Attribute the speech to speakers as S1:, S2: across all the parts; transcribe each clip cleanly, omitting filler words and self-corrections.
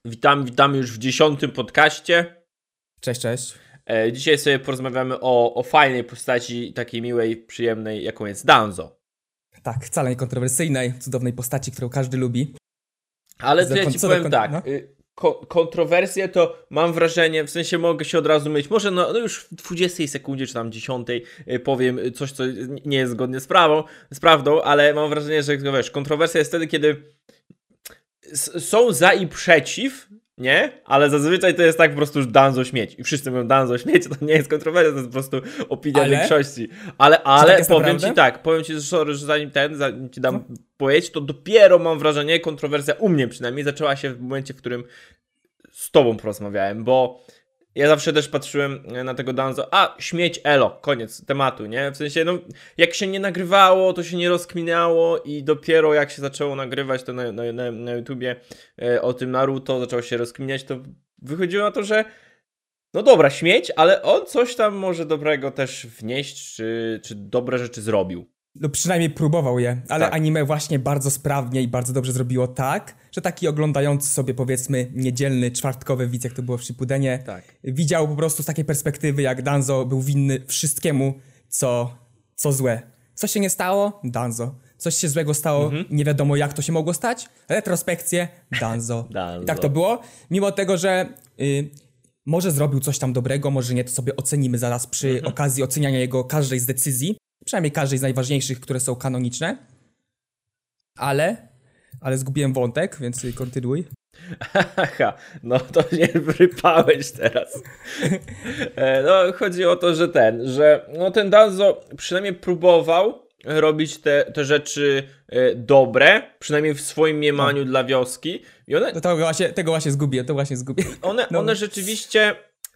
S1: Witamy już w 10. podcaście.
S2: Cześć, cześć.
S1: Dzisiaj sobie porozmawiamy o fajnej postaci, takiej miłej, przyjemnej, jaką jest Danzo.
S2: Tak, wcale nie kontrowersyjnej, cudownej postaci, którą każdy lubi.
S1: Ale to ja ci powiem tak, no? Kontrowersje to mam wrażenie, w sensie mogę się od razu mylić, może no już w 20 sekundzie czy tam 10 powiem coś, co nie jest zgodnie z prawdą, ale mam wrażenie, że wiesz, kontrowersja jest wtedy, kiedy są za i przeciw, nie? Ale zazwyczaj to jest tak po prostu, że Danzo śmieć. I wszyscy mówią Danzo śmieć, to nie jest kontrowersja, to jest po prostu opinia większości. Ale tak powiem ci, sorry, że zanim ci dam powiedzieć, to dopiero mam wrażenie, kontrowersja u mnie przynajmniej zaczęła się w momencie, w którym z tobą porozmawiałem, bo ja zawsze też patrzyłem na tego Danzo, śmieć elo, koniec tematu, nie? W sensie, no, jak się nie nagrywało, to się nie rozkminiało i dopiero jak się zaczęło nagrywać to na YouTubie o tym Naruto, zaczęło się rozkminiać, to wychodziło na to, że no dobra, śmieć, ale on coś tam może dobrego też wnieść, czy dobre rzeczy zrobił.
S2: No przynajmniej próbował je, ale
S1: tak.
S2: Anime właśnie bardzo sprawnie i bardzo dobrze zrobiło tak, że taki oglądający sobie powiedzmy niedzielny, czwartkowy widz, jak to było w Shippudenie, widział po prostu z takiej perspektywy, jak Danzo był winny wszystkiemu, co złe. Co się nie stało? Danzo. Coś się złego stało, nie wiadomo jak to się mogło stać. Retrospekcje, Danzo. I tak to było. Mimo tego, że może zrobił coś tam dobrego, może nie, to sobie ocenimy zaraz przy okazji oceniania jego każdej z decyzji. Przynajmniej każdej z najważniejszych, które są kanoniczne. Ale zgubiłem wątek, więc kontynuuj.
S1: Aha, no to nie wyrypałeś teraz. No chodzi o to, że ten Danzo przynajmniej próbował robić te rzeczy dobre, przynajmniej w swoim mniemaniu dla wioski. I one...
S2: Tego właśnie zgubiłem,
S1: One rzeczywiście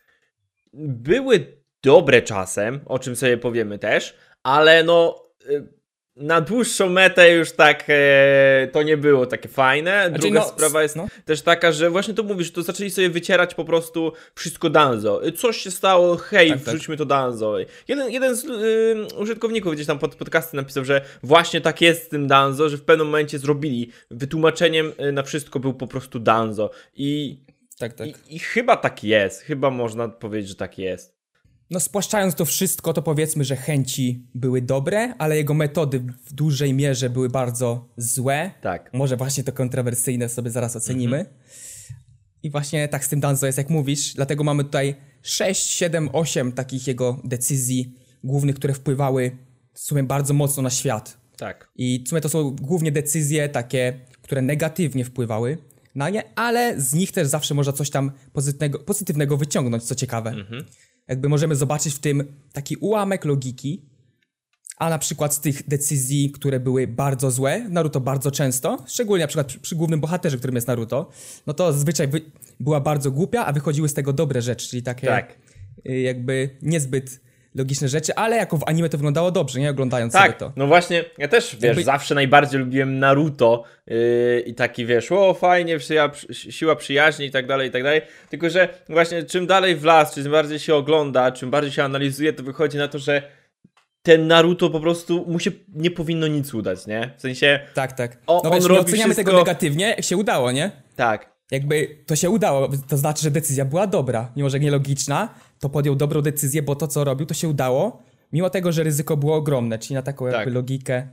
S1: były dobre czasem, o czym sobie powiemy też, ale no na dłuższą metę już tak to nie było takie fajne. Druga sprawa jest też taka, że właśnie to mówisz, to zaczęli sobie wycierać po prostu wszystko Danzo. Coś się stało, hej, wrzućmy to Danzo. Jeden z użytkowników gdzieś tam pod podcastem napisał, że właśnie tak jest z tym Danzo, że w pewnym momencie zrobili, wytłumaczeniem na wszystko był po prostu Danzo. I chyba tak jest, chyba można powiedzieć, że tak jest.
S2: No spłaszczając to wszystko, to powiedzmy, że chęci były dobre, ale jego metody w dużej mierze były bardzo złe.
S1: Tak.
S2: Może właśnie to kontrowersyjne sobie zaraz ocenimy. I właśnie tak z tym Danzo jest, jak mówisz, dlatego mamy tutaj 6, 7, 8 takich jego decyzji głównych, które wpływały w sumie bardzo mocno na świat.
S1: Tak.
S2: I w sumie to są głównie decyzje takie, które negatywnie wpływały na nie, ale z nich też zawsze można coś tam pozytywnego wyciągnąć, co ciekawe. Jakby możemy zobaczyć w tym taki ułamek logiki, a na przykład z tych decyzji, które były bardzo złe, Naruto bardzo często, szczególnie na przykład przy głównym bohaterze, którym jest Naruto, no to zazwyczaj była bardzo głupia, a wychodziły z tego dobre rzeczy, czyli takie jakby niezbyt logiczne rzeczy, ale jako w anime to wyglądało dobrze, nie? Oglądając sobie to.
S1: No właśnie, ja też, zawsze najbardziej lubiłem Naruto i taki, fajnie, siła przyjaźni i tak dalej, tylko że właśnie czym dalej w las, czym bardziej się ogląda, czym bardziej się analizuje, to wychodzi na to, że ten Naruto po prostu mu się nie powinno nic udać, nie? W sensie...
S2: Tak.
S1: On robi oceniamy
S2: tego negatywnie, jak się udało, nie?
S1: Tak.
S2: Jakby to się udało, to znaczy, że decyzja była dobra, mimo że nielogiczna, to podjął dobrą decyzję, bo to, co robił, to się udało, mimo tego, że ryzyko było ogromne, czyli na taką jakby logikę,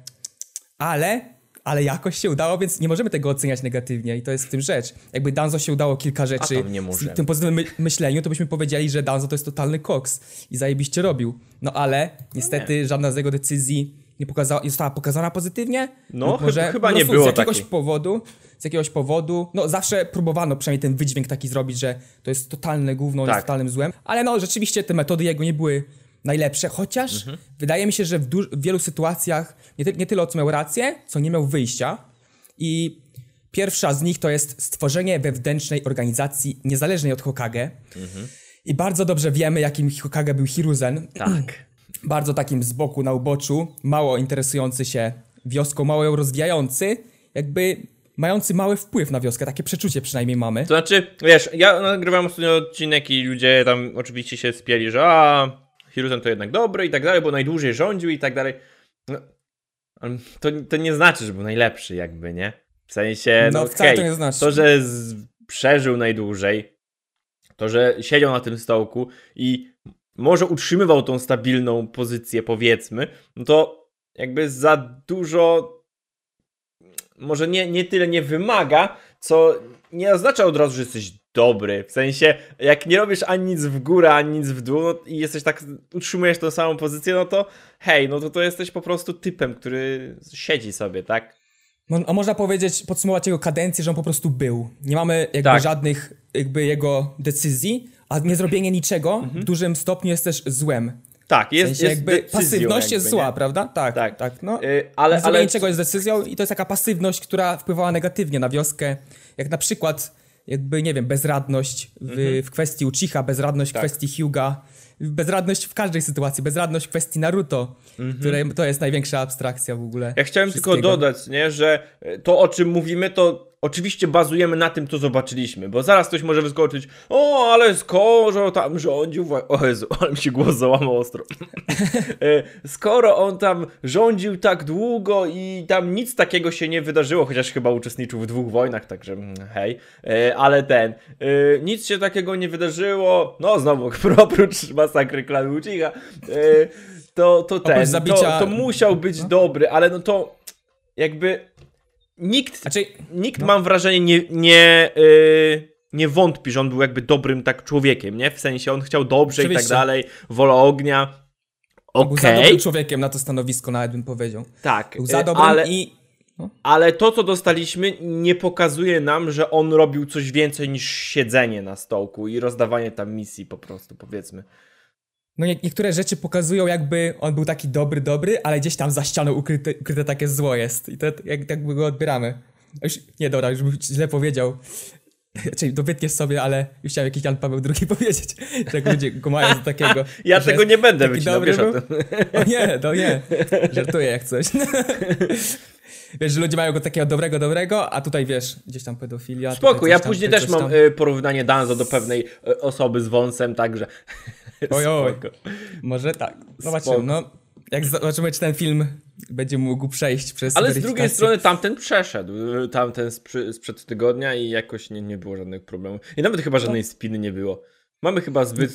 S2: ale jakoś się udało, więc nie możemy tego oceniać negatywnie i to jest w tym rzecz. Jakby Danzo się udało kilka rzeczy w tym pozytywnym myśleniu, to byśmy powiedzieli, że Danzo to jest totalny koks i zajebiście robił. No ale niestety żadna z jego decyzji nie została pokazana pozytywnie.
S1: No może chyba nie było
S2: z jakiegoś powodu, no zawsze próbowano przynajmniej ten wydźwięk taki zrobić, że to jest totalne gówno, jest totalnym złem, ale no rzeczywiście te metody jego nie były najlepsze, chociaż wydaje mi się, że w wielu sytuacjach nie tyle co miał rację, co nie miał wyjścia i pierwsza z nich to jest stworzenie wewnętrznej organizacji niezależnej od Hokage i bardzo dobrze wiemy, jakim Hokage był Hiruzen.
S1: Tak.
S2: Bardzo takim z boku na uboczu, mało interesujący się wioską, mało ją rozwijający, jakby mający mały wpływ na wioskę, takie przeczucie przynajmniej mamy.
S1: To znaczy, ja nagrywam ostatnio odcinek i ludzie tam oczywiście się spieli, że Hiruzen to jednak dobry i tak dalej, bo najdłużej rządził i tak dalej. No, to nie znaczy, że był najlepszy jakby, nie? W sensie,
S2: wcale to nie znaczy.
S1: To, że przeżył najdłużej, to, że siedział na tym stołku i może utrzymywał tą stabilną pozycję, powiedzmy, no to jakby za dużo, może nie tyle nie wymaga, co nie oznacza od razu, że jesteś dobry. W sensie, jak nie robisz ani nic w górę, ani nic w dół, no i jesteś tak, utrzymujesz tą samą pozycję, no to hej, no to jesteś po prostu typem, który siedzi sobie, tak?
S2: No, a można powiedzieć, podsumować jego kadencję, że on po prostu był. Nie mamy jakby żadnych jakby jego decyzji, a niezrobienie niczego w dużym stopniu jest też złem.
S1: Tak, jest,
S2: w sensie
S1: jest
S2: jakby pasywność jest zła, prawda? Tak. No. Ale niczego jest decyzją i to jest taka pasywność, która wpływała negatywnie na wioskę, jak na przykład jakby, nie wiem, bezradność w kwestii Uchiha, bezradność w kwestii Hyuga, bezradność w każdej sytuacji, bezradność w kwestii Naruto, które to jest największa abstrakcja w ogóle.
S1: Ja chciałem tylko dodać, nie, że to, o czym mówimy, to oczywiście bazujemy na tym, co zobaczyliśmy, bo zaraz ktoś może wyskoczyć, o, ale skoro tam rządził, o Jezu, ale mi się głos załamał ostro. Skoro on tam rządził tak długo i tam nic takiego się nie wydarzyło, chociaż chyba uczestniczył w 2 wojnach, także hej, ale nic się takiego nie wydarzyło, no znowu, oprócz masakry klanu Uchiha, to musiał być dobry, ale no to jakby nikt mam wrażenie nie wątpi, że on był jakby dobrym tak człowiekiem, nie? W sensie on chciał dobrze i tak dalej, wola ognia.
S2: Był za dobrym człowiekiem na to stanowisko, nawet bym powiedział.
S1: Tak,
S2: był za dobrym
S1: ale to, co dostaliśmy, nie pokazuje nam, że on robił coś więcej niż siedzenie na stołku i rozdawanie tam misji po prostu, powiedzmy.
S2: No niektóre rzeczy pokazują, jakby on był taki dobry, ale gdzieś tam za ścianą ukryte takie zło jest. I to jakby go odbieramy. Już bym źle powiedział. Czyli dowytniesz sobie, ale już chciałem jakiś Jan Paweł II powiedzieć, że jak ludzie go mają do takiego.
S1: Ja tego nie będę wycinał, wiesz o tym.
S2: O nie. Żartuję jak coś. Wiesz, że ludzie mają go takiego dobrego, a tutaj wiesz, gdzieś tam pedofilia.
S1: Spoko, ja później też mam porównanie Danzo do pewnej osoby z wąsem, także...
S2: Oj, może tak. Zobaczymy, no. Jak zobaczymy, czy ten film będzie mógł przejść przez
S1: Ale z drugiej strony tamten przeszedł. Tamten sprzed tygodnia i jakoś nie było żadnych problemów. I nawet chyba żadnej spiny nie było. Mamy chyba zbyt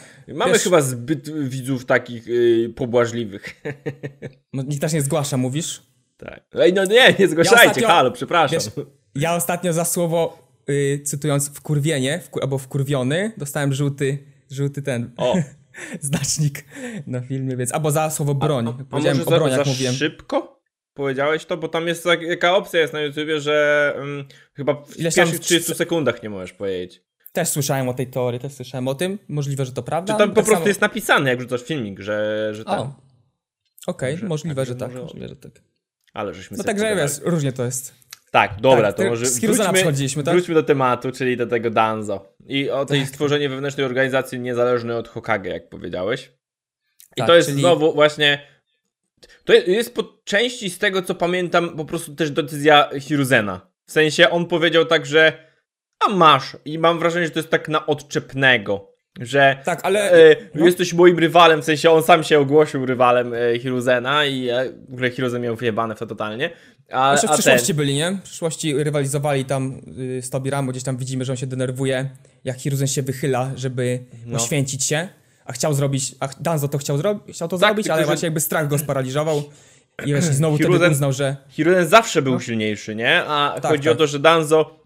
S1: zbyt widzów takich pobłażliwych.
S2: No, nikt też nie zgłasza, mówisz?
S1: Tak. Ej, no nie zgłaszajcie, halo, przepraszam.
S2: Wiesz, ja ostatnio za słowo, cytując wkurwienie, albo wkurwiony, dostałem żółty ten znacznik na filmie, więc albo za słowo broń.
S1: Powiedziałem o broniach, jak mówiłem. Szybko powiedziałeś to? Bo tam jest taka opcja jest na YouTubie, że chyba w pierwszych 30 sekundach nie możesz powiedzieć.
S2: Też słyszałem o tej teorii, też słyszałem o tym. Możliwe, że to prawda.
S1: Czy tam po prostu jest napisane, jak rzucasz filmik, że tam.
S2: Okej, możliwe, że tak.
S1: Ale żeśmy
S2: no także wiesz, różnie to jest.
S1: Tak, dobra, to może
S2: wróćmy
S1: do tematu, czyli do tego Danzo. I o tej stworzenie wewnętrznej organizacji niezależnej od Hokage, jak powiedziałeś. I to jest znowu właśnie... To jest po części z tego, co pamiętam, po prostu też decyzja Hiruzena. W sensie on powiedział tak, że a masz. I mam wrażenie, że to jest tak na odczepnego. Że
S2: tak, ale
S1: jesteś moim rywalem, w sensie on sam się ogłosił rywalem Hiruzena i w ogóle Hiruzen miał wyjebane w to totalnie.
S2: Jeszcze w przyszłości byli, nie? W przyszłości rywalizowali tam z Tobiramu, gdzieś tam widzimy, że on się denerwuje, jak Hiruzen się wychyla, żeby poświęcić się, a Danzo to chciał to zrobić, ale właśnie jakby strach go sparaliżował i znowu wtedy uznał, że...
S1: Hiruzen zawsze był silniejszy, nie? A chodzi o to, że Danzo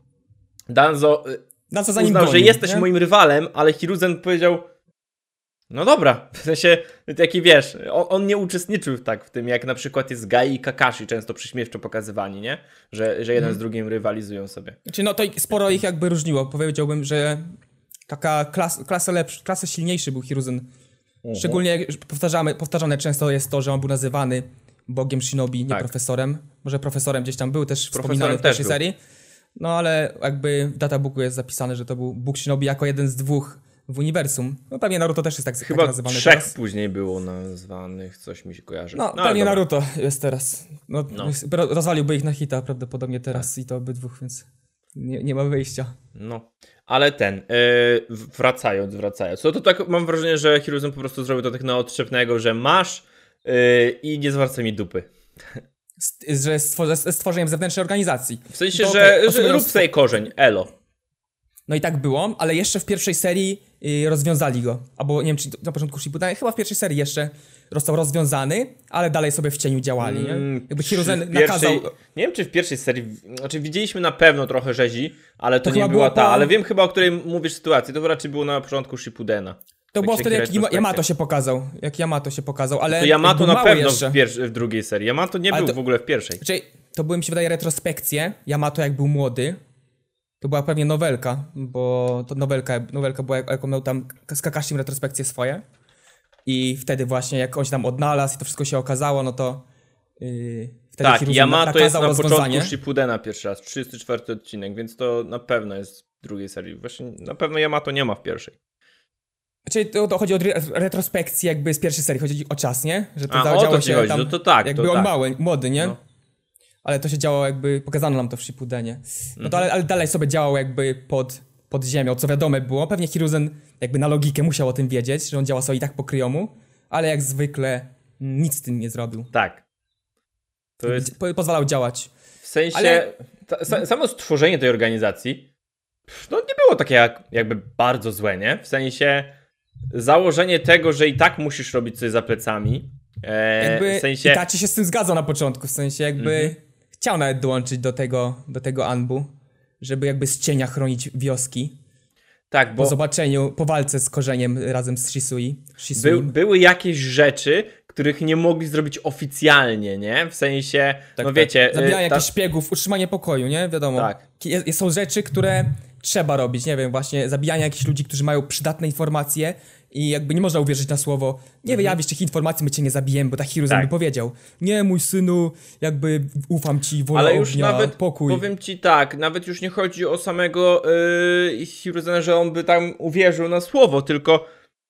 S2: za nim
S1: uznał,
S2: goni,
S1: że jesteś
S2: nie?
S1: moim rywalem, ale Hiruzen powiedział no dobra, w sensie taki wiesz, on nie uczestniczył tak w tym, jak na przykład jest Gai i Kakashi często przyśmiewczo pokazywani, nie? Że jeden z drugim rywalizują sobie.
S2: Znaczy no to sporo ich jakby różniło, powiedziałbym, że taka klasę silniejszy był Hiruzen. Szczególnie powtarzane często jest to, że on był nazywany bogiem shinobi, nie profesorem. Może profesorem gdzieś tam był też wspominany w pierwszej serii. No ale jakby w databooku jest zapisane, że to był Bóg Shinobi jako jeden z 2 w uniwersum. No pewnie Naruto też jest tak nazywany
S1: Chyba 3
S2: teraz.
S1: później było nazwanych, coś mi się kojarzy.
S2: No pewnie Naruto jest teraz. No. Rozwaliłby ich na hita prawdopodobnie teraz i to obydwu, więc nie ma wyjścia.
S1: No, ale wracając. No to tak mam wrażenie, że Hiruzen po prostu zrobił to tak na odszczepnego, że masz i nie zwracaj mi dupy.
S2: Że stworzeniem zewnętrznej organizacji.
S1: W sensie, że rób sobie korzeń, elo.
S2: No i tak było, ale jeszcze w pierwszej serii rozwiązali go. Albo nie wiem, czy na początku Shippudena, chyba w pierwszej serii jeszcze został rozwiązany, ale dalej sobie w cieniu działali, nie? Jakby Hiruzen nakazał...
S1: Nie wiem, czy w pierwszej serii... Znaczy widzieliśmy na pewno trochę rzezi, ale to nie była ta... Ale wiem chyba, o której mówisz sytuacji. To raczej było na początku Shippudena.
S2: To było wtedy, jak Yamato się pokazał. Ale...
S1: To Yamato na pewno w drugiej serii. Yamato nie był w ogóle w pierwszej.
S2: Znaczy, to były, mi się wydaje, retrospekcje. Yamato jak był młody. To była pewnie nowelka, bo to nowelka była, jak on miał tam z Kakashim retrospekcje swoje. I wtedy właśnie, jak on się tam odnalazł i to wszystko się okazało, no to wtedy
S1: tak, Yamato jest na
S2: rozwiązanie.
S1: początku Shippudena pierwszy raz, 34 odcinek, więc to na pewno jest w drugiej serii. Właśnie na pewno Yamato nie ma w pierwszej.
S2: Czyli to chodzi o retrospekcję jakby z pierwszej serii, chodzi o czas, nie? Że to
S1: działo się tam, to tak,
S2: jakby
S1: to
S2: on
S1: tak.
S2: młody, nie? No. Ale to się działo jakby, pokazano nam to w Shippudenie. No to ale dalej sobie działał jakby pod ziemią, co wiadome było. Pewnie Hiruzen jakby na logikę musiał o tym wiedzieć, że on działa sobie i tak po kryjomu, ale jak zwykle nic z tym nie zrobił.
S1: Tak. To jest...
S2: Pozwalał działać.
S1: W sensie, samo stworzenie tej organizacji, no nie było takie jakby bardzo złe, nie? W sensie, założenie tego, że i tak musisz robić coś za plecami.
S2: Jakby
S1: w sensie...
S2: Itachi się z tym zgadzał na początku, w sensie jakby chciał nawet dołączyć do tego Anbu, żeby jakby z cienia chronić wioski.
S1: Tak, bo...
S2: Po zobaczeniu, po walce z korzeniem razem z Shisui.
S1: Były jakieś rzeczy, których nie mogli zrobić oficjalnie, nie? W sensie, no wiecie...
S2: Zabijanie jakichś szpiegów, utrzymanie pokoju, nie? Wiadomo.
S1: Tak.
S2: Są rzeczy, które trzeba robić, nie wiem, właśnie zabijanie jakichś ludzi, którzy mają przydatne informacje i jakby nie można uwierzyć na słowo, nie wyjawisz tych informacji, my cię nie zabijemy, bo tak Hiruzen by powiedział. Nie, mój synu, jakby ufam ci, wola ognia,
S1: już nawet,
S2: pokój.
S1: Powiem ci tak, nawet już nie chodzi o samego Hiruzena, że on by tam uwierzył na słowo, tylko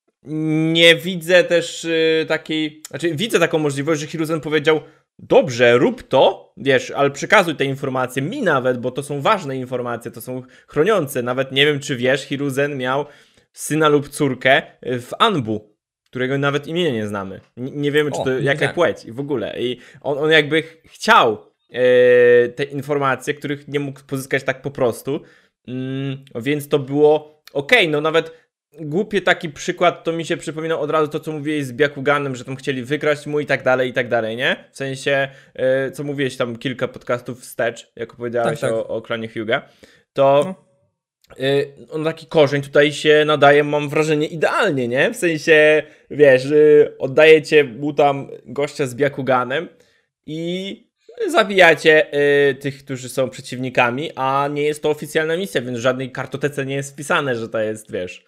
S1: nie widzę też takiej, znaczy widzę taką możliwość, że Hiruzen powiedział: dobrze, rób to, wiesz, ale przekazuj te informacje mi nawet, bo to są ważne informacje, to są chroniące. Nawet nie wiem, czy wiesz, Hiruzen miał syna lub córkę w Anbu, którego nawet imienia nie znamy. Nie wiemy, czy to jaka płeć i w ogóle. I on jakby chciał te informacje, których nie mógł pozyskać tak po prostu, więc to było okej, no nawet głupie taki przykład, to mi się przypominał od razu to, co mówiłeś z Byakuganem, że tam chcieli wykraść mu i tak dalej, nie? W sensie, co mówiłeś tam kilka podcastów wstecz, jak opowiedziałeś o klanie Hyuga, to on taki korzeń tutaj się nadaje, mam wrażenie, idealnie, nie? W sensie, wiesz, oddajecie mu tam gościa z Byakuganem i zabijacie tych, którzy są przeciwnikami, a nie jest to oficjalna misja, więc w żadnej kartotece nie jest wpisane, że to jest, wiesz,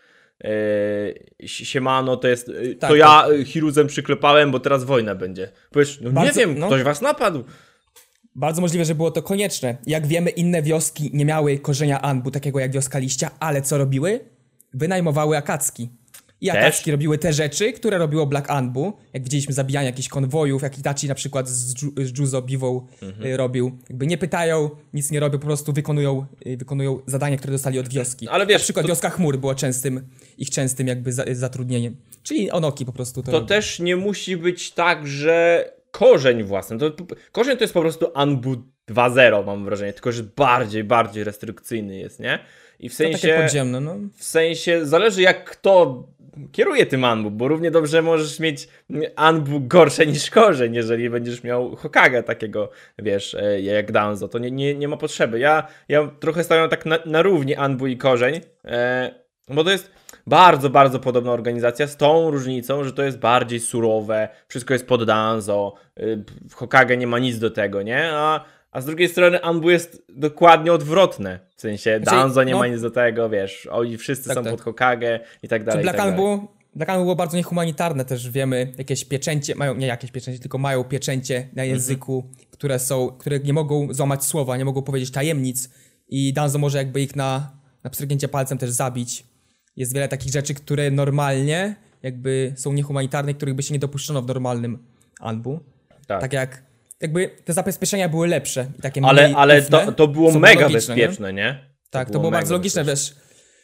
S1: siemano, to jest, ja Hiruzen przyklepałem, bo teraz wojna będzie. Powiesz, no bardzo, nie wiem, ktoś was napadł.
S2: Bardzo możliwe, że było to konieczne. Jak wiemy, inne wioski nie miały korzenia Anbu, takiego jak wioska Liścia, ale co robiły? Wynajmowały Akatsuki. I Akatsuki robiły te rzeczy, które robiło Black Anbu. Jak widzieliśmy, zabijanie jakichś konwojów, jak Itachi na przykład z Juzo Bivou robił. Jakby nie pytają, nic nie robią, po prostu wykonują zadania, które dostali od wioski.
S1: Ale wiesz,
S2: na przykład wioska Chmur było ich częstym jakby zatrudnieniem. Czyli Onoki po prostu to robią.
S1: Też nie musi być tak, że korzeń własny. Korzeń to jest po prostu Anbu 2.0, mam wrażenie, tylko że bardziej restrykcyjny jest, nie? I w sensie,
S2: takie podziemne, no.
S1: W sensie zależy, jak kto kieruje tym Anbu, bo równie dobrze możesz mieć Anbu gorsze niż korzeń, jeżeli będziesz miał Hokage takiego, wiesz, jak Danzo, to nie ma potrzeby. Ja trochę stawiam tak na równi Anbu i korzeń, bo to jest bardzo podobna organizacja, z tą różnicą, że to jest bardziej surowe, wszystko jest pod Danzo, w Hokage nie ma nic do tego, nie? A z drugiej strony Anbu jest dokładnie odwrotne, w sensie Danzo nie ma nic do tego, wiesz, oni wszyscy są pod Hokage i tak dalej.
S2: Black Anbu było bardzo niehumanitarne też, wiemy, jakieś pieczęcie, tylko mają pieczęcie na języku, które nie mogą złamać słowa, nie mogą powiedzieć tajemnic i Danzo może jakby ich na pstryknięcie palcem też zabić. Jest wiele takich rzeczy, które normalnie jakby są niehumanitarne, których by się nie dopuszczono w normalnym Anbu. Tak jak jakby te zabezpieczenia były lepsze i takie
S1: ale to było mega bezpieczne, nie?
S2: Tak, to było bardzo logiczne, wiesz.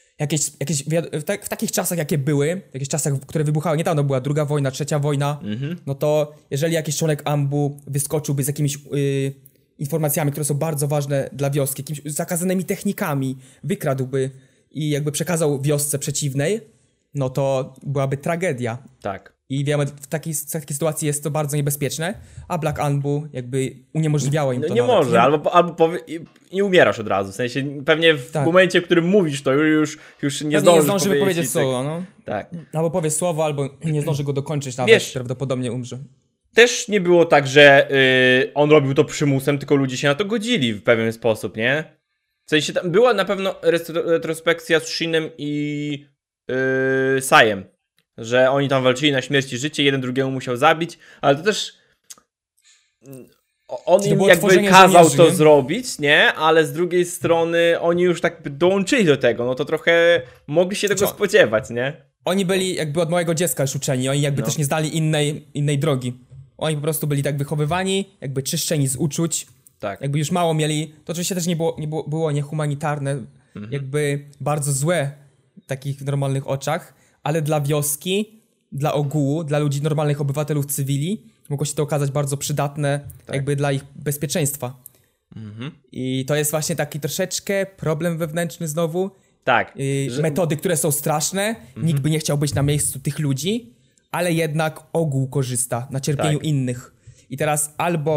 S2: W takich czasach, jakie były, w jakichś czasach, które wybuchały, niedawno była II wojna, III wojna, no to jeżeli jakiś członek Anbu wyskoczyłby z jakimiś informacjami, które są bardzo ważne dla wioski, jakimiś zakazanymi technikami, wykradłby i jakby przekazał wiosce przeciwnej, no to byłaby tragedia.
S1: Tak.
S2: I wiemy, w takiej sytuacji jest to bardzo niebezpieczne, a Black Anbu jakby uniemożliwiało im to.
S1: No nie
S2: nawet.
S1: może, albo i umierasz od razu, w sensie pewnie w momencie, w którym mówisz to już nie zdąży
S2: powiedzieć słowo, no.
S1: Tak.
S2: Albo powie słowo, albo nie zdąży go dokończyć nawet, wiesz, prawdopodobnie umrze.
S1: Też nie było tak, że on robił to przymusem, tylko ludzie się na to godzili w pewien sposób, nie? W sensie tam była na pewno retrospekcja z Shinem i Saiem, że oni tam walczyli na śmierć i życie, jeden drugiemu musiał zabić, ale to też on im jakby kazał to zrobić, nie? Ale z drugiej strony oni już tak dołączyli do tego, no to trochę mogli się tego spodziewać, nie?
S2: Oni byli jakby od małego dziecka już uczeni, oni jakby też nie znali innej drogi. Oni po prostu byli tak wychowywani, jakby czyszczeni z uczuć, jakby już mało mieli, to oczywiście też było niehumanitarne, jakby bardzo złe w takich normalnych oczach, ale dla wioski, dla ogółu, dla ludzi, normalnych obywatelów, cywili, mogło się to okazać bardzo przydatne jakby dla ich bezpieczeństwa. I to jest właśnie taki troszeczkę problem wewnętrzny znowu.
S1: Tak.
S2: Metody, które są straszne, nikt by nie chciał być na miejscu tych ludzi, ale jednak ogół korzysta na cierpieniu innych. I teraz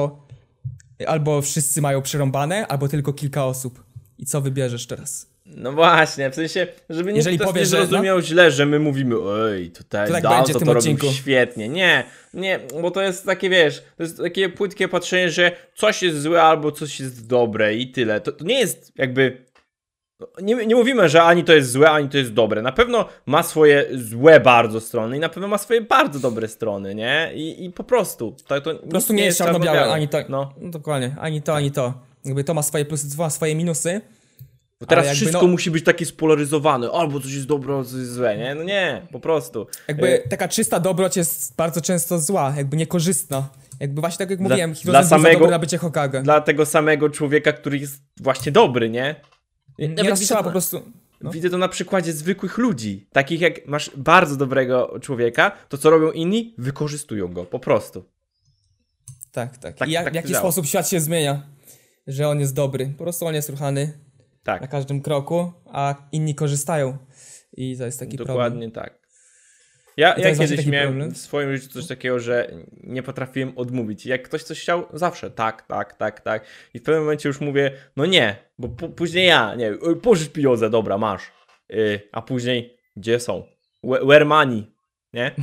S2: albo wszyscy mają przerąbane, albo tylko kilka osób. I co wybierzesz teraz?
S1: No właśnie, w sensie, żeby nikt nie zrozumiał źle, że my mówimy ej, tutaj
S2: to tak będzie w tym odcinku.
S1: Świetnie. Nie, bo to jest takie, wiesz, to jest takie płytkie patrzenie, że coś jest złe albo coś jest dobre i tyle. To nie jest jakby... Nie mówimy, że ani to jest złe, ani to jest dobre. Na pewno ma swoje złe bardzo strony i na pewno ma swoje bardzo dobre strony, nie? I po prostu. To
S2: po prostu nie jest czarno-białe, ani to. No dokładnie, ani to, ani to. Jakby to ma swoje plusy, ma swoje minusy.
S1: Bo teraz wszystko musi być takie spolaryzowane. Albo coś jest dobre, albo coś jest złe, nie? No nie, po prostu.
S2: Jakby taka czysta dobroć jest bardzo często zła, jakby niekorzystna. Jakby właśnie tak jak mówiłem, Hirozen był za dobry na bycie Hokage.
S1: Dla tego samego człowieka, który jest właśnie dobry, nie?
S2: Nawet trzeba po prostu...
S1: Widzę to na przykładzie zwykłych ludzi. Takich jak masz bardzo dobrego człowieka, to co robią inni? Wykorzystują go, po prostu.
S2: Tak. I w jaki sposób świat się zmienia, że on jest dobry. Po prostu on jest ruchany na każdym kroku, a inni korzystają. I to jest taki problem.
S1: Dokładnie tak. Ja kiedyś miałem w swoim życiu coś takiego, że nie potrafiłem odmówić. Jak ktoś coś chciał, zawsze tak. I w pewnym momencie już mówię, no nie, bo później pożycz pieniądze, dobra, masz. A później, gdzie są? Where money? Nie?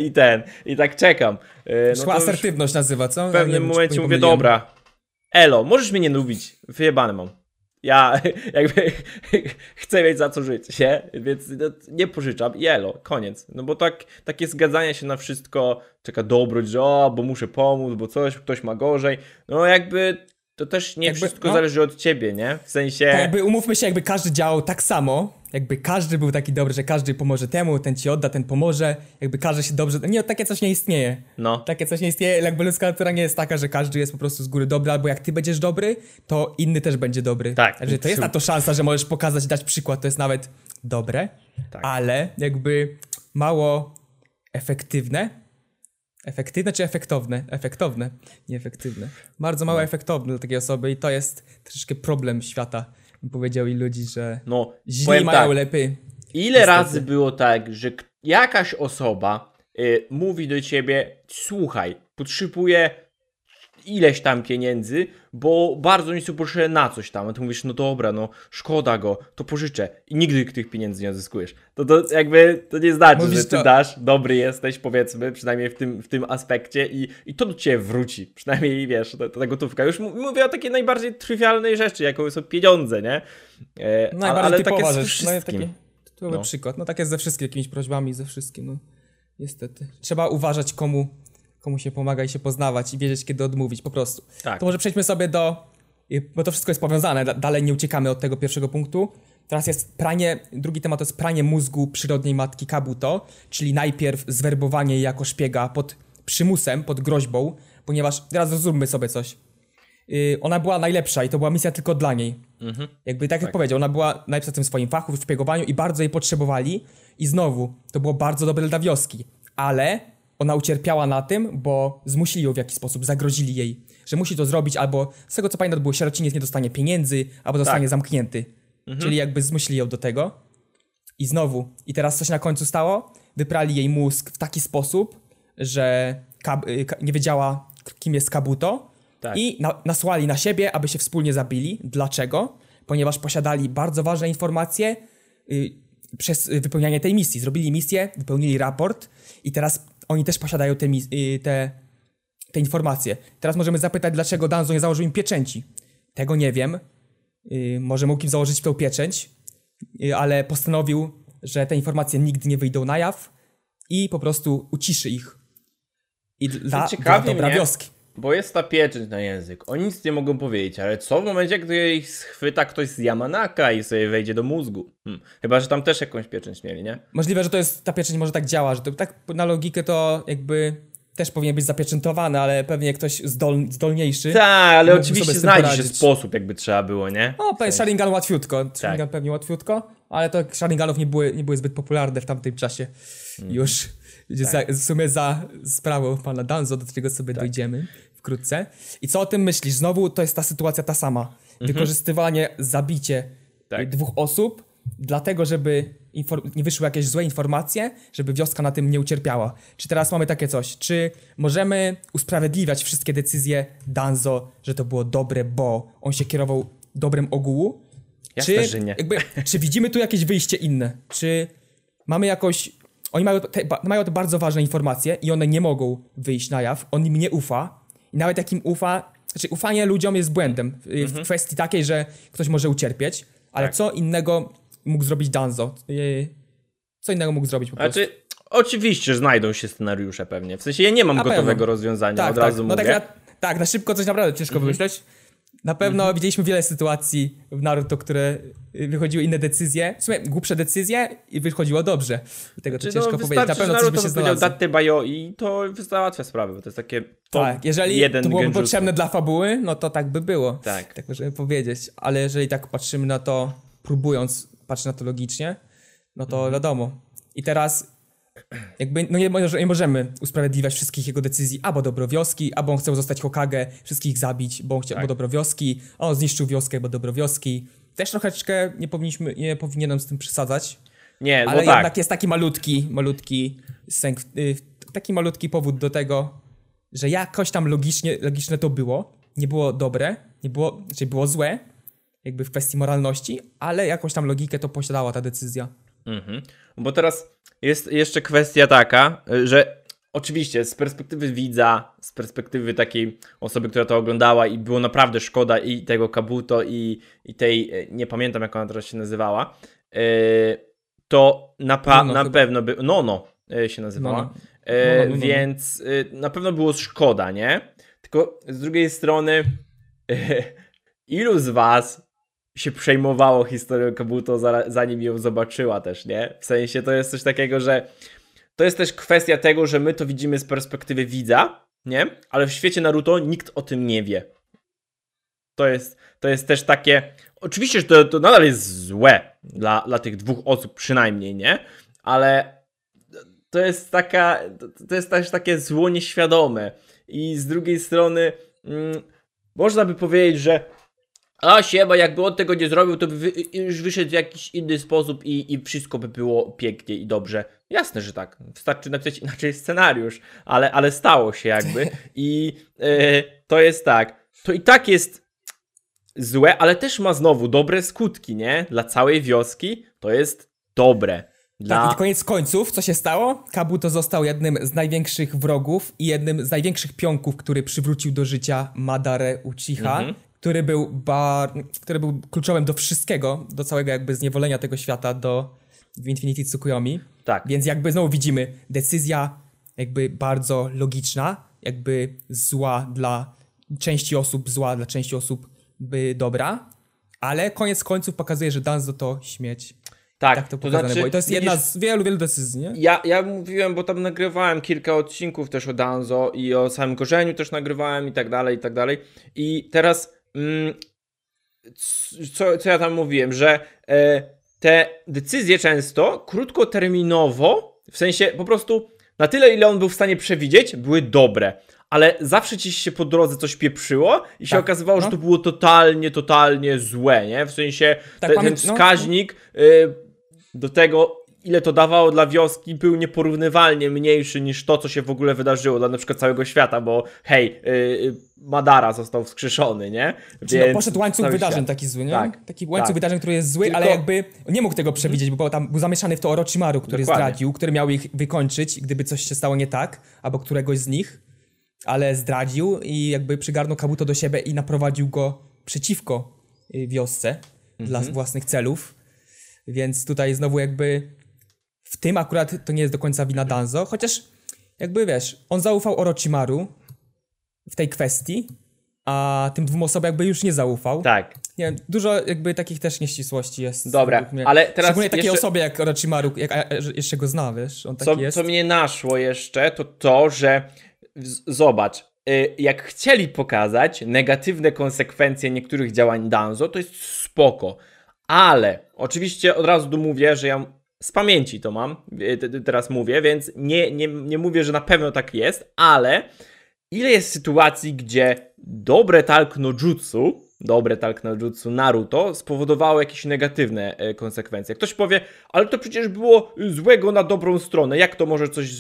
S1: I tak czekam.
S2: Szła asertywność nazywa, co?
S1: W pewnym momencie mówię, dobra, elo, możesz mnie nie lubić, wyjebane mam. Ja jakby chcę mieć za co żyć, nie? Więc nie pożyczam i elo, koniec. No bo takie zgadzanie się na wszystko, taka dobroć, że bo muszę pomóc, bo ktoś ma gorzej. No jakby to też nie wszystko zależy od ciebie, nie? W sensie...
S2: Tak jakby umówmy się, jakby każdy działał tak samo, jakby każdy był taki dobry, że każdy pomoże temu, ten ci odda, ten pomoże, jakby każdy się dobrze... Nie, takie coś nie istnieje.
S1: No.
S2: Takie coś nie istnieje, jakby ludzka natura nie jest taka, że każdy jest po prostu z góry dobry, albo jak ty będziesz dobry, to inny też będzie dobry.
S1: Tak.
S2: Także to jest na to szansa, że możesz pokazać, dać przykład, to jest nawet dobre, ale jakby mało efektywne. Efektywne czy efektowne? Efektowne, nieefektywne. Bardzo mało efektowne dla takiej osoby i to jest troszeczkę problem świata, bym powiedział, i ludzi, że źli mają lepiej.
S1: Ile razy było tak, że jakaś osoba mówi do ciebie, słuchaj, potrzebuję ileś tam pieniędzy, bo bardzo mi się potrzebuje na coś tam. A ty mówisz, no dobra, no szkoda go, to pożyczę. I nigdy tych pieniędzy nie odzyskujesz. To jakby to nie znaczy, mówisz, że ty dasz, dobry jesteś, powiedzmy, przynajmniej w tym aspekcie i to do ciebie wróci. Przynajmniej, wiesz, ta gotówka. Już mówię o takiej najbardziej trywialnej rzeczy, jaką są pieniądze, nie?
S2: Ale tak jest ze wszystkim. Typowy przykład. No tak jest ze wszystkim, jakimiś prośbami, ze wszystkim. No. Niestety. Trzeba uważać, komu się pomaga i się poznawać i wiedzieć, kiedy odmówić, po prostu. Tak. To może przejdźmy sobie bo to wszystko jest powiązane, dalej nie uciekamy od tego pierwszego punktu. Teraz jest drugi temat to jest pranie mózgu przyrodniej matki Kabuto, czyli najpierw zwerbowanie jej jako szpiega pod przymusem, pod groźbą, ponieważ, teraz zrozummy sobie coś. Ona była najlepsza i to była misja tylko dla niej. Jakby tak jak powiedział, ona była najlepsza w tym swoim fachu, w szpiegowaniu i bardzo jej potrzebowali i znowu, to było bardzo dobre dla wioski, ale ona ucierpiała na tym, bo zmusili ją w jakiś sposób, zagrozili jej, że musi to zrobić, albo z tego co pamiętam, to było sierociniec nie dostanie pieniędzy, albo zostanie zamknięty. Czyli jakby zmusili ją do tego. I teraz co się na końcu stało? Wyprali jej mózg w taki sposób, że nie wiedziała, kim jest Kabuto. Tak. I nasłali na siebie, aby się wspólnie zabili. Dlaczego? Ponieważ posiadali bardzo ważne informacje przez wypełnianie tej misji. Zrobili misję, wypełnili raport i teraz oni też posiadają te informacje. Teraz możemy zapytać, dlaczego Danzo nie założył im pieczęci. Tego nie wiem. Może mógł im założyć tą pieczęć, ale postanowił, że te informacje nigdy nie wyjdą na jaw i po prostu uciszy ich. I dla dobra wioski.
S1: Bo jest ta pieczęć na język. Oni nic nie mogą powiedzieć, ale co w momencie, gdy ich schwyta ktoś z Yamanaka i sobie wejdzie do mózgu? Chyba, że tam też jakąś pieczęć mieli, nie?
S2: Możliwe, że ta pieczęć może tak działa, że to tak na logikę to jakby też powinien być zapieczętowany, ale pewnie ktoś zdolniejszy.
S1: Tak, ale oczywiście znajdzie się sposób, jakby trzeba było, nie?
S2: No, pewnie Sharingan łatwiutko. Sharingan pewnie łatwiutko, ale to Sharinganów nie były zbyt popularne w tamtym czasie. Już w sumie za sprawą pana Danzo, do którego sobie dojdziemy wkrótce. I co o tym myślisz? Znowu to jest ta sytuacja ta sama. Wykorzystywanie, zabicie dwóch osób, dlatego żeby nie wyszły jakieś złe informacje, żeby wioska na tym nie ucierpiała. Czy teraz mamy takie coś? Czy możemy usprawiedliwiać wszystkie decyzje Danzo, że to było dobre, bo on się kierował dobrem ogółu?
S1: Jasne, że nie.
S2: Czy widzimy tu jakieś wyjście inne? Czy mamy jakoś... Oni mają te bardzo ważne informacje i one nie mogą wyjść na jaw. On im nie ufa. I nawet jak im ufa... Znaczy ufanie ludziom jest błędem w kwestii takiej, że ktoś może ucierpieć. Ale co innego mógł zrobić Danzo? Co innego mógł zrobić po prostu?
S1: Znaczy, oczywiście znajdą się scenariusze pewnie. W sensie ja nie mam gotowego rozwiązania, od razu mówię.
S2: Na szybko coś naprawdę ciężko wymyśleć. Na pewno widzieliśmy wiele sytuacji w Naruto, które wychodziły inne decyzje, w sumie głupsze decyzje i wychodziło dobrze. I tego to ciężko powiedzieć. Na pewno coś by się znalazło.
S1: Datte Bayo i to załatwia sprawę, bo to jest takie
S2: jeżeli to byłoby potrzebne dla fabuły, no to tak by było. Tak możemy powiedzieć. Ale jeżeli tak patrzymy na to, patrzeć na to logicznie, no to wiadomo. I teraz jakby nie możemy usprawiedliwiać wszystkich jego decyzji, albo dobro wioski, albo on chciał zostać Hokage, wszystkich zabić, bo on chciał, bo dobro wioski, a on zniszczył wioskę, bo dobro wioski. Też troszeczkę nie powinienem z tym przesadzać.
S1: Nie,
S2: ale jednak jest taki malutki sęk, taki malutki powód do tego, że jakoś tam logiczne to było, nie było dobre, było złe, jakby w kwestii moralności, ale jakoś tam logikę to posiadała ta decyzja.
S1: Bo teraz jest jeszcze kwestia taka, że oczywiście z perspektywy widza, z perspektywy takiej osoby, która to oglądała i było naprawdę szkoda i tego Kabuto i tej, nie pamiętam jak ona teraz się nazywała, to na pewno by... Nono się nazywała, więc na pewno było szkoda, nie? Tylko z drugiej strony ilu z was się przejmowało historią Kabuto, zanim ją zobaczyła też, nie? W sensie to jest coś takiego, że to jest też kwestia tego, że my to widzimy z perspektywy widza, nie? Ale w świecie Naruto nikt o tym nie wie. To jest też takie... Oczywiście, że to nadal jest złe dla tych dwóch osób przynajmniej, nie? Ale to jest też takie zło nieświadome. I z drugiej strony można by powiedzieć, że bo jakby on tego nie zrobił, to by już wyszedł w jakiś inny sposób i wszystko by było pięknie i dobrze. Jasne, że tak. Wystarczy napisać inaczej scenariusz, ale stało się jakby. I to jest tak. To i tak jest złe, ale też ma znowu dobre skutki, nie? Dla całej wioski to jest dobre.
S2: Tak, i koniec końców, co się stało? Kabuto został jednym z największych wrogów i jednym z największych pionków, który przywrócił do życia Madare Uchiha. Który był kluczowym do wszystkiego, do całego jakby zniewolenia tego świata w Infinity Tsukuyomi. Tak. Więc jakby znowu widzimy decyzja jakby bardzo logiczna, jakby zła dla części osób, dla części osób dobra, ale koniec końców pokazuje, że Danzo to śmieć. Tak to pokazane było. I to jest jedna z wielu decyzji, nie?
S1: Ja mówiłem, bo tam nagrywałem kilka odcinków też o Danzo i o samym korzeniu też nagrywałem i tak dalej, i tak dalej. I teraz co ja tam mówiłem, że te decyzje często krótkoterminowo, w sensie po prostu na tyle, ile on był w stanie przewidzieć, były dobre. Ale zawsze ci się po drodze coś pieprzyło i się okazywało, że to było totalnie złe, nie? W sensie ten wskaźnik do tego, ile to dawało dla wioski, był nieporównywalnie mniejszy niż to, co się w ogóle wydarzyło dla na przykład całego świata, bo hej, Madara został wskrzeszony, nie?
S2: Więc poszedł łańcuch wydarzeń taki zły, nie? Tak, taki łańcuch wydarzeń, który jest zły, ale jakby nie mógł tego przewidzieć, bo tam był zamieszany w to Orochimaru, który zdradził, który miał ich wykończyć, gdyby coś się stało nie tak, albo któregoś z nich, ale zdradził i jakby przygarnął Kabuto do siebie i naprowadził go przeciwko wiosce dla własnych celów. Więc tutaj znowu jakby w tym akurat to nie jest do końca wina Danzo, chociaż jakby wiesz, on zaufał Orochimaru w tej kwestii, a tym dwóm osobom jakby już nie zaufał.
S1: Tak.
S2: Nie wiem, dużo jakby takich też nieścisłości jest.
S1: Dobra, ale teraz
S2: szczególnie takiej osobie jak Orochimaru, jak jeszcze go zna, wiesz, on taki jest.
S1: Co mnie naszło jeszcze, to, że zobacz, jak chcieli pokazać negatywne konsekwencje niektórych działań Danzo, to jest spoko, ale oczywiście od razu mówię, że ja z pamięci to mam, teraz mówię, więc nie mówię, że na pewno tak jest, ale ile jest sytuacji, gdzie dobre talk no jutsu Naruto spowodowało jakieś negatywne konsekwencje. Ktoś powie, ale to przecież było złego na dobrą stronę, jak to może coś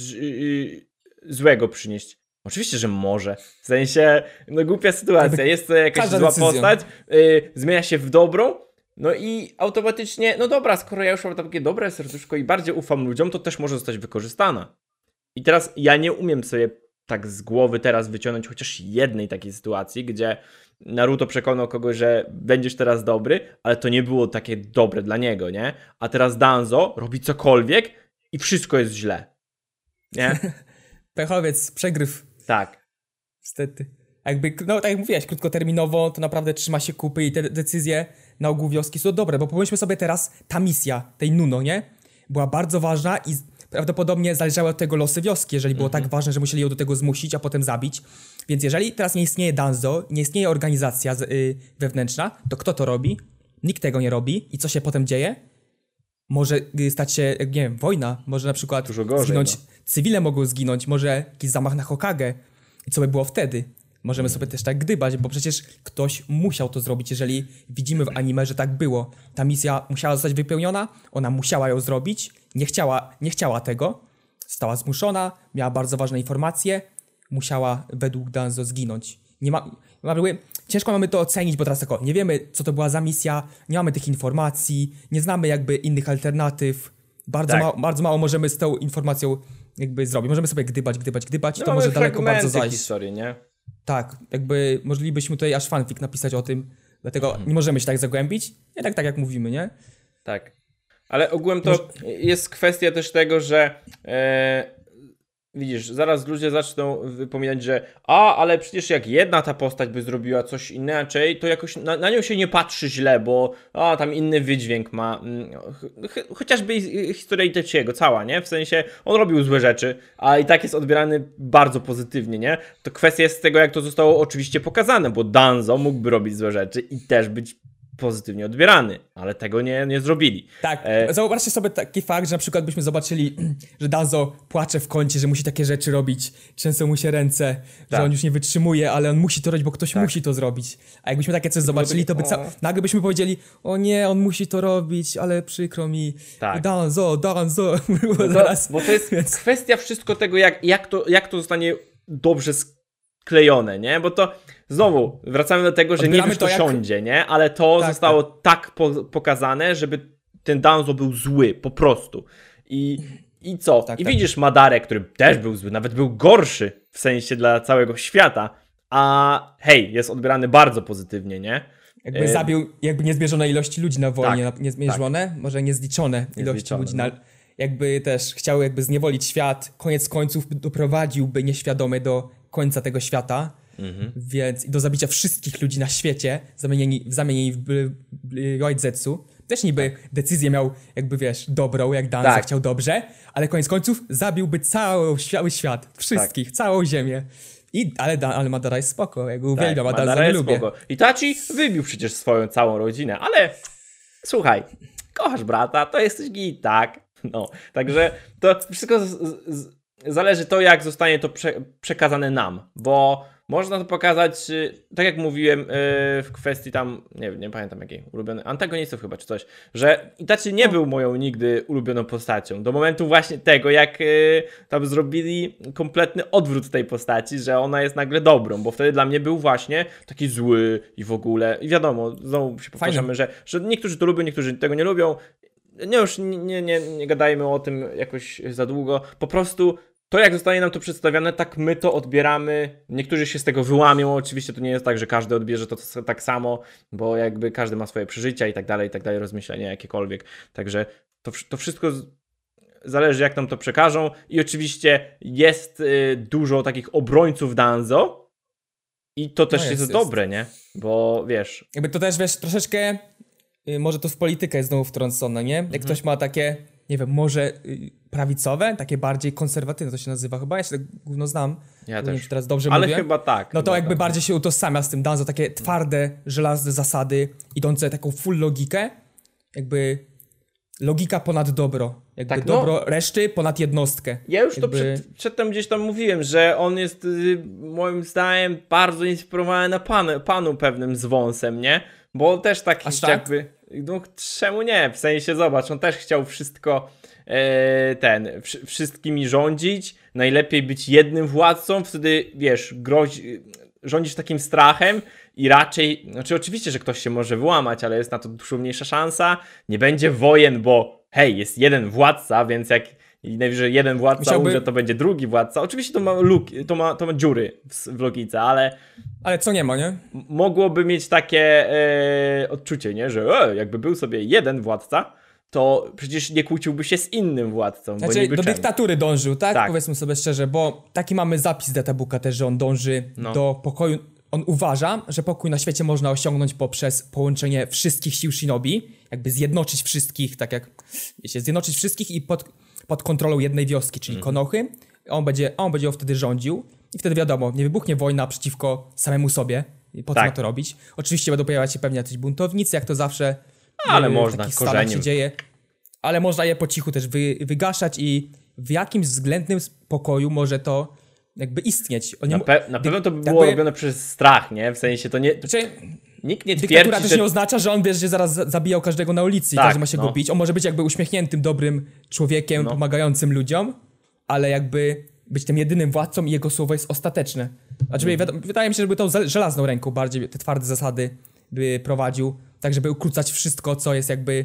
S1: złego przynieść? Oczywiście, że może. W sensie, no głupia sytuacja, jest to jakaś zła postać, zmienia się w dobrą, no i automatycznie, no dobra, skoro ja już mam takie dobre serduszko i bardziej ufam ludziom, to też może zostać wykorzystana. I teraz ja nie umiem sobie tak z głowy teraz wyciągnąć chociaż jednej takiej sytuacji, gdzie Naruto przekonał kogoś, że będziesz teraz dobry, ale to nie było takie dobre dla niego, nie? A teraz Danzo robi cokolwiek i wszystko jest źle. Nie?
S2: Pechowiec, przegryw.
S1: Tak.
S2: Niestety. Jakby, no tak jak mówiłeś, krótkoterminowo to naprawdę trzyma się kupy i te decyzje na ogół wioski są dobre, bo pomyślmy sobie teraz, ta misja tej Nuno, nie? Była bardzo ważna i prawdopodobnie zależały od tego losy wioski, jeżeli było tak ważne, że musieli ją do tego zmusić, a potem zabić. Więc jeżeli teraz nie istnieje Danzo, nie istnieje organizacja wewnętrzna, to kto to robi? Nikt tego nie robi. I co się potem dzieje? Może stać się, nie wiem, wojna. Może na przykład zginąć, cywile mogą zginąć, może jakiś zamach na Hokage. I co by było wtedy? Możemy sobie też tak gdybać, bo przecież ktoś musiał to zrobić, jeżeli widzimy w anime, że tak było. Ta misja musiała zostać wypełniona, ona musiała ją zrobić, nie chciała tego, została zmuszona, miała bardzo ważne informacje, musiała według Danzo zginąć. Ciężko mamy to ocenić, bo teraz nie wiemy, co to była za misja, nie mamy tych informacji, nie znamy jakby innych alternatyw, bardzo mało możemy z tą informacją jakby zrobić. Możemy sobie gdybać, no, to może daleko bardzo zajść.
S1: Historii, nie?
S2: Tak, jakby moglibyśmy tutaj aż fanfic napisać o tym, dlatego nie możemy się tak zagłębić, nie tak jak mówimy, nie?
S1: Tak, ale ogółem to jest kwestia też tego, że widzisz, zaraz ludzie zaczną wypominać, że ale przecież jak jedna ta postać by zrobiła coś inaczej, to jakoś na nią się nie patrzy źle, bo tam inny wydźwięk ma. Chociażby historia Itachiego cała, nie? W sensie on robił złe rzeczy, a i tak jest odbierany bardzo pozytywnie, nie? To kwestia jest tego, jak to zostało oczywiście pokazane, bo Danzo mógłby robić złe rzeczy i też być pozytywnie odbierany, ale tego nie zrobili.
S2: Tak, zauważcie sobie taki fakt, że na przykład byśmy zobaczyli, że Danzo płacze w kącie, że musi takie rzeczy robić, trzęsą mu się ręce, że on już nie wytrzymuje, ale on musi to robić, bo ktoś musi to zrobić. A jakbyśmy takie coś zobaczyli, to by nagle byśmy powiedzieli, o nie, on musi to robić, ale przykro mi, Danzo.
S1: Bo to jest kwestia wszystko tego, jak to zostanie dobrze sklejone, nie? Bo to znowu wracamy do tego, że odbieramy nie wiesz, to siądzie, nie? Ale to zostało tak pokazane, żeby ten Danzo był zły, po prostu. I co? I widzisz Madarę, który też był zły, nawet był gorszy w sensie dla całego świata, a hej, jest odbierany bardzo pozytywnie, nie?
S2: Jakby zabił niezmierzone ilości ludzi na wojnie, niezmierzone, może niezliczone ilości ludzi jakby też chciał zniewolić świat, koniec końców doprowadziłby nieświadomie do końca tego świata, więc do zabicia wszystkich ludzi na świecie, zamienieni w Yoizetsu. Też niby decyzję miał, dobrą, jak Danzo chciał dobrze, ale koniec końców zabiłby cały świat, wszystkich, całą ziemię. Ale Madara jest spoko, ja go uwielbiam, Madara nie lubię. Spoko.
S1: Itachi wybił przecież swoją całą rodzinę, ale słuchaj, kochasz brata, to jesteś git, tak? No, także to wszystko zależy to, jak zostanie to przekazane nam, bo można to pokazać, tak jak mówiłem w kwestii tam, nie pamiętam jakiej, ulubiony antagonistów chyba czy coś, że Itachi nie był moją nigdy ulubioną postacią, do momentu właśnie tego, jak tam zrobili kompletny odwrót tej postaci, że ona jest nagle dobrą, bo wtedy dla mnie był właśnie taki zły i w ogóle, i wiadomo, znowu się powtarzamy, że niektórzy to lubią, niektórzy tego nie lubią, już nie gadajmy o tym jakoś za długo, po prostu to, jak zostanie nam to przedstawione, tak my to odbieramy. Niektórzy się z tego wyłamią. Oczywiście to nie jest tak, że każdy odbierze to tak samo, bo jakby każdy ma swoje przeżycia i tak dalej, rozmyślenia jakiekolwiek. Także to wszystko zależy, jak nam to przekażą. I oczywiście jest dużo takich obrońców Danzo. I to też jest dobre, nie? Bo wiesz...
S2: Jakby to też, wiesz, troszeczkę... Może to w politykę jest znowu wtrącone, nie? Jak ktoś ma takie, nie wiem, może prawicowe, takie bardziej konserwatywne, to się nazywa chyba, ja się tak gówno znam.
S1: Ja
S2: nie
S1: też.
S2: wiem, czy teraz dobrze
S1: ale
S2: mówię.
S1: chyba tak.
S2: No to jakby bardziej się utożsamia z tym Danzo, takie twarde, żelazne zasady, idące taką full logikę, jakby logika ponad dobro. Jakby tak, dobro reszty ponad jednostkę.
S1: Ja już jakby... to przedtem gdzieś tam mówiłem, że on jest moim zdaniem bardzo inspirowany na panu pewnym z wąsem, nie? Bo on też taki jakby... No czemu nie? W sensie zobacz, on też chciał wszystko wszystkimi rządzić, najlepiej być jednym władcą, wtedy wiesz, rządzisz takim strachem i raczej, znaczy oczywiście, że ktoś się może wyłamać, ale jest na to dużo mniejsza szansa, nie będzie wojen, bo hej, jest jeden władca, więc jak najwyżej jeden władca umrze, to będzie drugi władca. Oczywiście to ma luki, to ma dziury w logice, ale...
S2: Ale co nie ma, nie?
S1: Mogłoby mieć takie odczucie, nie? Że jakby był sobie jeden władca, to przecież nie kłóciłby się z innym władcą.
S2: Znaczy,
S1: bo niby
S2: do
S1: czemu?
S2: dyktatury dążył, tak? Powiedzmy sobie szczerze, bo taki mamy zapis Databuka też, że on dąży do pokoju. On uważa, że pokój na świecie można osiągnąć poprzez połączenie wszystkich sił shinobi, jakby zjednoczyć wszystkich, tak jak, wiecie, zjednoczyć wszystkich i pod kontrolą jednej wioski, czyli Konochy. On będzie wtedy rządził i wtedy wiadomo, nie wybuchnie wojna przeciwko samemu sobie. I po co ma to robić? Oczywiście będą pojawiać się pewnie jacyś buntownicy, jak to zawsze
S1: ale można,
S2: w takich stanach się dzieje. Ale można je po cichu też wygaszać i w jakimś względnym spokoju może to jakby istnieć.
S1: Na pewno to by było robione przez strach, nie? W sensie to nie... Nikt nie twierdzi, dyktatura
S2: też nie oznacza, że on będzie zaraz zabijał każdego na ulicy i każdy ma się go bić. On może być jakby uśmiechniętym, dobrym człowiekiem, pomagającym ludziom, ale jakby być tym jedynym władcą i jego słowo jest ostateczne. Znaczy, wydaje mi się, żeby tą żelazną ręką bardziej te twarde zasady by prowadził, tak żeby ukrócać wszystko, co jest jakby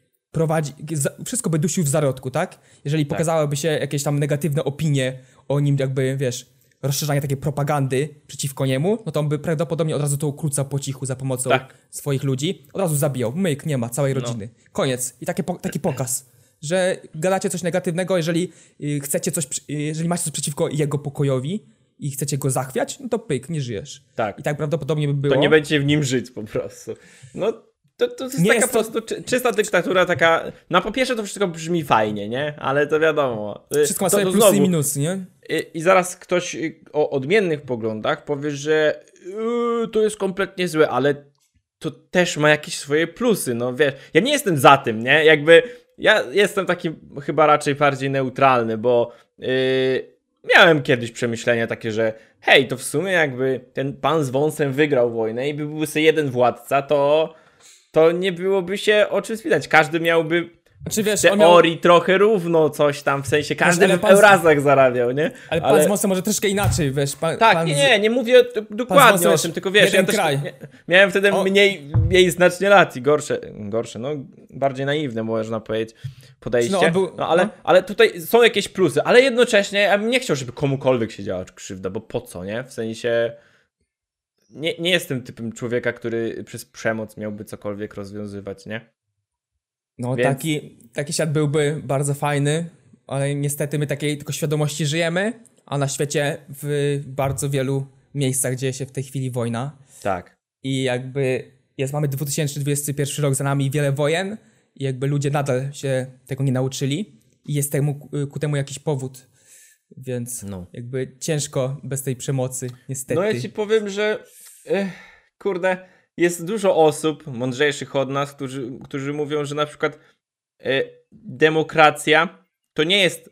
S2: wszystko by dusił w zarodku, tak? Jeżeli pokazałyby się jakieś tam negatywne opinie o nim, jakby, wiesz, rozszerzanie takiej propagandy przeciwko niemu, no to on by prawdopodobnie od razu to ukrócał po cichu za pomocą swoich ludzi. Od razu zabijał. Myk, nie ma całej rodziny. Koniec. I taki pokaz, że gadacie coś negatywnego, jeżeli chcecie jeżeli macie coś przeciwko jego pokojowi i chcecie go zachwiać, no to pyk, nie żyjesz.
S1: Tak.
S2: I tak prawdopodobnie by było.
S1: To nie będzie w nim żyć po prostu. No to jest nie taka jest po prostu czysta dyktatura, taka... Na papierze to wszystko brzmi fajnie, nie? Ale to wiadomo.
S2: Wszystko ma swoje plusy i minusy, nie?
S1: I zaraz ktoś o odmiennych poglądach powie, że to jest kompletnie złe, ale to też ma jakieś swoje plusy, no wiesz. Ja nie jestem za tym, nie? Jakby ja jestem taki chyba raczej bardziej neutralny, bo miałem kiedyś przemyślenia takie, że hej, to w sumie jakby ten pan z wąsem wygrał wojnę i by był sobie jeden władca, to nie byłoby się o czym spinać. Każdy miałby w teorii trochę równo coś tam, w sensie każdy w eurazach zarabiał, nie?
S2: Ale pan z wąsem może troszkę inaczej, wiesz.
S1: Nie mówię dokładnie o tym, tylko wiesz, ja też miałem wtedy mniej znacznie lat i gorsze, no bardziej naiwne można powiedzieć podejście. Ale tutaj są jakieś plusy, ale jednocześnie ja bym nie chciał, żeby komukolwiek się działa krzywda, bo po co, nie? W sensie... Nie jestem typem człowieka, który przez przemoc miałby cokolwiek rozwiązywać, nie?
S2: No więc... taki świat byłby bardzo fajny, ale niestety my takiej tylko świadomości żyjemy, a na świecie w bardzo wielu miejscach dzieje się w tej chwili wojna.
S1: Tak.
S2: I jakby mamy 2021 rok za nami, wiele wojen i jakby ludzie nadal się tego nie nauczyli i jest ku temu jakiś powód. Więc jakby ciężko bez tej przemocy, niestety.
S1: No ja ci powiem, że kurde, jest dużo osób mądrzejszych od nas, którzy mówią, że na przykład demokracja to nie jest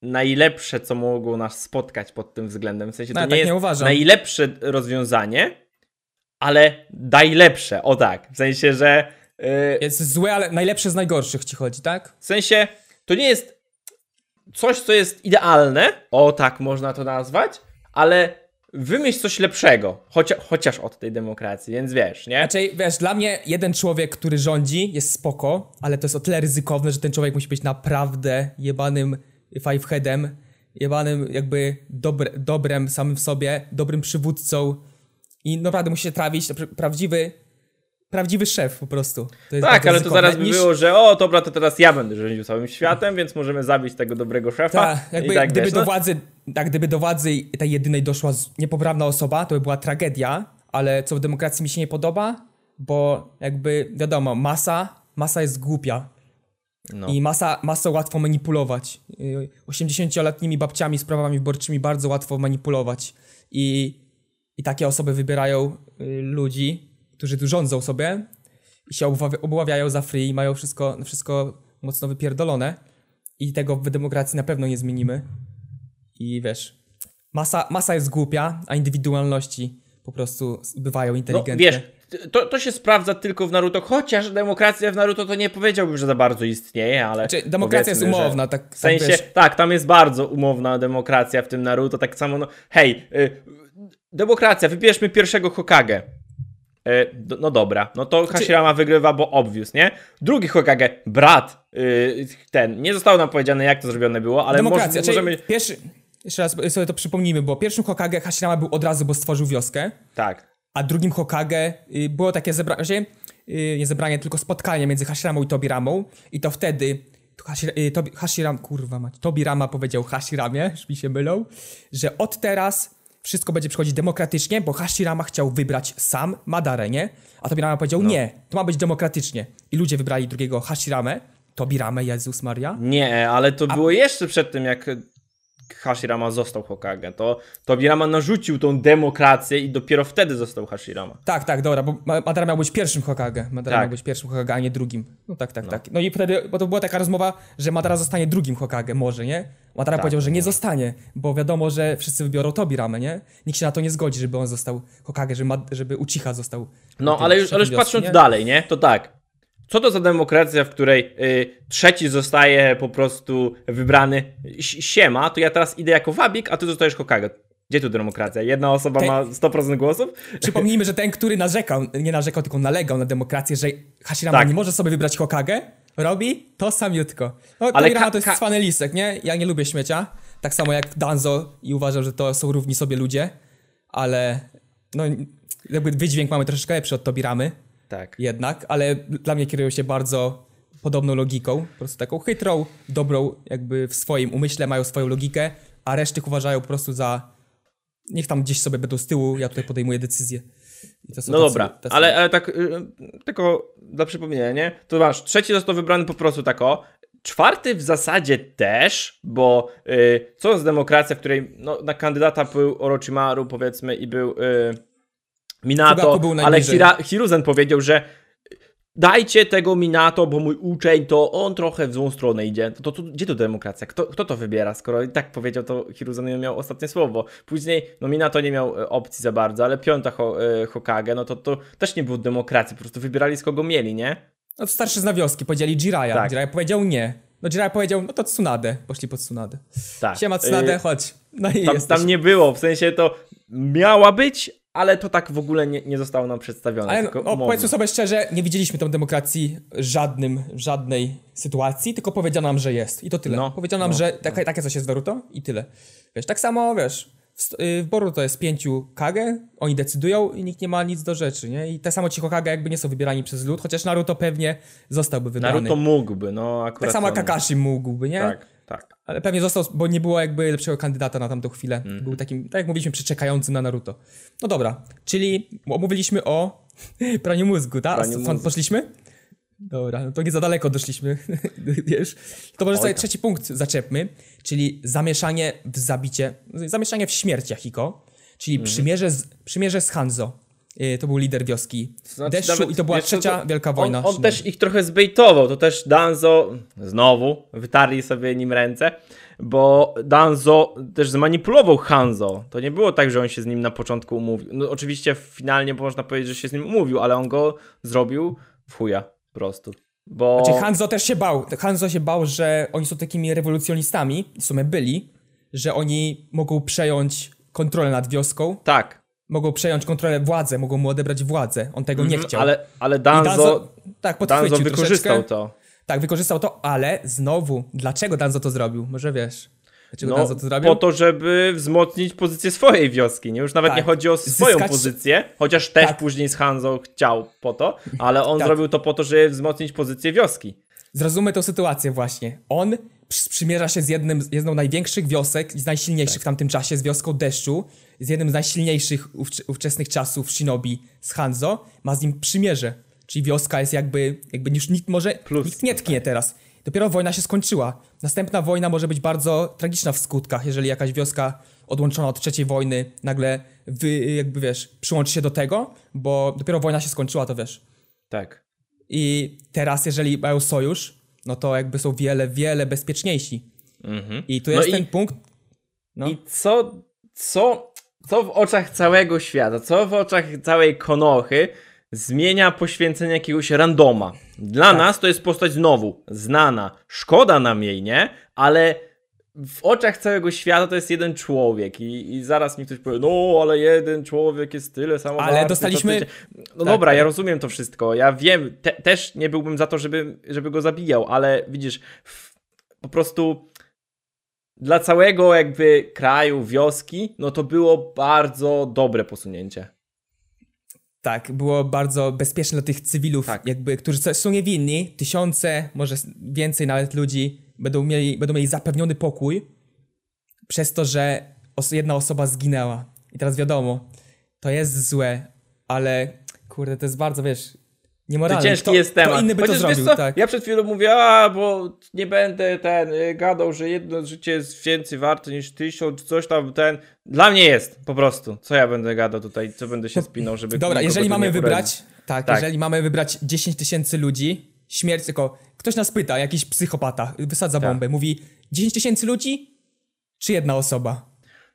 S1: najlepsze, co mogło nas spotkać pod tym względem. W sensie to
S2: tak
S1: nie jest najlepsze rozwiązanie, ale najlepsze, o tak. W sensie, że...
S2: jest złe, ale najlepsze z najgorszych ci chodzi, tak?
S1: W sensie, to nie jest coś, co jest idealne, o tak można to nazwać, ale wymyśl coś lepszego, chociaż od tej demokracji, więc wiesz, nie?
S2: Znaczy, wiesz, dla mnie jeden człowiek, który rządzi, jest spoko, ale to jest o tyle ryzykowne, że ten człowiek musi być naprawdę jebanym fiveheadem, jebanym jakby dobrem samym w sobie, dobrym przywódcą i naprawdę musi się trawić, prawdziwy szef po prostu. To jest
S1: tak, ale to zaraz by było, że dobra, to teraz ja będę rządził całym światem, więc możemy zabić tego dobrego szefa.
S2: Jakby,
S1: tak,
S2: gdyby do władzy tej jedynej doszła niepoprawna osoba, to by była tragedia, ale co w demokracji mi się nie podoba, bo jakby wiadomo, masa jest głupia. No. I masą łatwo manipulować. 80-letnimi babciami z prawami wyborczymi bardzo łatwo manipulować. I takie osoby wybierają ludzi, którzy tu rządzą sobie i się obławiają za free i mają wszystko mocno wypierdolone i tego w demokracji na pewno nie zmienimy. I wiesz, masa jest głupia, a indywidualności po prostu bywają inteligentne.
S1: No wiesz, to się sprawdza tylko w Naruto, chociaż demokracja w Naruto to nie powiedziałbym, że za bardzo istnieje, ale...
S2: Znaczy, demokracja jest umowna, tak
S1: w sensie, tak, tam jest bardzo umowna demokracja w tym Naruto, tak samo, no hej, demokracja, wybierzmy pierwszego Hokage. No dobra, no to Hashirama wygrywa, bo obvious, nie? Drugi Hokage, brat, nie zostało nam powiedziane, jak to zrobione było, ale
S2: demokracja,
S1: możemy...
S2: Jeszcze raz sobie to przypomnijmy, bo pierwszym Hokage Hashirama był od razu, bo stworzył wioskę.
S1: Tak.
S2: A drugim Hokage było takie nie zebranie, tylko spotkanie między Hashiramą i Tobiramą. I to wtedy Tobirama powiedział Hashiramie, już mi się mylą, że od teraz wszystko będzie przychodzić demokratycznie, bo Hashirama chciał wybrać sam Madarę, nie? A Tobirama powiedział, nie, to ma być demokratycznie. I ludzie wybrali drugiego Hashiramę, Tobiramę, Jezus Maria.
S1: Nie, ale to było jeszcze przed tym, jak Hashirama został Hokage. To Tobirama narzucił tą demokrację i dopiero wtedy został Hashirama.
S2: Tak, dobra, bo Madara miał być pierwszym Hokage. Miał być pierwszym Hokage, a nie drugim. No tak. No i wtedy, bo to była taka rozmowa, że Madara zostanie drugim Hokage, może, nie? Madara powiedział, że nie zostanie, bo wiadomo, że wszyscy wybiorą Tobiramę, nie? Nikt się na to nie zgodzi, żeby on został Hokage, żeby Uchiha został.
S1: No, ale już patrząc dalej, nie? To tak. Co to za demokracja, w której trzeci zostaje po prostu wybrany? Siema, to ja teraz idę jako wabik, a ty zostajesz Hokage. Gdzie tu demokracja? Jedna osoba ma 100% głosów?
S2: Przypomnijmy, że ten, który nie narzekał, tylko nalegał na demokrację, że Hashirama nie może sobie wybrać Hokage, robi to samiutko. No, ale to jest cwany lisek, nie? Ja nie lubię śmiecia. Tak samo jak Danzo i uważam, że to są równi sobie ludzie, ale no jakby wydźwięk mamy troszeczkę lepszy od Tobiramy. Tak. Jednak, ale dla mnie kierują się bardzo podobną logiką, po prostu taką chytrą, dobrą, jakby w swoim umyśle mają swoją logikę, a resztych uważają po prostu za... Niech tam gdzieś sobie będą z tyłu, ja tutaj podejmuję decyzję. I to są
S1: dobra, ale tak tylko dla przypomnienia, nie? To masz, trzeci został wybrany po prostu czwarty w zasadzie też, bo co z demokracja, w której na kandydata był Orochimaru, powiedzmy, i był... Minato, ale Hiruzen powiedział, że dajcie tego Minato, bo mój uczeń to on trochę w złą stronę idzie. To gdzie tu demokracja? Kto to wybiera? Skoro i tak powiedział, to Hiruzen miał ostatnie słowo. Później Minato nie miał opcji za bardzo, ale piąta Hokage, no to też nie było demokracji, po prostu wybierali z kogo mieli, nie?
S2: No starszy z wioski powiedzieli Jiraiya. Tak. Jiraiya powiedział nie. No Jiraiya powiedział, no to Tsunade. Poszli po Tsunadę. Tak. Siema Tsunade, chodź. No i
S1: tam nie było, w sensie to miała być, ale to tak w ogóle nie zostało nam przedstawione.
S2: Ale powiedzmy sobie szczerze, nie widzieliśmy tam demokracji w żadnej sytuacji, tylko powiedziano nam, że jest. I to tyle. Powiedziano nam, że takie coś jest w Boruto i tyle. Wiesz, tak samo, w Boruto jest 5 Kage, oni decydują i nikt nie ma nic do rzeczy, nie? I te samo ci Hokage jakby nie są wybierani przez lud, chociaż Naruto pewnie zostałby wybrany.
S1: Naruto mógłby, akurat.
S2: Tak samo Kakashi mógłby, nie?
S1: Tak.
S2: Ale pewnie został, bo nie było jakby lepszego kandydata na tamtą chwilę. Był takim, tak jak mówiliśmy, przeczekającym na Naruto. No dobra, czyli omówiliśmy o praniu mózgu, tak? A stąd poszliśmy? Dobra, no to nie za daleko doszliśmy, wiesz. To może sobie trzeci punkt zaczepmy, czyli zamieszanie w śmierci Hiko, czyli przymierze z Hanzo. to był lider wioski
S1: Znaczy,
S2: deszczu
S1: nawet,
S2: i to była
S1: wiesz,
S2: trzecia wielka wojna.
S1: On też ich trochę zbejtował, to też Danzo, znowu, wytarli sobie nim ręce, bo Danzo też zmanipulował Hanzo. To nie było tak, że on się z nim na początku umówił. No oczywiście finalnie można powiedzieć, że się z nim umówił, ale on go zrobił w chuja po prostu. Bo...
S2: Znaczy Hanzo też się bał. Hanzo się bał, że oni są takimi rewolucjonistami, w sumie byli, że oni mogą przejąć kontrolę nad wioską.
S1: Tak.
S2: Mogą przejąć kontrolę władzę, mogą mu odebrać władzę. On tego nie chciał.
S1: Ale Danzo
S2: Danzo
S1: wykorzystał to.
S2: Tak, wykorzystał to, ale znowu, dlaczego Danzo to zrobił? Może wiesz, dlaczego Danzo to zrobił?
S1: Po to, żeby wzmocnić pozycję swojej wioski, nie? Już nawet nie chodzi o swoją pozycję, chociaż też później z Hanzo chciał po to, ale on zrobił to po to, żeby wzmocnić pozycję wioski.
S2: Zrozummy tę sytuację właśnie. On sprzymierza się z jedną z największych wiosek i z najsilniejszych w tamtym czasie, z wioską deszczu, z jednym z najsilniejszych ówczesnych czasów Shinobi z Hanzo, ma z nim przymierze. Czyli wioska jest jakby już nikt nie tknie teraz. Dopiero wojna się skończyła. Następna wojna może być bardzo tragiczna w skutkach, jeżeli jakaś wioska odłączona od trzeciej wojny nagle przyłączy się do tego, bo dopiero wojna się skończyła, to wiesz. Tak. I teraz, jeżeli mają sojusz, no to jakby są wiele bezpieczniejsi. I tu jest ten punkt. No.
S1: I co w oczach całego świata, co w oczach całej Konochy zmienia poświęcenie jakiegoś randoma. Dla nas to jest postać znowu znana. Szkoda nam jej, nie? Ale w oczach całego świata to jest jeden człowiek i zaraz mi ktoś powie, no ale jeden człowiek jest tyle samo
S2: ale
S1: warty,
S2: dostaliśmy...
S1: No dobra, ja rozumiem to wszystko. Ja wiem, też nie byłbym za to, żeby go zabijał, ale widzisz, po prostu... Dla całego jakby kraju, wioski, no to było bardzo dobre posunięcie.
S2: Tak, było bardzo bezpieczne dla tych cywilów, którzy są niewinni. Tysiące, może więcej nawet ludzi będą mieli zapewniony pokój przez to, że jedna osoba zginęła. I teraz wiadomo, to jest złe, ale kurde, to jest bardzo, niemoralne.
S1: To ciężki jest temat.
S2: To inny by to zrobił, tak.
S1: Ja przed chwilą mówię, bo nie będę gadał, że jedno życie jest więcej warte niż 1000, coś tam, Dla mnie jest, po prostu. Co ja będę gadał tutaj, co będę się spinał, żeby...
S2: Dobra, jeżeli mamy wybrać, jeżeli mamy wybrać 10 000 ludzi, śmierć, tylko ktoś nas pyta, jakiś psychopata, wysadza bombę, mówi 10 000 ludzi, czy jedna osoba?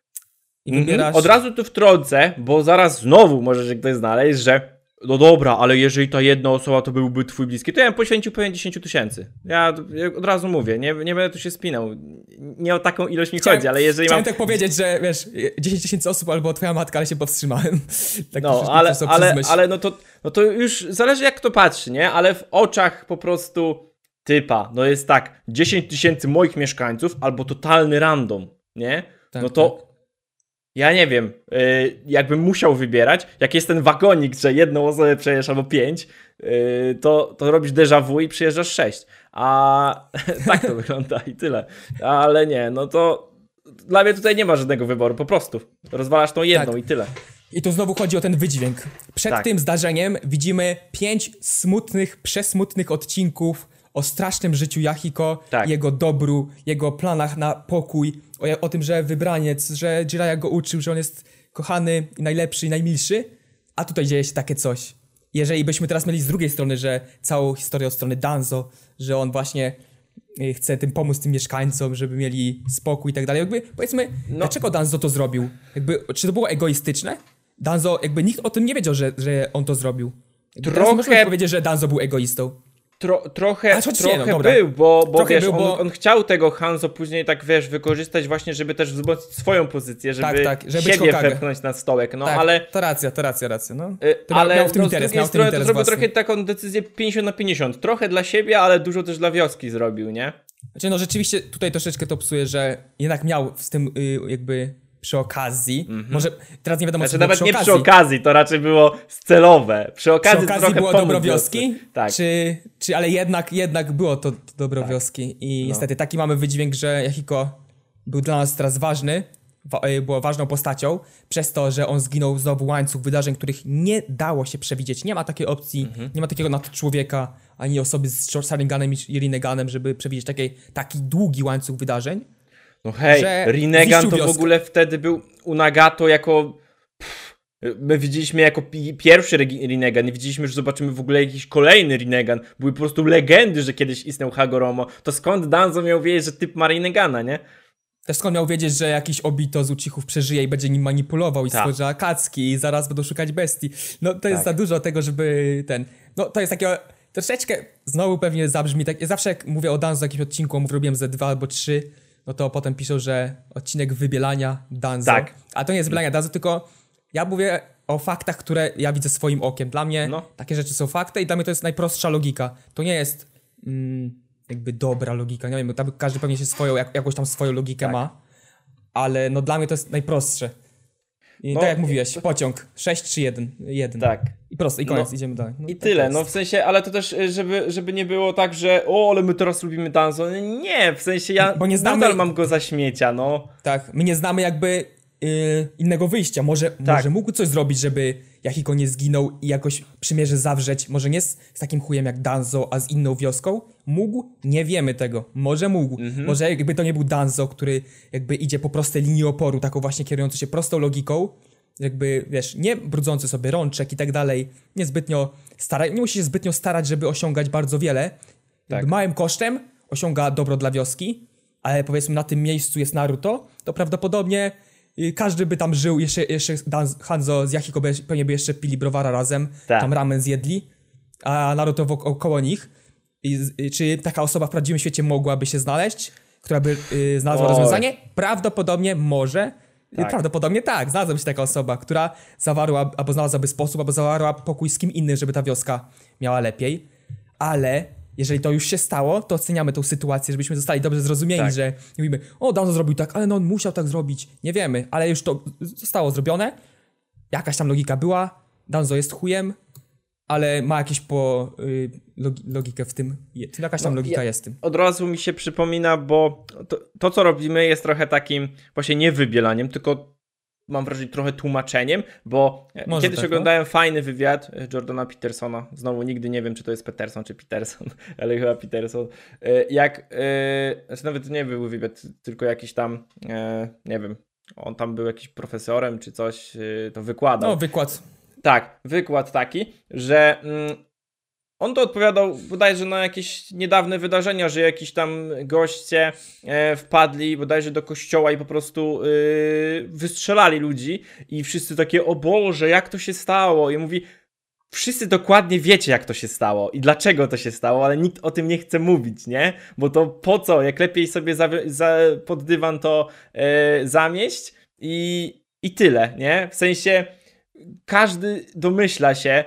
S2: I wybierasz...
S1: Od razu tu wtrącę, bo zaraz znowu może się ktoś znaleźć, że no dobra, ale jeżeli ta jedna osoba to byłby twój bliski, to ja bym poświęcił pewnie 10 000. Ja od razu mówię, nie będę tu się spinał. Nie o taką ilość mi chodzi, ale jeżeli
S2: chciałem tak powiedzieć, że 10 000 osób albo twoja matka, ale się powstrzymałem. Tak
S1: ale no to już zależy jak kto patrzy, nie? Ale w oczach po prostu typa, no jest tak, 10 000 moich mieszkańców albo totalny random, nie?
S2: Tak,
S1: no to... Ja nie wiem, jakbym musiał wybierać, jak jest ten wagonik, że jedną osobę przejeżdżasz albo 5, to robisz déjà vu i przyjeżdżasz 6. A tak to wygląda i tyle. Ale nie, no to dla mnie tutaj nie ma żadnego wyboru, po prostu rozwalasz tą jedną i tyle.
S2: I tu znowu chodzi o ten wydźwięk. Przed tym zdarzeniem widzimy 5 przesmutnych odcinków o strasznym życiu Yahiko, jego dobru, jego planach na pokój, o tym, że wybraniec, że Jiraiya go uczył, że on jest kochany i najlepszy i najmilszy, a tutaj dzieje się takie coś. Jeżeli byśmy teraz mieli z drugiej strony, że całą historię od strony Danzo, że on właśnie chce tym pomóc tym mieszkańcom, żeby mieli spokój i tak dalej, powiedzmy, dlaczego Danzo to zrobił? Czy to było egoistyczne? Danzo, nikt o tym nie wiedział, że on to zrobił. Trochę możemy powiedzieć, że Danzo był egoistą.
S1: Trochę był, bo wiesz, on chciał tego Hanzo później wykorzystać właśnie, żeby też wzmocnić swoją pozycję, żeby siebie wepchnąć na stołek, ale...
S2: To racja, no.
S1: Ale
S2: miał w tym
S1: z
S2: interes,
S1: drugiej strony to zrobił trochę taką decyzję 50/50, trochę dla siebie, ale dużo też dla wioski zrobił, nie?
S2: Znaczy rzeczywiście tutaj troszeczkę to psuje, że jednak miał z tym przy okazji, może teraz nie wiadomo co
S1: nawet
S2: było
S1: przy okazji, to raczej było celowe. Przy okazji trochę
S2: było dobro wioski,
S1: tak.
S2: ale jednak było to dobro wioski i niestety taki mamy wydźwięk, że Yahiko był dla nas teraz ważny, było ważną postacią, przez to, że on zginął znowu łańcuch wydarzeń, których nie dało się przewidzieć. Nie ma takiej opcji, nie ma takiego nadczłowieka, ani osoby z Sharinganem i Rinneganem, żeby przewidzieć taki długi łańcuch wydarzeń.
S1: No hej, Rinnegan to w ogóle wtedy był u Nagato jako My widzieliśmy jako pierwszy Rinnegan, nie widzieliśmy, że zobaczymy w ogóle jakiś kolejny Rinnegan. Były po prostu legendy, że kiedyś istniał Hagoromo. To skąd Danzo miał wiedzieć, że typ ma Rinnegana, nie?
S2: Też skąd miał wiedzieć, że jakiś Obito z Uchihów przeżyje i będzie nim manipulował i stworzy Akatsuki i zaraz będą szukać bestii. No to jest za dużo tego, żeby No to jest takie troszeczkę, znowu pewnie zabrzmi tak. Ja zawsze jak mówię o Danzo w jakimś odcinku, robiłem ze 2 albo 3, no to potem piszą, że odcinek wybielania Danzo. Tak. A to nie jest wybielania Danzo, tylko ja mówię o faktach, które ja widzę swoim okiem. Dla mnie takie rzeczy są fakty i dla mnie to jest najprostsza logika. To nie jest jakby dobra logika, nie wiem, bo tam każdy pewnie się jakąś tam swoją logikę ma, ale no dla mnie to jest najprostsze. I tak jak mówiłeś, pociąg 6 czy 1. Tak. I prosto, i koniec, idziemy dalej.
S1: I tak tyle, w sensie, ale to też, żeby nie było tak, że ale my teraz lubimy Danzo. Nie, w sensie ja
S2: bo nie znamy,
S1: mam go za śmiecia,
S2: Tak, my nie znamy jakby innego wyjścia. Może mógł coś zrobić, żeby Yahiko nie zginął i jakoś przymierze zawrzeć. Może nie z takim chujem jak Danzo, a z inną wioską. Mógł? Nie wiemy tego. Może mógł. Może jakby to nie był Danzo, który jakby idzie po prostej linii oporu, taką właśnie kierujący się prostą logiką. Jakby, wiesz, nie brudzący sobie rączek i tak dalej. Nie musi się zbytnio starać, żeby osiągać bardzo wiele. Jakby małym kosztem osiąga dobro dla wioski, ale powiedzmy na tym miejscu jest Naruto, to prawdopodobnie każdy by tam żył, jeszcze Hanzo z Yahiko pewnie by jeszcze pili browara razem, tam ramen zjedli, a Naruto około nich. Czy taka osoba w prawdziwym świecie mogłaby się znaleźć, która by znalazła rozwiązanie? Prawdopodobnie może. Prawdopodobnie znalazłaby się taka osoba, która zawarła, albo znalazłaby sposób, albo zawarła pokój z kim innym, żeby ta wioska miała lepiej. Ale jeżeli to już się stało, to oceniamy tą sytuację, żebyśmy zostali dobrze zrozumieni, że nie mówimy, Danzo zrobił tak, ale on musiał tak zrobić. Nie wiemy, ale już to zostało zrobione. Jakaś tam logika była. Danzo jest chujem, ale ma jakieś logikę w tym. Jakaś tam logika jest w tym.
S1: Od razu mi się przypomina, bo to co robimy jest trochę takim właśnie nie wybielaniem, tylko mam wrażenie trochę tłumaczeniem, bo kiedyś oglądałem fajny wywiad Jordana Petersona. Znowu nigdy nie wiem, czy to jest Peterson, czy Peterson, ale chyba Peterson. Znaczy nawet nie był wywiad, tylko jakiś tam, nie wiem, on tam był jakiś profesorem, czy coś, to wykładał.
S2: No, wykład.
S1: Tak, wykład taki, że on to odpowiadał bodajże na jakieś niedawne wydarzenia, że jakiś tam goście wpadli bodajże do kościoła i po prostu wystrzelali ludzi i wszyscy takie, o Boże, jak to się stało? I mówi, wszyscy dokładnie wiecie, jak to się stało i dlaczego to się stało, ale nikt o tym nie chce mówić, nie? Bo to po co? Jak lepiej sobie pod dywan to zamieść i tyle, nie? W sensie każdy domyśla się,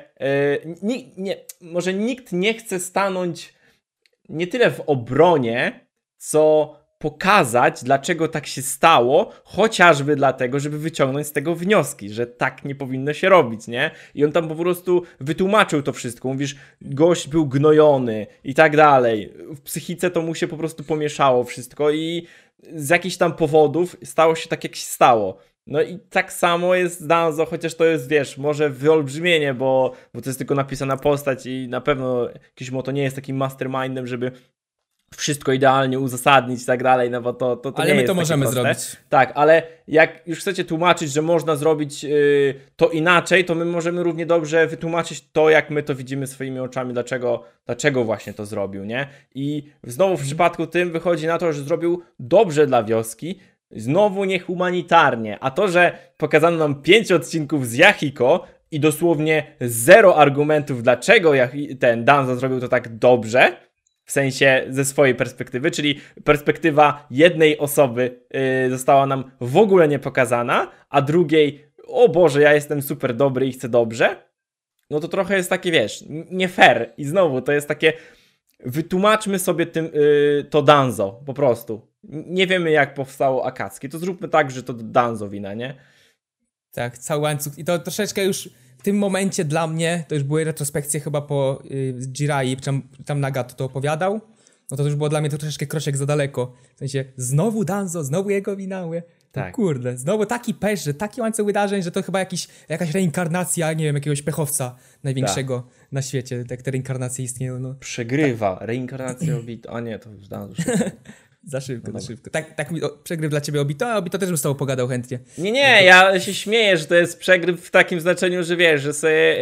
S1: może nikt nie chce stanąć nie tyle w obronie, co pokazać, dlaczego tak się stało, chociażby dlatego, żeby wyciągnąć z tego wnioski, że tak nie powinno się robić, nie? I on tam po prostu wytłumaczył to wszystko. Mówisz, gość był gnojony i tak dalej. W psychice to mu się po prostu pomieszało wszystko i z jakichś tam powodów stało się tak, jak się stało. No i tak samo jest z Danzo, chociaż to jest, wiesz, może wyolbrzymienie, bo to jest tylko napisana postać i na pewno Kishimoto nie jest takim mastermindem, żeby wszystko idealnie uzasadnić i tak dalej, no bo to ale nie
S2: my
S1: jest
S2: to możemy
S1: proste.
S2: Zrobić.
S1: Tak, ale jak już chcecie tłumaczyć, że można zrobić to inaczej, to my możemy równie dobrze wytłumaczyć to, jak my to widzimy swoimi oczami, dlaczego właśnie to zrobił, nie? I znowu w przypadku tym wychodzi na to, że zrobił dobrze dla wioski, znowu niehumanitarnie, a to, że pokazano nam 5 odcinków z Yahiko i dosłownie 0 argumentów, dlaczego ten Danzo zrobił to tak dobrze, w sensie ze swojej perspektywy, czyli perspektywa jednej osoby została nam w ogóle nie pokazana, a drugiej, o Boże, ja jestem super dobry i chcę dobrze, no to trochę jest takie, wiesz, nie fair. I znowu to jest takie, wytłumaczmy sobie to Danzo, po prostu. Nie wiemy, jak powstało Akatsuki, to zróbmy tak, że to Danzo wina, nie?
S2: Tak, cały łańcuch. I to troszeczkę już w tym momencie dla mnie, to już były retrospekcje chyba po Jirai, tam Nagato to opowiadał, no to już było dla mnie to troszeczkę kroczek za daleko. W sensie, znowu Danzo, znowu jego wina, tak. No kurde, znowu taki pesz, że taki łańcuch wydarzeń, że to chyba jakaś reinkarnacja, nie wiem, jakiegoś pechowca największego na świecie, jak te reinkarnacje istnieją. No.
S1: Przegrywa, reinkarnacja a nie, to już Danzo.
S2: Za szybko. Tak przegryw dla ciebie Obito, a Obito też bym z tobą pogadał chętnie.
S1: Nie, ja się śmieję, że to jest przegryw w takim znaczeniu, że wiesz, że sobie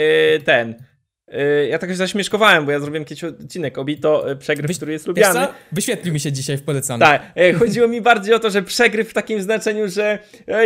S1: ja tak się zaśmieszkowałem, bo ja zrobiłem kiedyś odcinek Obito, przegryw, który jest lubiany.
S2: Co? Wyświetlił mi się dzisiaj w polecanym.
S1: Tak, chodziło mi bardziej o to, że przegryw w takim znaczeniu, że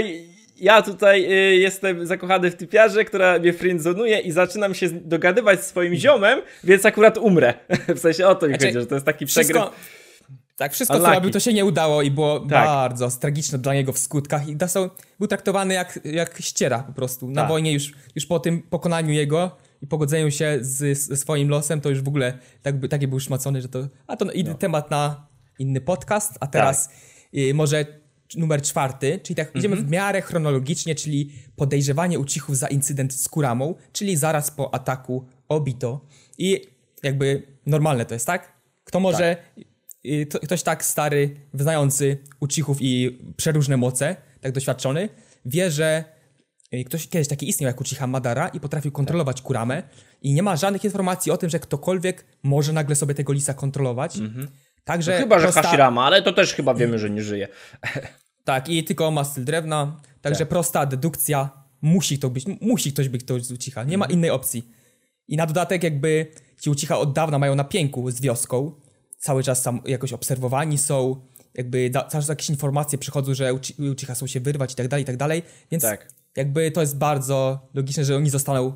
S1: ja tutaj jestem zakochany w typiarze, która mnie friendzonuje i zaczynam się dogadywać z swoim ziomem, więc akurat umrę. W sensie o to mi chodzi, że to jest taki przegryw.
S2: Wszystko co robił, to się nie udało i było bardzo tragiczne dla niego w skutkach i był traktowany jak ściera po prostu. Na wojnie już po tym pokonaniu jego i pogodzeniu się ze swoim losem, to już w ogóle taki był szmacony, że to... temat na inny podcast, a teraz może numer 4, czyli tak idziemy w miarę chronologicznie, czyli podejrzewanie Uchihów za incydent z Kuramą, czyli zaraz po ataku Obito. I jakby normalne to jest, tak? Kto może... Ktoś tak stary, znający Uchihów i przeróżne moce, tak doświadczony, wie, że ktoś kiedyś taki istniał jak Uchiha Madara i potrafił kontrolować Kuramę i nie ma żadnych informacji o tym, że ktokolwiek może nagle sobie tego lisa kontrolować. Także
S1: chyba, że Hashirama, ale to też chyba wiemy, że nie żyje.
S2: Tak, i tylko ma styl drewna, także prosta dedukcja, musi ktoś być z Uchiha, nie ma innej opcji. I na dodatek jakby ci Uchiha od dawna mają na pięku z wioską, cały czas tam jakoś obserwowani są, jakby cały czas jakieś informacje przychodzą, że Uchiha chcą się wyrwać i tak dalej, więc jakby to jest bardzo logiczne, że oni zostaną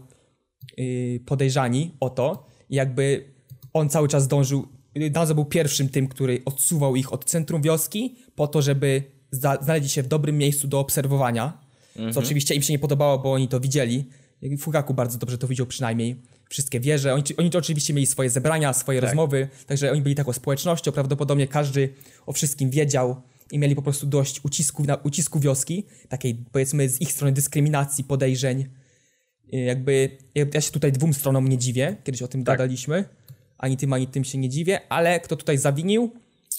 S2: podejrzani o to i jakby on cały czas dążył, Danzo był pierwszym tym, który odsuwał ich od centrum wioski po to, żeby znaleźli się w dobrym miejscu do obserwowania, co oczywiście im się nie podobało, bo oni to widzieli. Fugaku bardzo dobrze to widział przynajmniej. Wszystkie wieże. Oni to oczywiście mieli swoje zebrania, swoje rozmowy, także oni byli taką społecznością. Prawdopodobnie każdy o wszystkim wiedział i mieli po prostu dość ucisku wioski, takiej powiedzmy z ich strony dyskryminacji, podejrzeń. Jakby ja się tutaj dwóm stronom nie dziwię, kiedyś o tym gadaliśmy. Ani tym się nie dziwię, ale kto tutaj zawinił?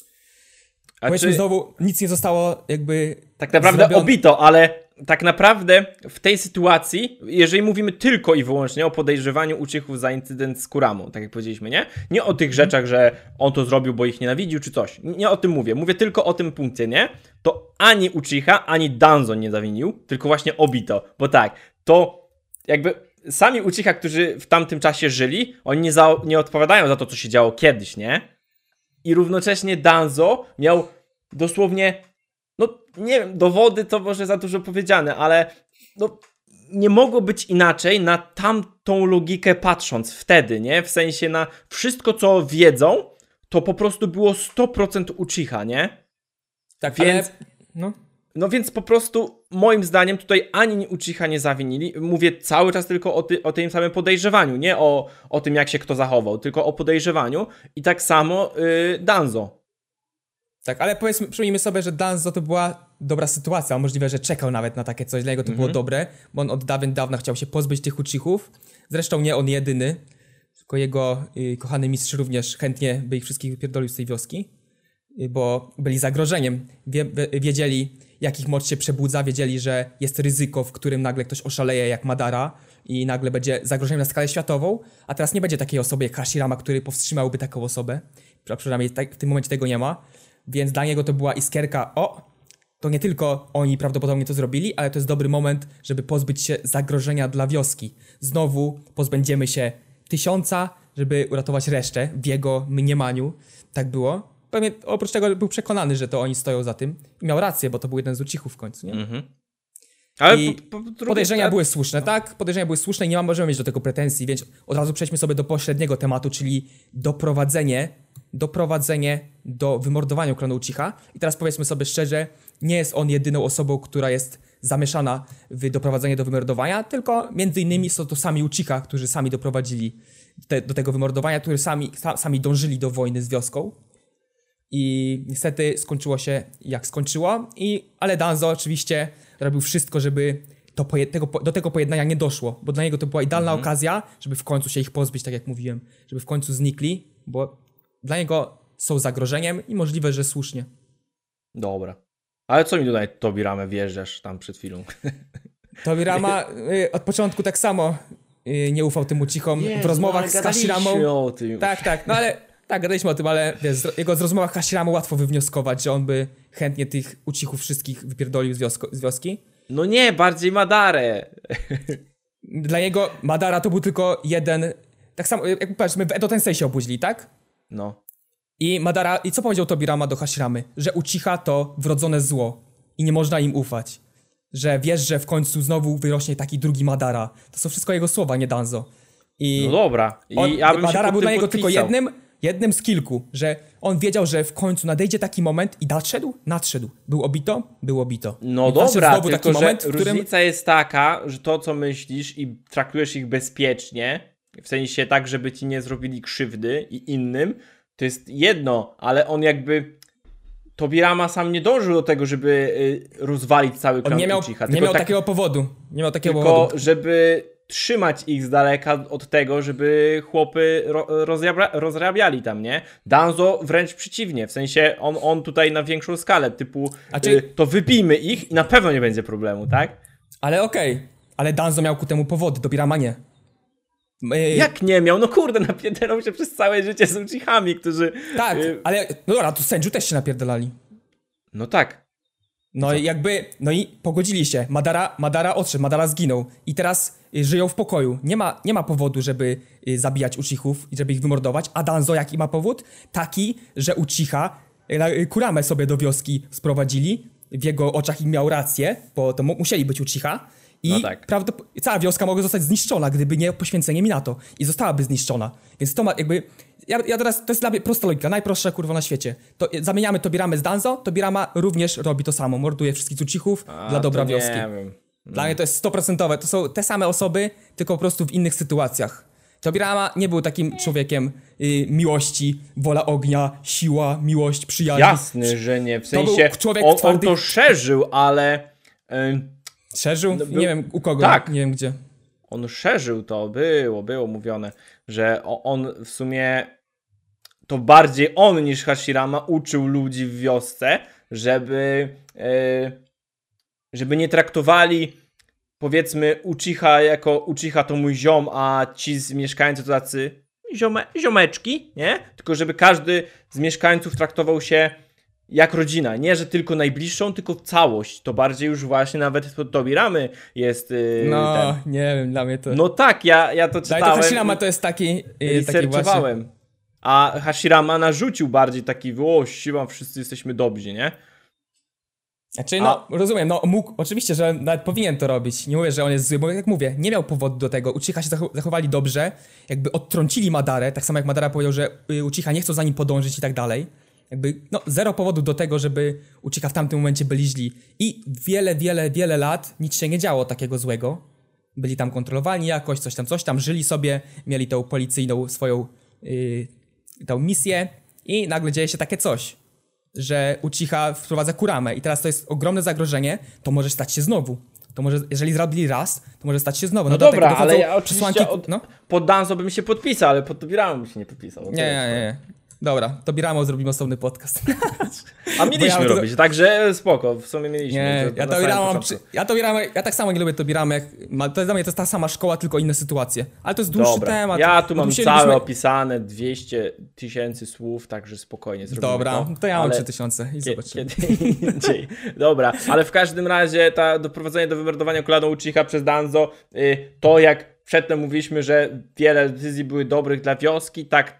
S2: Powiedzmy znowu, nic nie zostało jakby
S1: tak naprawdę Obito, ale tak naprawdę w tej sytuacji, jeżeli mówimy tylko i wyłącznie o podejrzewaniu Uchihów za incydent z Kuramą, tak jak powiedzieliśmy, nie? Nie o tych rzeczach, że on to zrobił, bo ich nienawidził czy coś. Nie o tym mówię. Mówię tylko o tym punkcie, nie? To ani Uchiha, ani Danzo nie zawinił, tylko właśnie Obito. Bo tak, to jakby sami Uchiha, którzy w tamtym czasie żyli, oni nie odpowiadają za to, co się działo kiedyś, nie? I równocześnie Danzo miał dosłownie, no nie wiem, dowody to może za dużo powiedziane, ale no nie mogło być inaczej na tamtą logikę patrząc wtedy, nie? W sensie na wszystko, co wiedzą, to po prostu było 100% Uchiha, nie?
S2: Tak, więc...
S1: No więc po prostu moim zdaniem tutaj ani Uchiha nie zawinili. Mówię cały czas tylko o tym samym podejrzewaniu, nie o tym, jak się kto zachował, tylko o podejrzewaniu. I tak samo Danzo.
S2: Tak, ale przypomnijmy sobie, że Danzo to była dobra sytuacja. Możliwe, że czekał nawet na takie coś, dla niego to było dobre, bo on od dawna chciał się pozbyć tych Uchihów. Zresztą nie on jedyny, tylko jego kochany mistrz również chętnie by ich wszystkich wypierdolił z tej wioski, bo byli zagrożeniem. Wiedzieli, jakich moc się przebudza, wiedzieli, że jest ryzyko, w którym nagle ktoś oszaleje jak Madara i nagle będzie zagrożeniem na skalę światową, a teraz nie będzie takiej osoby jak Hashirama, który powstrzymałby taką osobę. Przynajmniej w tym momencie tego nie ma. Więc dla niego to była iskierka, to nie tylko oni prawdopodobnie to zrobili, ale to jest dobry moment, żeby pozbyć się zagrożenia dla wioski. Znowu pozbędziemy się 1000, żeby uratować resztę w jego mniemaniu. Tak było. Pewnie oprócz tego był przekonany, że to oni stoją za tym. I miał rację, bo to był jeden z Uchihów w końcu, nie?
S1: Ale
S2: podejrzenia były słuszne, tak? Podejrzenia były słuszne i nie możemy mieć do tego pretensji, więc od razu przejdźmy sobie do pośredniego tematu, czyli doprowadzenie do wymordowania klanu Uchiha. I teraz powiedzmy sobie szczerze, nie jest on jedyną osobą, która jest zamieszana w doprowadzenie do wymordowania, tylko między innymi są to sami Uchiha, którzy sami doprowadzili do tego wymordowania, którzy sami dążyli do wojny z wioską. I niestety skończyło się jak skończyło, ale Danzo oczywiście robił wszystko, żeby do tego pojednania nie doszło, bo dla niego to była idealna okazja, żeby w końcu się ich pozbyć, tak jak mówiłem, żeby w końcu znikli, bo dla niego są zagrożeniem i możliwe, że słusznie.
S1: Dobra. Ale co mi tutaj Tobiramę wjeżdżasz tam przed chwilą?
S2: Tobirama od początku tak samo nie ufał tym Uchihom w rozmowach z Hashiramą. Tak, no ale Tak, gadaliśmy o tym, ale wiesz, jego z rozmowach Hashiramy łatwo wywnioskować, że on by chętnie tych Uchichów wszystkich wypierdolił z wioski.
S1: No nie, bardziej Madarę.
S2: Dla niego Madara to był tylko jeden... Tak samo, jak powiedzmy, w Edo Tensei się obudzili, tak?
S1: No.
S2: I Madara... I co powiedział Tobirama do Hashiramy? Że Uchiha to wrodzone zło i nie można im ufać. Że wiesz, że w końcu znowu wyrośnie taki drugi Madara. To są wszystko jego słowa, nie Danzo. I
S1: no dobra.
S2: Madara był dla niego tylko jednym z kilku, że on wiedział, że w końcu nadejdzie taki moment i nadszedł. Był Obito.
S1: No dobra, tylko że moment, różnica jest taka, że to co myślisz i traktujesz ich bezpiecznie, w sensie tak, żeby ci nie zrobili krzywdy i innym, to jest jedno, ale on jakby... Tobirama sam nie dążył do tego, żeby rozwalić cały klan Uchiha.
S2: Nie miał takiego powodu.
S1: Tylko żeby trzymać ich z daleka od tego, żeby chłopy rozrabiali tam, nie? Danzo wręcz przeciwnie, w sensie on tutaj na większą skalę, typu to wybijmy ich i na pewno nie będzie problemu, tak?
S2: Ale okej. Ale Danzo miał ku temu powody, Tobirama nie.
S1: Jak nie miał? No kurde, napierdalał się przez całe życie z Uchihami, którzy...
S2: Tak, ale no dobra, tu Senju też się napierdalali.
S1: No tak.
S2: No i jakby, no i pogodzili się. Madara odszedł, Madara zginął. I teraz żyją w pokoju. Nie ma powodu, żeby zabijać Uchihów i żeby ich wymordować. A Danzo jaki ma powód? Taki, że Uchiha Kuramę sobie do wioski sprowadzili. W jego oczach im miał rację, bo to musieli być Uchiha. I
S1: no tak.
S2: Cała wioska mogła zostać zniszczona, gdyby nie poświęcenie Minato. I zostałaby zniszczona. Więc to ma jakby... Ja teraz, to jest dla mnie prosta logika, najprostsza kurwa na świecie. To zamieniamy Tobiramę z Danzo, Tobirama również robi to samo. Morduje wszystkich Uchichów dla dobra wioski. Dla mnie to jest 100%. To są te same osoby, tylko po prostu w innych sytuacjach. Tobirama nie był takim człowiekiem miłości, wola ognia, siła, miłość, przyjaźń.
S1: Jasne, że nie. W sensie on to szerzył, ale...
S2: Szerzył? No, nie wiem u kogo,
S1: tak.
S2: Nie wiem gdzie.
S1: On szerzył to, było mówione, że on w sumie to bardziej on niż Hashirama uczył ludzi w wiosce, żeby nie traktowali powiedzmy Uchiha jako Uchiha to mój ziom, a ci z mieszkańców to tacy ziomeczki, nie? Tylko żeby każdy z mieszkańców traktował się jak rodzina, nie, że tylko najbliższą, tylko całość. To bardziej już właśnie nawet pod Tobiramy jest
S2: nie wiem, dla mnie to...
S1: No tak, ja to czytałem.
S2: To Hashirama to jest taki
S1: właśnie... A Hashirama narzucił bardziej taki, siła, wszyscy jesteśmy dobrzy, nie?
S2: Znaczy, rozumiem, mógł, oczywiście, że nawet powinien to robić. Nie mówię, że on jest zły, bo jak mówię, nie miał powodu do tego. Uchiha się zachowali dobrze, jakby odtrącili Madarę, tak samo jak Madara powiedział, że Uchiha nie chcą za nim podążyć i tak dalej. Jakby, zero powodów do tego, żeby Uchiha w tamtym momencie byli źli. I wiele lat nic się nie działo takiego złego. Byli tam kontrolowani jakoś, coś tam, żyli sobie, mieli tą policyjną swoją tą misję i nagle dzieje się takie coś, że Uchiha wprowadza Kuramę i teraz to jest ogromne zagrożenie, to może stać się znowu. To może, jeżeli zrobili raz, to może stać się znowu.
S1: No dobra, ale ja oczywiście pod Danzo bym się podpisał, ale pod Tobiramą bym się nie podpisał.
S2: Nie. Dobra, Tobiramo zrobimy osobny podcast.
S1: A mieliśmy robić, także spoko, w sumie mieliśmy.
S2: Nie, ja tak samo nie lubię Tobiramę. To dla mnie to jest ta sama szkoła, tylko inne sytuacje. Ale to jest dłuższy temat.
S1: Ja tu mam całe opisane, 200 000 słów, także spokojnie zrobimy.
S2: Dobra, to ja mam 3000 i zobaczymy.
S1: Kiedy indziej. Dobra, ale w każdym razie doprowadzenie do wymordowania klanu Uchiha przez Danzo, to jak przedtem mówiliśmy, że wiele decyzji były dobrych dla wioski, tak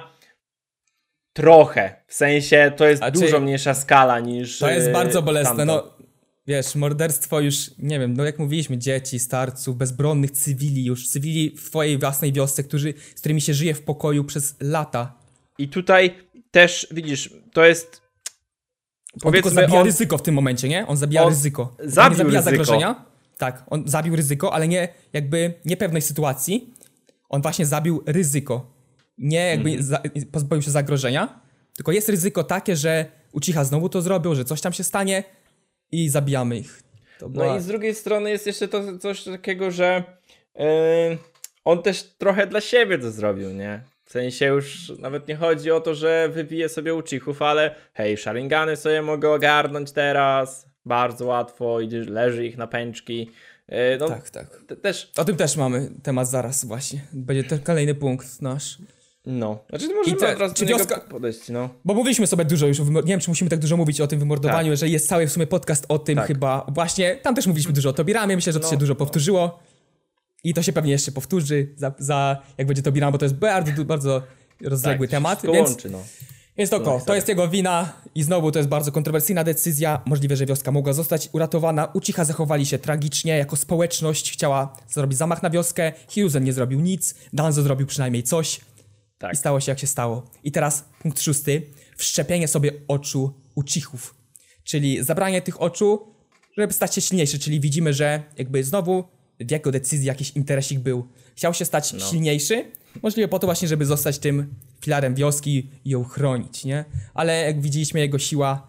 S1: trochę, w sensie to jest dużo mniejsza skala niż
S2: to jest bardzo bolesne, wiesz, morderstwo już, nie wiem, jak mówiliśmy, dzieci, starców, bezbronnych cywili w twojej własnej wiosce, z którymi się żyje w pokoju przez lata.
S1: I tutaj też, widzisz, to jest
S2: powiedzmy... On tylko zabija ryzyko w tym momencie, nie? On zabija ryzyko. Nie zabija zagrożenia. Tak, on zabił ryzyko, ale nie jakby niepewnej sytuacji. On właśnie zabił ryzyko. Nie jakby pozbawił się zagrożenia, tylko jest ryzyko takie, że Uchiha znowu to zrobił, że coś tam się stanie i zabijamy ich.
S1: No i z drugiej strony jest jeszcze to coś takiego, że on też trochę dla siebie to zrobił, nie? W sensie już nawet nie chodzi o to, że wybije sobie Uchihów, ale hej, Sharingany sobie mogę ogarnąć teraz bardzo łatwo i leży ich na pęczki.
S2: Tak. Też... O tym też mamy temat zaraz właśnie. Będzie ten kolejny punkt nasz.
S1: No, znaczy możemy od razu do niego podejść, no.
S2: Bo mówiliśmy sobie dużo już, nie wiem, czy musimy tak dużo mówić o tym wymordowaniu, że jest cały w sumie podcast o tym chyba, właśnie, tam też mówiliśmy dużo o Tobiramie, myślę, że to się dużo powtórzyło i to się pewnie jeszcze powtórzy jak będzie Tobiram, bo to jest bardzo, bardzo rozległy temat, więc...
S1: Łączy, no.
S2: Więc to jest jego wina i znowu to jest bardzo kontrowersyjna decyzja. Możliwe, że wioska mogła zostać uratowana. Uchiha zachowali się tragicznie, jako społeczność chciała zrobić zamach na wioskę. Hiruzen nie zrobił nic, Danzo zrobił przynajmniej coś. I stało się jak się stało. I teraz punkt 6. Wszczepienie sobie oczu Uchihów. Czyli zabranie tych oczu, żeby stać się silniejszy. Czyli widzimy, że jakby znowu w jego decyzji jakiś interesik był. Chciał się stać silniejszy, możliwe po to właśnie, żeby zostać tym filarem wioski i ją chronić, nie? Ale jak widzieliśmy, jego siła,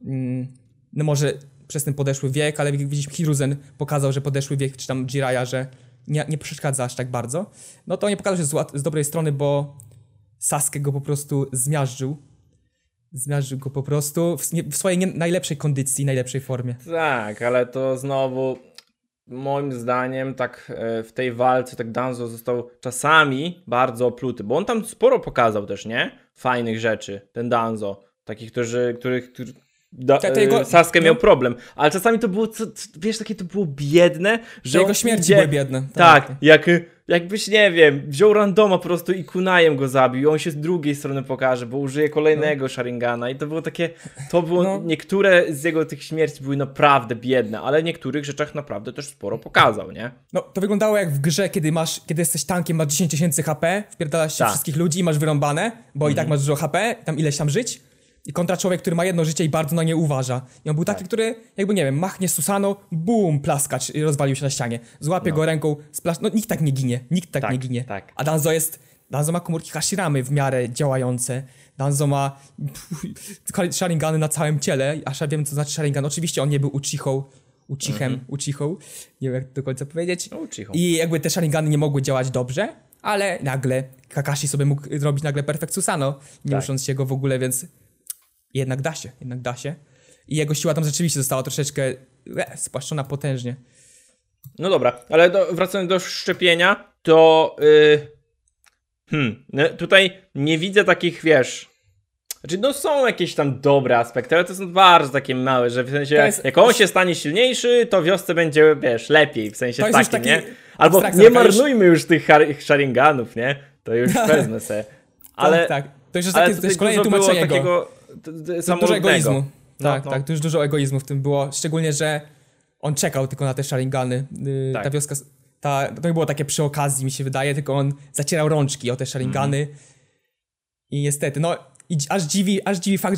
S2: no może przez ten podeszły wiek, ale jak widzieliśmy, Hiruzen pokazał, że podeszły wiek, czy tam Jiraiya, że nie przeszkadza aż tak bardzo. No to nie pokazał się z dobrej strony, bo Sasuke go po prostu zmiażdżył. Zmiażdżył go po prostu w swojej najlepszej kondycji, najlepszej formie.
S1: Tak, ale to znowu... Moim zdaniem tak w tej walce tak Danzo został czasami bardzo opluty, bo on tam sporo pokazał też, nie? Fajnych rzeczy, ten Danzo. Takich, których Sasuke miał problem. Ale czasami to było, wiesz, takie to było biedne, że
S2: jego śmierci były biedne.
S1: Tak, jakbyś, nie wiem, wziął randoma po prostu i kunajem go zabił i on się z drugiej strony pokaże, bo użyje kolejnego Sharingana i to było takie, niektóre z jego tych śmierci były naprawdę biedne, ale w niektórych rzeczach naprawdę też sporo pokazał, nie?
S2: No, to wyglądało jak w grze, kiedy jesteś tankiem, masz 10 000 HP, wpierdalasz się wszystkich ludzi i masz wyrąbane, bo i tak masz dużo HP, tam ileś tam żyć. I kontra człowiek, który ma jedno życie i bardzo na nie uważa. I on był taki, który, jakby nie wiem, machnie Susanoo, bum, plaskacz i rozwalił się na ścianie. Złapie go ręką, no nikt tak nie ginie, nie ginie.
S1: Tak.
S2: A Danzo ma komórki Hashiramy w miarę działające. Danzo ma Sharingany na całym ciele, aż ja wiem, co znaczy Sharingan. Oczywiście on nie był Uchihą, nie wiem jak do końca powiedzieć. I jakby te Sharingany nie mogły działać dobrze, ale nagle Kakashi sobie mógł zrobić nagle Perfect Susanoo, nie rusząc się go w ogóle, więc... Jednak da się. I jego siła tam rzeczywiście została troszeczkę spłaszczona potężnie.
S1: No dobra, ale wracając do wszczepienia, to tutaj nie widzę takich, wiesz... Znaczy, no są jakieś tam dobre aspekty, ale to są bardzo takie małe, że w sensie, jak on się stanie silniejszy, to wiosce będzie, wiesz, lepiej, w sensie takim, nie? Albo nie marnujmy już tych Sharinganów, nie? To już wezmę se. Ale...
S2: Tak. To już jest kolejne tłumaczenie go. Dużo egoizmu. Tak, to już dużo egoizmu w tym było. Szczególnie, że on czekał tylko na te Sharingany. Ta wioska... To nie było takie przy okazji, mi się wydaje, tylko on zacierał rączki o te Sharingany. I niestety, no... Aż dziwi fakt,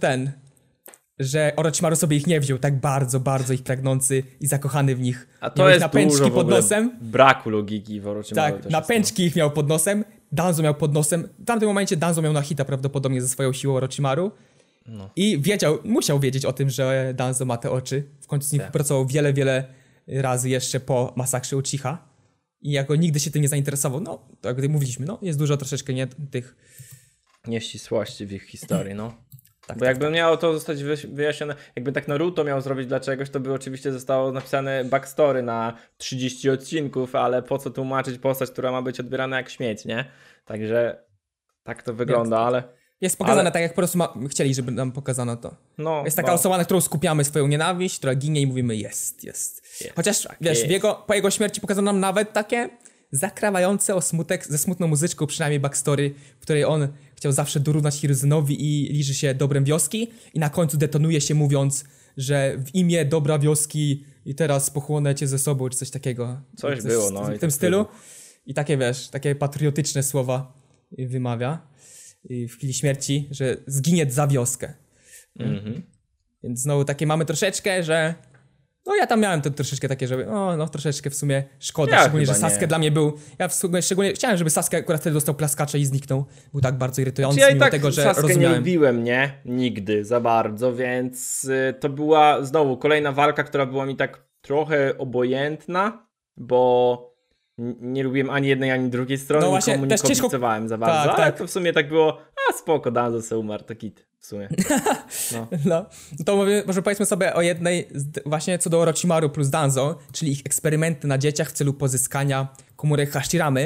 S2: że Orochimaru sobie ich nie wziął, tak bardzo, bardzo ich pragnący i zakochany w nich.
S1: A to jest dużo pod nosem. Braku logiki w Orochimaru.
S2: Tak, napęczki ich miał pod nosem, Danzo miał pod nosem. W tamtym momencie Danzo miał na hita prawdopodobnie ze swoją siłą Orochimaru. No. I musiał wiedzieć o tym, że Danzo ma te oczy. W końcu z nim pracował wiele razy jeszcze po masakrze Uchiha. I jako nigdy się tym nie zainteresował. No, to jak mówiliśmy, jest dużo troszeczkę tych...
S1: nieścisłości w ich historii, no. Bo jakby miało to zostać wyjaśnione, jakby tak Naruto miał zrobić dla czegoś, to by oczywiście zostało napisane backstory na 30 odcinków, ale po co tłumaczyć postać, która ma być odbierana jak śmieć, nie? Także tak to wygląda, ale...
S2: Jest pokazane tak, jak po prostu chcieli, żeby nam pokazano to. No, jest taka osoba, na którą skupiamy swoją nienawiść, która ginie i mówimy jest. Chociaż, wiesz, po jego śmierci pokazano nam nawet takie zakrawające o smutek, ze smutną muzyczką, przynajmniej backstory, w której on chciał zawsze dorównać Hiruzenowi i liczy się dobrem wioski i na końcu detonuje się mówiąc, że w imię dobra wioski i teraz pochłonę cię ze sobą, czy coś takiego.
S1: Coś było, no.
S2: W tym stylu. I takie, wiesz, takie patriotyczne słowa wymawia w chwili śmierci, że zginie za wioskę. Więc znowu takie mamy troszeczkę, że ja tam miałem to troszeczkę takie, że troszeczkę w sumie szkoda, szczególnie, że Sasuke dla mnie był... Ja szczególnie chciałem, żeby Sasuke akurat wtedy dostał plaskacza i zniknął. Był tak bardzo irytujący,
S1: ja
S2: mimo tego, że
S1: Sasuke
S2: rozumiałem.
S1: nie lubiłem, nigdy za bardzo, więc to była znowu kolejna walka, która była mi tak trochę obojętna, bo nie lubiłem ani jednej, ani drugiej strony,
S2: właśnie,
S1: nikomu nie kibicowałem za bardzo, ale to w sumie tak było, spoko, Danzo se umarł, to git. W sumie.
S2: To może powiedzmy sobie o jednej, właśnie co do Orochimaru plus Danzo, czyli ich eksperymenty na dzieciach w celu pozyskania komórek Hashiramy.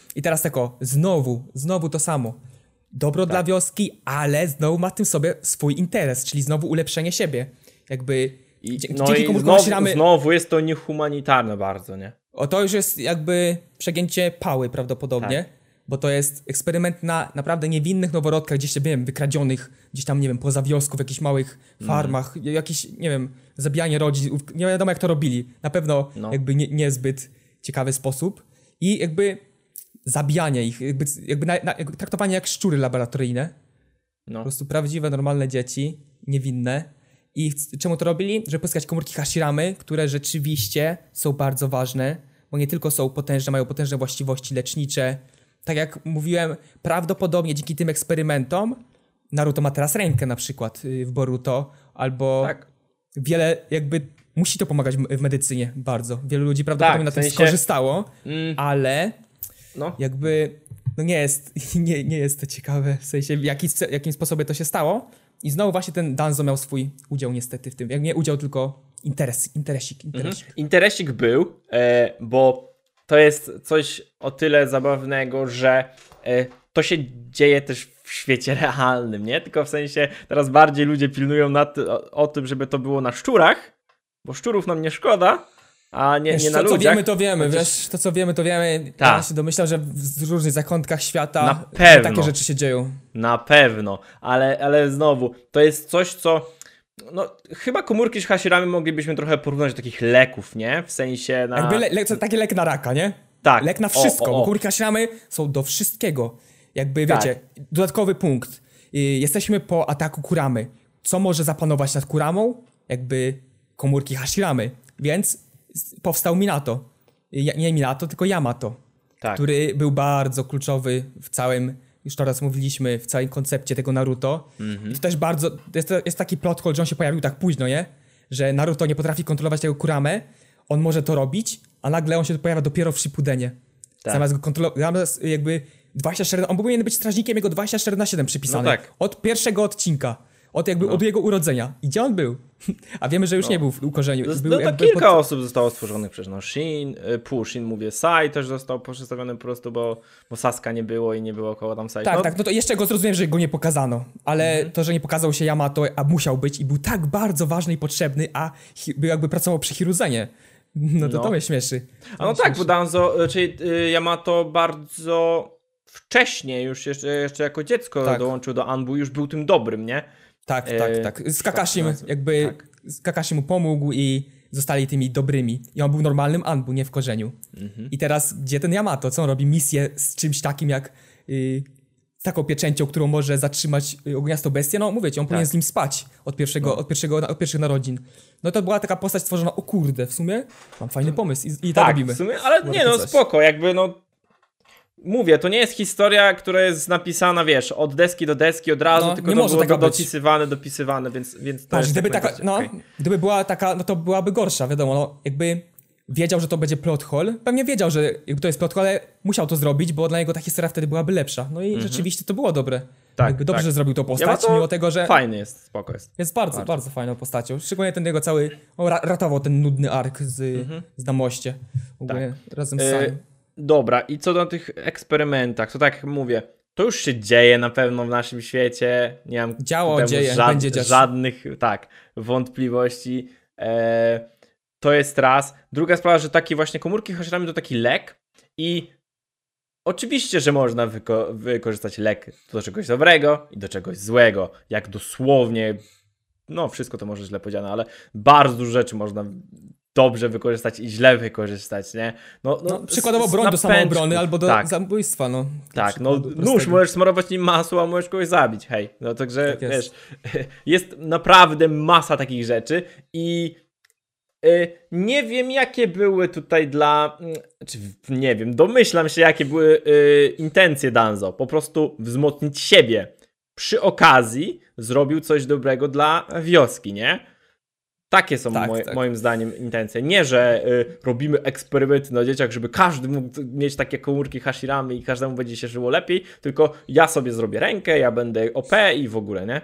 S2: I teraz tako, znowu to samo. Dobro dla wioski, ale znowu ma w tym sobie swój interes, czyli znowu ulepszenie siebie. Jakby
S1: dzięki komu znowu jest to niehumanitarne bardzo, nie?
S2: To już jest jakby przegięcie pały prawdopodobnie, bo to jest eksperyment na naprawdę niewinnych noworodkach, gdzieś nie wiem, wykradzionych, gdzieś tam, nie wiem, poza wioską, w jakichś małych farmach, jakieś, nie wiem, zabijanie rodzin, nie wiadomo jak to robili. Na pewno jakby niezbyt ciekawy sposób. I jakby zabijanie ich, jakby traktowanie jak szczury laboratoryjne. Po prostu prawdziwe, normalne dzieci, niewinne. I czemu to robili? Żeby pozyskać komórki Hashiramy, które rzeczywiście są bardzo ważne, bo nie tylko są potężne, mają potężne właściwości lecznicze. Tak jak mówiłem, prawdopodobnie dzięki tym eksperymentom Naruto ma teraz rękę na przykład w Boruto, albo wiele jakby musi to pomagać w medycynie bardzo. Wielu ludzi prawdopodobnie na tym skorzystało, ale jakby nie jest to ciekawe, w sensie w jakim sposobie to się stało. I znowu właśnie ten Danzo miał swój udział niestety w tym. Jak nie udział, tylko interesik.
S1: Interesik był, bo to jest coś o tyle zabawnego, że to się dzieje też w świecie realnym, nie? Tylko w sensie teraz bardziej ludzie pilnują o tym, żeby to było na szczurach, bo szczurów nam nie szkoda, a nie na ludziach.
S2: Co wiemy, to wiemy, to co wiemy, to wiemy. Ja się domyślam, że w różnych zakątkach świata takie rzeczy się dzieją.
S1: Na pewno, ale znowu, to jest coś, co... No, chyba komórki Hashiramy moglibyśmy trochę porównać do takich leków, nie? W sensie na...
S2: Jakby taki lek na raka, nie?
S1: Tak.
S2: Lek na wszystko, bo komórki Hashiramy są do wszystkiego. Jakby, wiecie, dodatkowy punkt. Jesteśmy po ataku Kuramy. Co może zapanować nad Kuramą? Jakby komórki Hashiramy. Więc powstał Minato. Nie Minato, tylko Yamato. Który był bardzo kluczowy w całym, już teraz mówiliśmy, w całym koncepcie tego Naruto. I to też bardzo, jest taki plot hole, że on się pojawił tak późno, nie? Że Naruto nie potrafi kontrolować tego Kuramę, on może to robić, a nagle on się pojawia dopiero w Shippudenie. Zamiast go kontrolować, zamiast jakby 24, on powinien być strażnikiem jego 24/7 przypisany. Od pierwszego odcinka. Od jego urodzenia. I gdzie on był? A wiemy, że już nie był w ukorzeniu.
S1: Kilka osób zostało stworzonych przez Shin, mówię, Sai też został przedstawiony po prostu, bo Sasuke nie było i nie było koło tam Sai.
S2: Tak, no to jeszcze go zrozumiem, że go nie pokazano. Ale to, że nie pokazał się Yamato, a musiał być i był tak bardzo ważny i potrzebny, a jakby pracował przy Hiruzenie. To mnie śmieszy.
S1: Bo Danzo, czyli Yamato bardzo wcześnie, już jeszcze jako dziecko dołączył do Anbu, już był tym dobrym, nie?
S2: Tak. Z Kakashim z Kakashi mu pomógł i zostali tymi dobrymi. I on był normalnym Anbu, nie w korzeniu. I teraz gdzie ten Yamato? Co on robi? Misję z czymś takim jak z taką pieczęcią, którą może zatrzymać ogniastą bestię? No mówię ci, on powinien z nim spać od pierwszych narodzin. No to była taka postać stworzona, o kurde, w sumie mam fajny pomysł i tak robimy.
S1: W sumie, ale spoko, jakby mówię, to nie jest historia, która jest napisana, wiesz, od deski do deski od razu, tylko to było dopisywane, więc to jest...
S2: Gdyby była taka, no to byłaby gorsza, wiadomo, jakby wiedział, że to będzie plot hole, pewnie wiedział, że to jest plot hole, ale musiał to zrobić, bo dla niego ta historia wtedy byłaby lepsza. No i rzeczywiście to było dobre. Dobrze, że zrobił tą postać, mimo tego, że...
S1: Fajny jest, spoko jest.
S2: Jest bardzo fajną postacią, szczególnie ten jego cały, ratował ten nudny ark na moście, w ogóle razem z Sanem.
S1: Dobra, i co do tych eksperymentach, to tak jak mówię, to już się dzieje na pewno w naszym świecie, nie mam żadnych wątpliwości. To jest raz. Druga sprawa, że takie właśnie komórki Hashiramy to taki lek i oczywiście, że można wykorzystać lek do czegoś dobrego i do czegoś złego, jak dosłownie, wszystko to może źle powiedziane, ale bardzo dużo rzeczy można dobrze wykorzystać i źle wykorzystać, nie?
S2: Przykładowo broń do samoobrony albo do zabójstwa,
S1: nóż możesz smarować nim masło, a możesz kogoś zabić, hej. Także, wiesz, jest naprawdę masa takich rzeczy i nie wiem, jakie były tutaj nie wiem, domyślam się, jakie były intencje Danzo. Po prostu wzmocnić siebie. Przy okazji zrobił coś dobrego dla wioski, nie? Takie są moim zdaniem intencje. Nie, że robimy eksperymenty na dzieciach, żeby każdy mógł mieć takie komórki Hashiramy i każdemu będzie się żyło lepiej, tylko ja sobie zrobię rękę, ja będę OP i w ogóle, nie?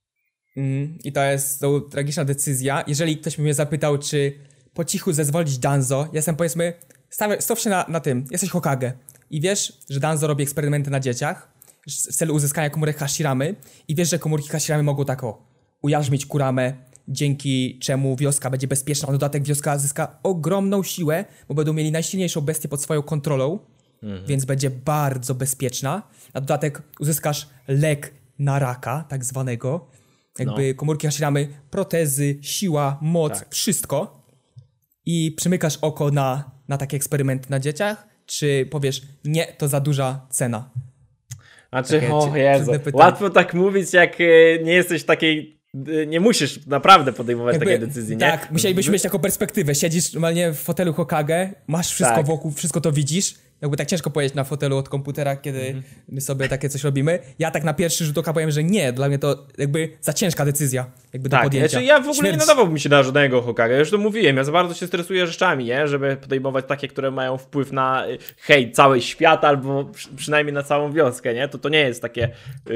S2: I to jest tragiczna decyzja. Jeżeli ktoś mnie zapytał, czy po cichu zezwolić Danzo, ja jestem, powiedzmy, staw się na tym, jesteś Hokage i wiesz, że Danzo robi eksperymenty na dzieciach w celu uzyskania komórek Hashiramy i wiesz, że komórki Hashiramy mogą tak ujarzmić Kuramę, dzięki czemu wioska będzie bezpieczna. Na dodatek wioska zyska ogromną siłę, bo będą mieli najsilniejszą bestię pod swoją kontrolą, więc będzie bardzo bezpieczna. Na dodatek uzyskasz lek na raka, tak zwanego. Jakby komórki Hashiramy, protezy, siła, moc, wszystko. I przymykasz oko na takie eksperymenty na dzieciach, czy powiesz, nie, to za duża cena?
S1: Znaczy, Jezu, łatwo tak mówić, jak nie jesteś takiej, nie musisz naprawdę podejmować takiej decyzji, nie?
S2: Tak, musielibyśmy mieć taką perspektywę. Siedzisz normalnie w fotelu Hokage, masz wszystko wokół, wszystko to widzisz. Jakby tak ciężko powiedzieć na fotelu od komputera, kiedy my sobie takie coś robimy. Ja tak na pierwszy rzut oka powiem, że nie. Dla mnie to jakby za ciężka decyzja do podjęcia.
S1: Znaczy ja w ogóle nie nadawałbym się na żadnego Hokage. Ja już to mówiłem, ja za bardzo się stresuję rzeczami, nie? Żeby podejmować takie, które mają wpływ na cały świat, albo przynajmniej na całą wioskę, nie? To nie jest takie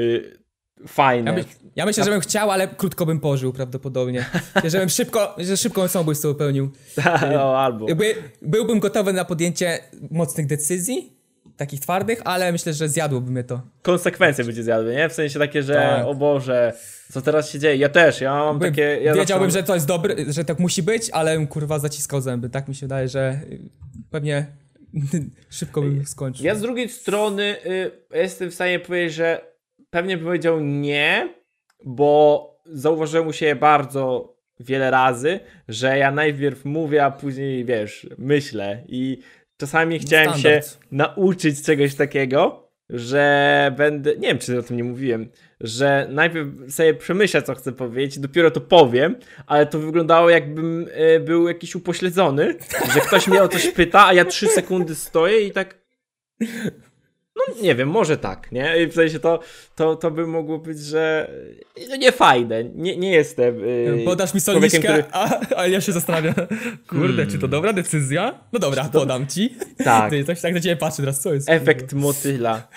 S1: fajne.
S2: Ja myślę, że bym chciał, ale krótko bym pożył prawdopodobnie. Żebym szybką samobójstwo popełnił.
S1: Albo.
S2: Jakby byłbym gotowy na podjęcie mocnych decyzji, takich twardych, ale myślę, że zjadłoby mnie to.
S1: Konsekwencje by cię zjadły, nie? W sensie takie, że o Boże, co teraz się dzieje? Ja mam takie...
S2: Wiedziałbym, że to jest dobre, że tak musi być, ale kurwa zaciskał zęby. Tak mi się wydaje, że pewnie szybko bym skończył.
S1: Ja z drugiej strony jestem w stanie powiedzieć, że pewnie bym powiedział nie, bo zauważyłem u siebie bardzo wiele razy, że ja najpierw mówię, a później, myślę i czasami chciałem się nauczyć czegoś takiego, że będę, nie wiem, czy o tym nie mówiłem, że najpierw sobie przemyślę, co chcę powiedzieć, dopiero to powiem, ale to wyglądało, jakbym był jakiś upośledzony, że ktoś mnie o coś pyta, a ja 3 sekundy stoję i tak... No nie wiem, może tak, nie? I w sensie to by mogło być, że nie fajne, nie jestem
S2: podasz mi solniczkę, który... ale ja się zastanawiam, kurde, czy to dobra decyzja? No dobra, podam ci. Tak. Coś tak na ciebie patrzy teraz, co jest?
S1: Efekt motyla.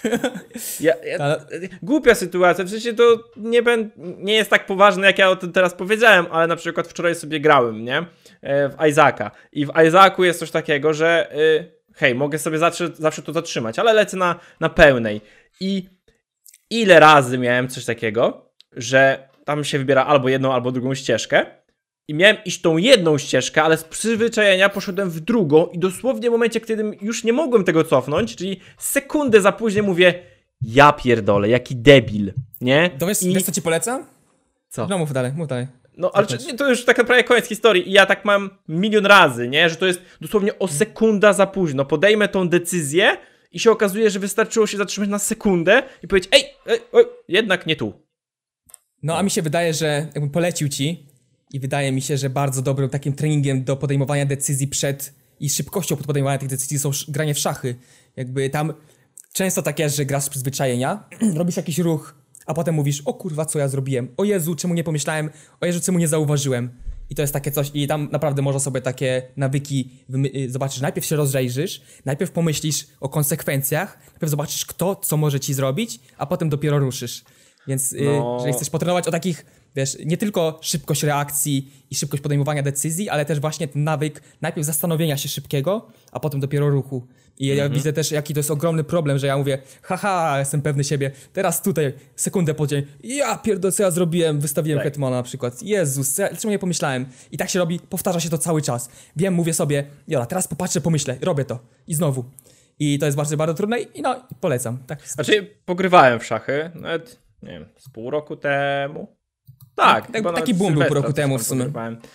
S1: Głupia sytuacja, w sensie to nie jest tak poważne, jak ja o tym teraz powiedziałem, ale na przykład wczoraj sobie grałem, nie? W Isaaca. I w Isaacu jest coś takiego, że... mogę sobie zawsze to zatrzymać, ale lecę na pełnej. I ile razy miałem coś takiego, że tam się wybiera albo jedną, albo drugą ścieżkę i miałem iść tą jedną ścieżkę, ale z przyzwyczajenia poszedłem w drugą i dosłownie w momencie, kiedy już nie mogłem tego cofnąć, czyli sekundę za później mówię, ja pierdolę, jaki debil, nie?
S2: To wiesz co ci polecam?
S1: Co?
S2: No mów dalej.
S1: No, ale to już tak naprawdę koniec historii i ja tak mam milion razy, nie? Że to jest dosłownie o sekunda za późno. Podejmę tą decyzję i się okazuje, że wystarczyło się zatrzymać na sekundę i powiedzieć, jednak nie tu.
S2: No, a mi się wydaje, że jakbym polecił ci i wydaje mi się, że bardzo dobrym takim treningiem do podejmowania decyzji i szybkością podejmowania tych decyzji są granie w szachy. Jakby tam często tak jest, że grasz z przyzwyczajenia, robisz jakiś ruch, a potem mówisz, o kurwa, co ja zrobiłem? O Jezu, czemu nie pomyślałem? O Jezu, czemu nie zauważyłem? I to jest takie coś, i tam naprawdę można sobie takie nawyki zobaczyć. Najpierw się rozejrzysz, najpierw pomyślisz o konsekwencjach, najpierw zobaczysz kto, co może ci zrobić, a potem dopiero ruszysz. Więc jeżeli chcesz potrenować o takich, nie tylko szybkość reakcji i szybkość podejmowania decyzji, ale też właśnie ten nawyk najpierw zastanowienia się szybkiego, a potem dopiero ruchu. I ja widzę też, jaki to jest ogromny problem, że ja mówię, haha, jestem pewny siebie, teraz tutaj, sekundę później, ja pierdolę, co ja zrobiłem, wystawiłem Hetmana na przykład, Jezus, czemu nie pomyślałem? I tak się robi, powtarza się to cały czas. Wiem, mówię sobie, Jola, teraz popatrzę, pomyślę, robię to. I znowu. I to jest bardzo, bardzo trudne i polecam. Tak.
S1: Znaczy, pogrywałem w szachy, nawet, nie wiem, z pół roku temu. Tak,
S2: taki boom był pół roku temu w sumie.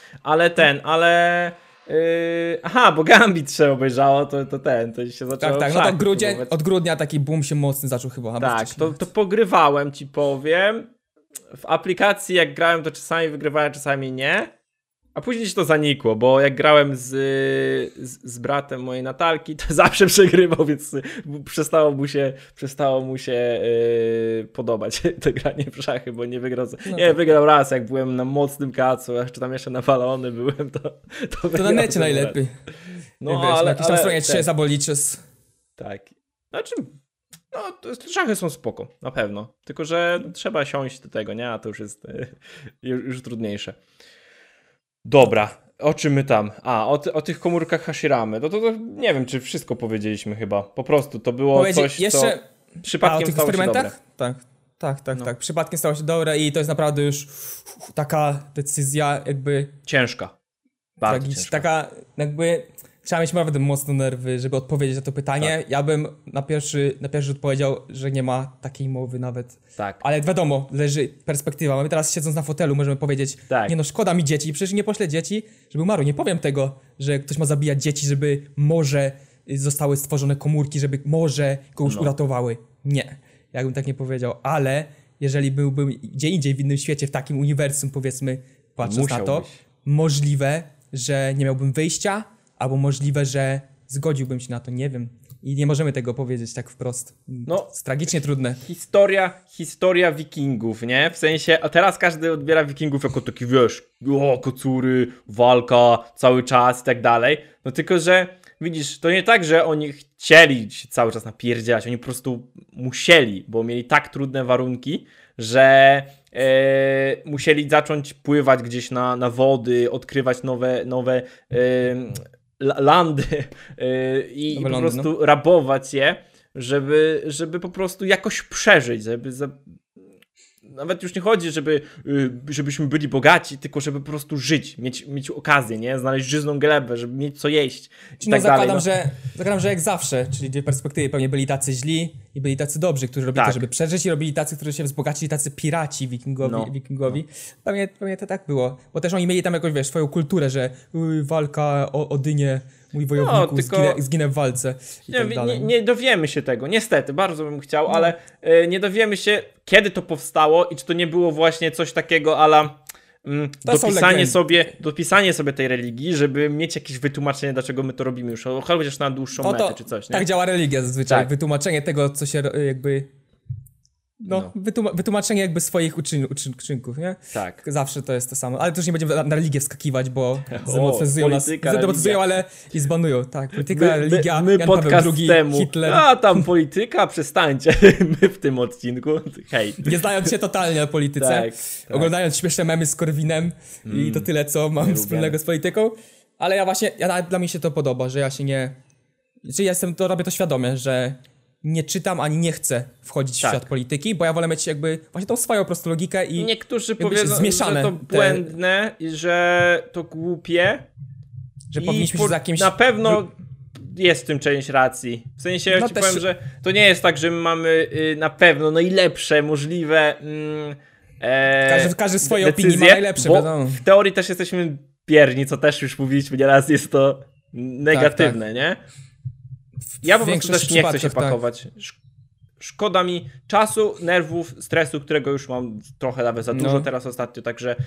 S1: Ale... bo Gambit się obejrzało, to się zaczęło.
S2: Tak, no to od grudnia taki boom się mocny zaczął chyba.
S1: Tak, to pogrywałem, ci powiem. W aplikacji jak grałem, to czasami wygrywałem, czasami nie. A później się to zanikło, bo jak grałem z bratem mojej Natalki, to zawsze przegrywał, więc przestało mu się podobać to granie w szachy, bo nie wygrał. Wygrał raz, jak byłem na mocnym kacu, czy tam jeszcze na balony byłem, to
S2: na necie najlepiej. Ale na jakiejś tam stronie 3 zaboliczes.
S1: Tak. Znaczy, szachy są spoko, na pewno. Tylko, że trzeba siąść do tego, nie? A to już jest już trudniejsze. Dobra, O czym my tam? O tych komórkach Hashiramy. To nie wiem, czy wszystko powiedzieliśmy chyba. Po prostu to było coś,
S2: jeszcze...
S1: co przypadkiem stało się dobre.
S2: Tak. Przypadkiem stało się dobre i to jest naprawdę już taka decyzja jakby...
S1: Ciężka. Bardzo ciężka.
S2: Taka jakby... Trzeba mieć naprawdę mocne nerwy, żeby odpowiedzieć na to pytanie. Tak. Ja bym na pierwszy rzut powiedział, że nie ma takiej mowy nawet.
S1: Tak.
S2: Ale wiadomo, leży perspektywa. My teraz siedząc na fotelu możemy powiedzieć, nie no, szkoda mi dzieci, przecież nie poślę dzieci, żeby umarły. Nie powiem tego, że ktoś ma zabijać dzieci, żeby może zostały stworzone komórki, żeby może kogoś uratowały. Nie, ja bym tak nie powiedział, ale jeżeli byłbym gdzie indziej w innym świecie, w takim uniwersum, powiedzmy, patrząc na to, możliwe, że nie miałbym wyjścia, albo możliwe, że zgodziłbym się na to, nie wiem. I nie możemy tego powiedzieć tak wprost. No, jest tragicznie trudne.
S1: Historia wikingów, nie? W sensie, a teraz każdy odbiera wikingów jako taki, wiesz, kocury, walka, cały czas i tak dalej. No tylko, że widzisz, to nie tak, że oni chcieli się cały czas napierdzielać, oni po prostu musieli, bo mieli tak trudne warunki, że musieli zacząć pływać gdzieś na wody, odkrywać nowe landy i po prostu rabować je, żeby po prostu jakoś przeżyć, nawet już nie chodzi, żebyśmy byli bogaci, tylko żeby po prostu żyć, mieć okazję, nie? Znaleźć żyzną glebę, żeby mieć co jeść i tak
S2: dalej. Zakładam, że jak zawsze, czyli dwie perspektywy, pewnie byli tacy źli i byli tacy dobrzy, którzy robili to, żeby przeżyć, i robili tacy, którzy się wzbogacili, tacy piraci wikingowi. Pewnie to tak było, bo też oni mieli tam jakąś, wiesz, swoją kulturę, że walka o Odynie, mój wojowniku, zginę w walce i tak dalej.
S1: Nie dowiemy się tego, niestety, bardzo bym chciał, ale nie dowiemy się, kiedy to powstało i czy to nie było właśnie coś takiego a la dopisanie sobie tej religii, żeby mieć jakieś wytłumaczenie, dlaczego my to robimy już, chociaż na dłuższą metę czy coś, nie?
S2: Tak działa religia zazwyczaj, tak. Wytłumaczenie tego, co się jakby... Wytłumaczenie jakby swoich uczynków, nie?
S1: Tak.
S2: Zawsze to jest to samo. Ale też nie będziemy na religię wskakiwać, bo zdemokratyzują, ale i zbanują. Tak, polityka, religia,
S1: my
S2: Jan
S1: podcast
S2: Paweł II,
S1: temu.
S2: Hitler.
S1: A tam polityka, przestańcie. My w tym odcinku, hej.
S2: Nie znając się totalnie na polityce,
S1: tak.
S2: oglądając śmieszne memy z Korwinem i to tyle, co mam wspólnego z polityką. Ale dla mnie się to podoba, że ja się nie... robię to świadomie, że nie czytam, ani nie chcę wchodzić w świat polityki, bo ja wolę mieć jakby właśnie tą swoją prostą logikę i
S1: niektórzy powiedzą, że to błędne, że to głupie,
S2: że powinniśmy się za kimś...
S1: Na pewno jest w tym część racji. W sensie ja ci powiem, że to nie jest tak, że my mamy na pewno najlepsze możliwe
S2: każdy swoje
S1: decyzje,
S2: opinii ma najlepsze.
S1: Bo w teorii też jesteśmy bierni, co też już mówiliśmy nieraz, jest to negatywne, nie? Ja po prostu też nie chcę się pakować. Szkoda mi czasu, nerwów, stresu, którego już mam trochę nawet za dużo teraz ostatnio, także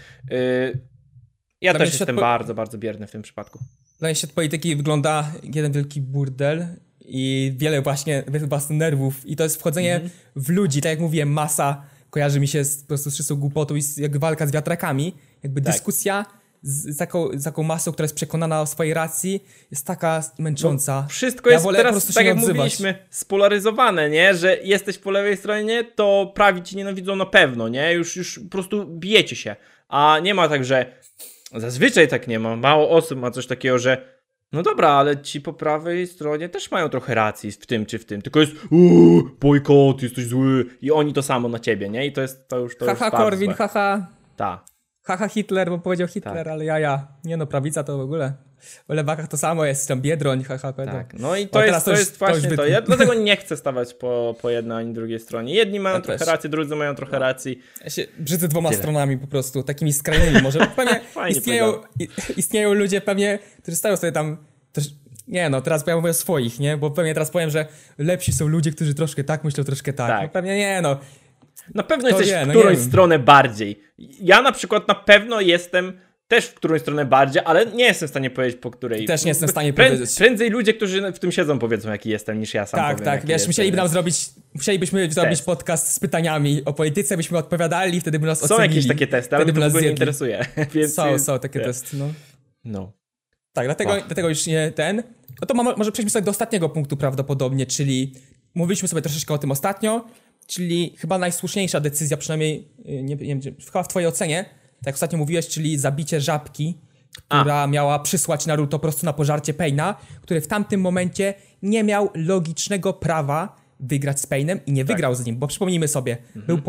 S1: ja też jestem bardzo, bardzo bierny w tym przypadku.
S2: Dla mnie świat polityki wygląda jeden wielki burdel i wiele własnych nerwów i to jest wchodzenie w ludzi, tak jak mówiłem, masa kojarzy mi się po prostu z czystą głupotą i jak walka z wiatrakami, jakby dyskusja z taką masą, która jest przekonana o swojej racji, jest taka męcząca.
S1: Wszystko jest teraz, tak jak mówiliśmy, spolaryzowane, nie? Że jesteś po lewej stronie, to prawi ci nienawidzą na pewno, nie? Już po prostu bijecie się. A nie ma tak, że zazwyczaj tak nie ma. Mało osób ma coś takiego, że no dobra, ale ci po prawej stronie też mają trochę racji w tym czy w tym. Tylko jest bojkot, jesteś zły i oni to samo na ciebie, nie? I to już
S2: haha, Korwin, haha.
S1: Tak.
S2: Haha Hitler, bo powiedział Hitler, ale ja. Nie no, prawica to w ogóle. W lewakach to samo jest, tam Biedroń, haha, pedo.
S1: Tak, no i to jest właśnie to. Ja dlatego nie chcę stawać po jednej ani drugiej stronie. Jedni mają trochę racji, drudzy mają trochę racji.
S2: Ja się brzydzę dwoma stronami po prostu, takimi skrajnymi może. Pewnie istnieją ludzie pewnie, którzy stają sobie tam... Nie no, teraz ja mówię o swoich, nie? Bo pewnie teraz powiem, że lepsi są ludzie, którzy troszkę tak myślą, troszkę tak. No pewnie nie no.
S1: Na pewno jesteś w którąś stronę bardziej. Ja na przykład na pewno jestem też w którąś stronę bardziej, ale nie jestem w stanie powiedzieć, po której.
S2: Też nie jestem w stanie powiedzieć.
S1: Prędzej ludzie, którzy w tym siedzą, powiedzą, jaki jestem, niż ja sam powiem.
S2: Tak, wiesz, musielibyśmy zrobić podcast z pytaniami o polityce, byśmy odpowiadali i wtedy by nas ocenili.
S1: Są jakieś takie testy, ale mnie to nie interesuje. Więc
S2: są takie testy,
S1: no.
S2: Tak, dlatego już nie ten. No to może przejdźmy sobie do ostatniego punktu prawdopodobnie, czyli mówiliśmy sobie troszeczkę o tym ostatnio, czyli chyba najsłuszniejsza decyzja, przynajmniej nie wiem, chyba w twojej ocenie, tak jak ostatnio mówiłeś, czyli zabicie żabki która miała przysłać Naruto po prostu na pożarcie Paina, który w tamtym momencie nie miał logicznego prawa wygrać z Painem i nie wygrał z nim, bo przypomnijmy sobie, był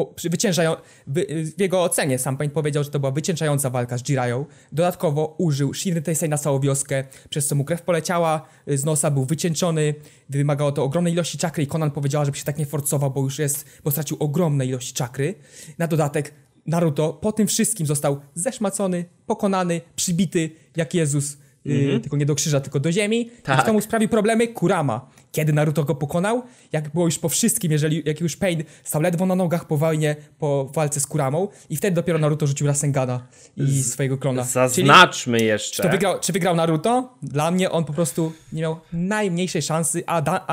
S2: w jego ocenie sam Pain powiedział, że to była wycieńczająca walka z Jiraiya. Dodatkowo użył Shinry Tensei na całą wioskę, przez co mu krew poleciała z nosa, był wycieńczony, wymagało to ogromnej ilości czakry i Konan powiedziała, żeby się tak nie forcował, bo stracił ogromne ilości czakry. Na dodatek Naruto po tym wszystkim został zeszmacony, pokonany, przybity jak Jezus, tylko nie do krzyża, tylko do ziemi. Tak. I kto mu sprawił problemy? Kurama. Kiedy Naruto go pokonał? Jak było już po wszystkim, jak już Pain stał ledwo na nogach po wojnie, po walce z Kuramą i wtedy dopiero Naruto rzucił Rasengana i swojego klona.
S1: Zaznaczmy jeszcze.
S2: Czy wygrał Naruto? Dla mnie on po prostu nie miał najmniejszej szansy,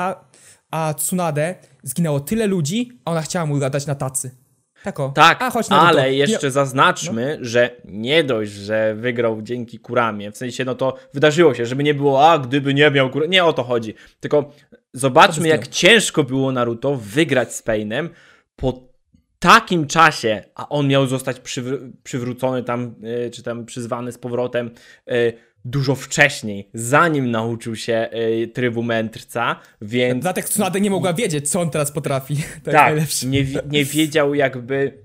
S2: a Tsunade zginęło tyle ludzi, a ona chciała mu dać na tacy.
S1: Tak, ale jeszcze zaznaczmy, że nie dość, że wygrał dzięki Kuramie, w sensie, no to wydarzyło się, żeby nie było, gdyby nie miał Kuramy, nie o to chodzi, tylko zobaczmy, jak ciężko było Naruto wygrać z Painem po takim czasie, a on miał zostać przywrócony tam, czy tam przyzwany z powrotem dużo wcześniej, zanim nauczył się trybu mędrca, więc...
S2: Dlatego Tsunade nie mogła wiedzieć, co on teraz potrafi. To
S1: tak, nie wiedział jakby...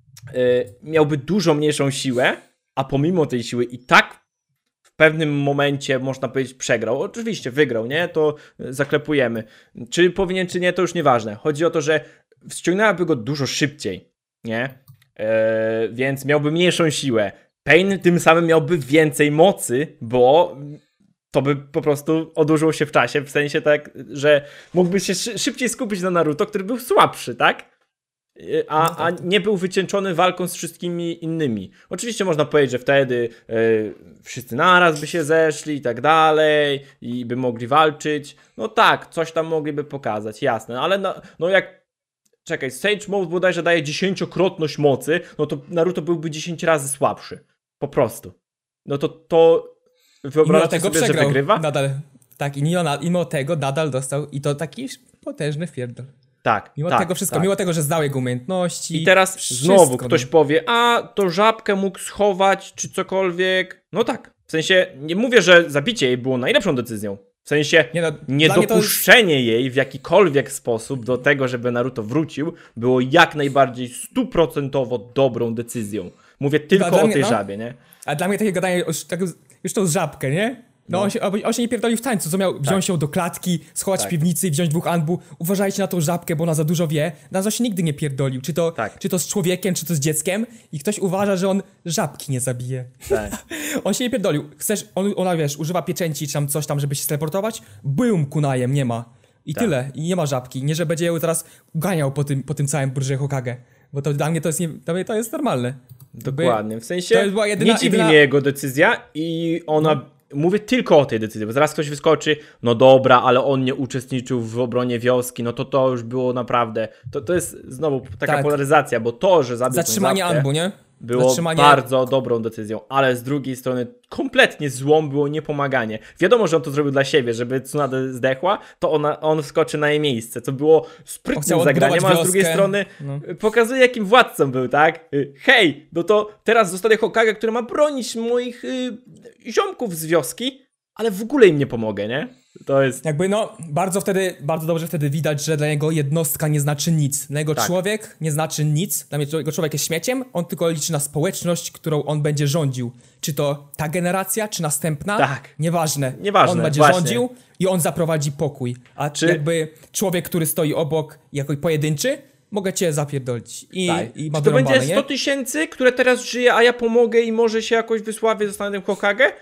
S1: miałby dużo mniejszą siłę, a pomimo tej siły i tak w pewnym momencie, można powiedzieć, przegrał. Oczywiście wygrał, nie? To zaklepujemy. Czy powinien, czy nie, to już nieważne. Chodzi o to, że ściągnęłaby go dużo szybciej, nie? Więc miałby mniejszą siłę. Pain tym samym miałby więcej mocy, bo to by po prostu odłożyło się w czasie, w sensie tak, że mógłby się szybciej skupić na Naruto, który był słabszy, tak? A nie był wycieńczony walką z wszystkimi innymi. Oczywiście można powiedzieć, że wtedy wszyscy naraz by się zeszli i tak dalej i by mogli walczyć. No tak, coś tam mogliby pokazać, jasne, ale no jak czekaj, Sage Mode bodajże daje 10-krotność mocy, no to Naruto byłby 10 razy słabszy. Po prostu. No to wyobraźcie sobie, że wygrywa?
S2: Nadal. Tak, i mimo tego nadal dostał i to taki potężny wpierdol.
S1: Tak.
S2: Mimo tego wszystko, mimo tego, że znał jego umiejętności.
S1: I teraz znowu ktoś powie, to żabkę mógł schować, czy cokolwiek. No tak. W sensie, nie mówię, że zabicie jej było najlepszą decyzją. W sensie, niedopuszczenie jej w jakikolwiek sposób do tego, żeby Naruto wrócił, było jak najbardziej 100% dobrą decyzją. Mówię tylko o tej żabie, nie?
S2: A dla mnie takie gadanie już tą żabkę, nie? On się nie pierdolił w tańcu, co miał wziąć ją do klatki, schować w piwnicy i wziąć 2 Anbu. Uważajcie na tą żabkę, bo ona za dużo wie. Danzo się nigdy nie pierdolił, czy to z człowiekiem, czy to z dzieckiem i ktoś uważa, że on żabki nie zabije.
S1: Tak.
S2: On się nie pierdolił. Ona wiesz, używa pieczęci czy tam coś tam, żeby się teleportować. Bum, kunajem, nie ma. I tyle. I nie ma żabki. Nie, że będzie ją teraz ganiał po tym całym burze Hokage. Bo to dla mnie to jest normalne.
S1: Dokładnie. W sensie nie dziwi mnie jego decyzja i ona... Mówię tylko o tej decyzji, bo zaraz ktoś wyskoczy, no dobra, ale on nie uczestniczył w obronie wioski, no to już było naprawdę, to jest znowu taka polaryzacja, bo to, że zabił
S2: zatrzymanie Anbu, nie?
S1: Było bardzo dobrą decyzją, ale z drugiej strony kompletnie złą było niepomaganie. Wiadomo, że on to zrobił dla siebie, żeby Tsunade zdechła, to on wskoczy na jej miejsce, co było sprytnym zagraniem, a z drugiej strony pokazuje, jakim władcą był, tak? Hej, no to teraz zostanę Hokage, który ma bronić moich ziomków z wioski, ale w ogóle im nie pomogę, nie? To jest...
S2: Jakby bardzo dobrze wtedy widać, że dla niego jednostka nie znaczy nic. Dla niego człowiek nie znaczy nic. Dla mnie jego człowiek jest śmieciem, on tylko liczy na społeczność, którą on będzie rządził. Czy to ta generacja, czy następna?
S1: Tak.
S2: Nieważne. On będzie rządził i on zaprowadzi pokój. A jakby człowiek, który stoi obok, jako pojedynczy, mogę cię zapierdolić. I ma
S1: czy to będzie 100 000, które teraz żyje, a ja pomogę i może się jakoś wysławię, zostanę tym Hokage?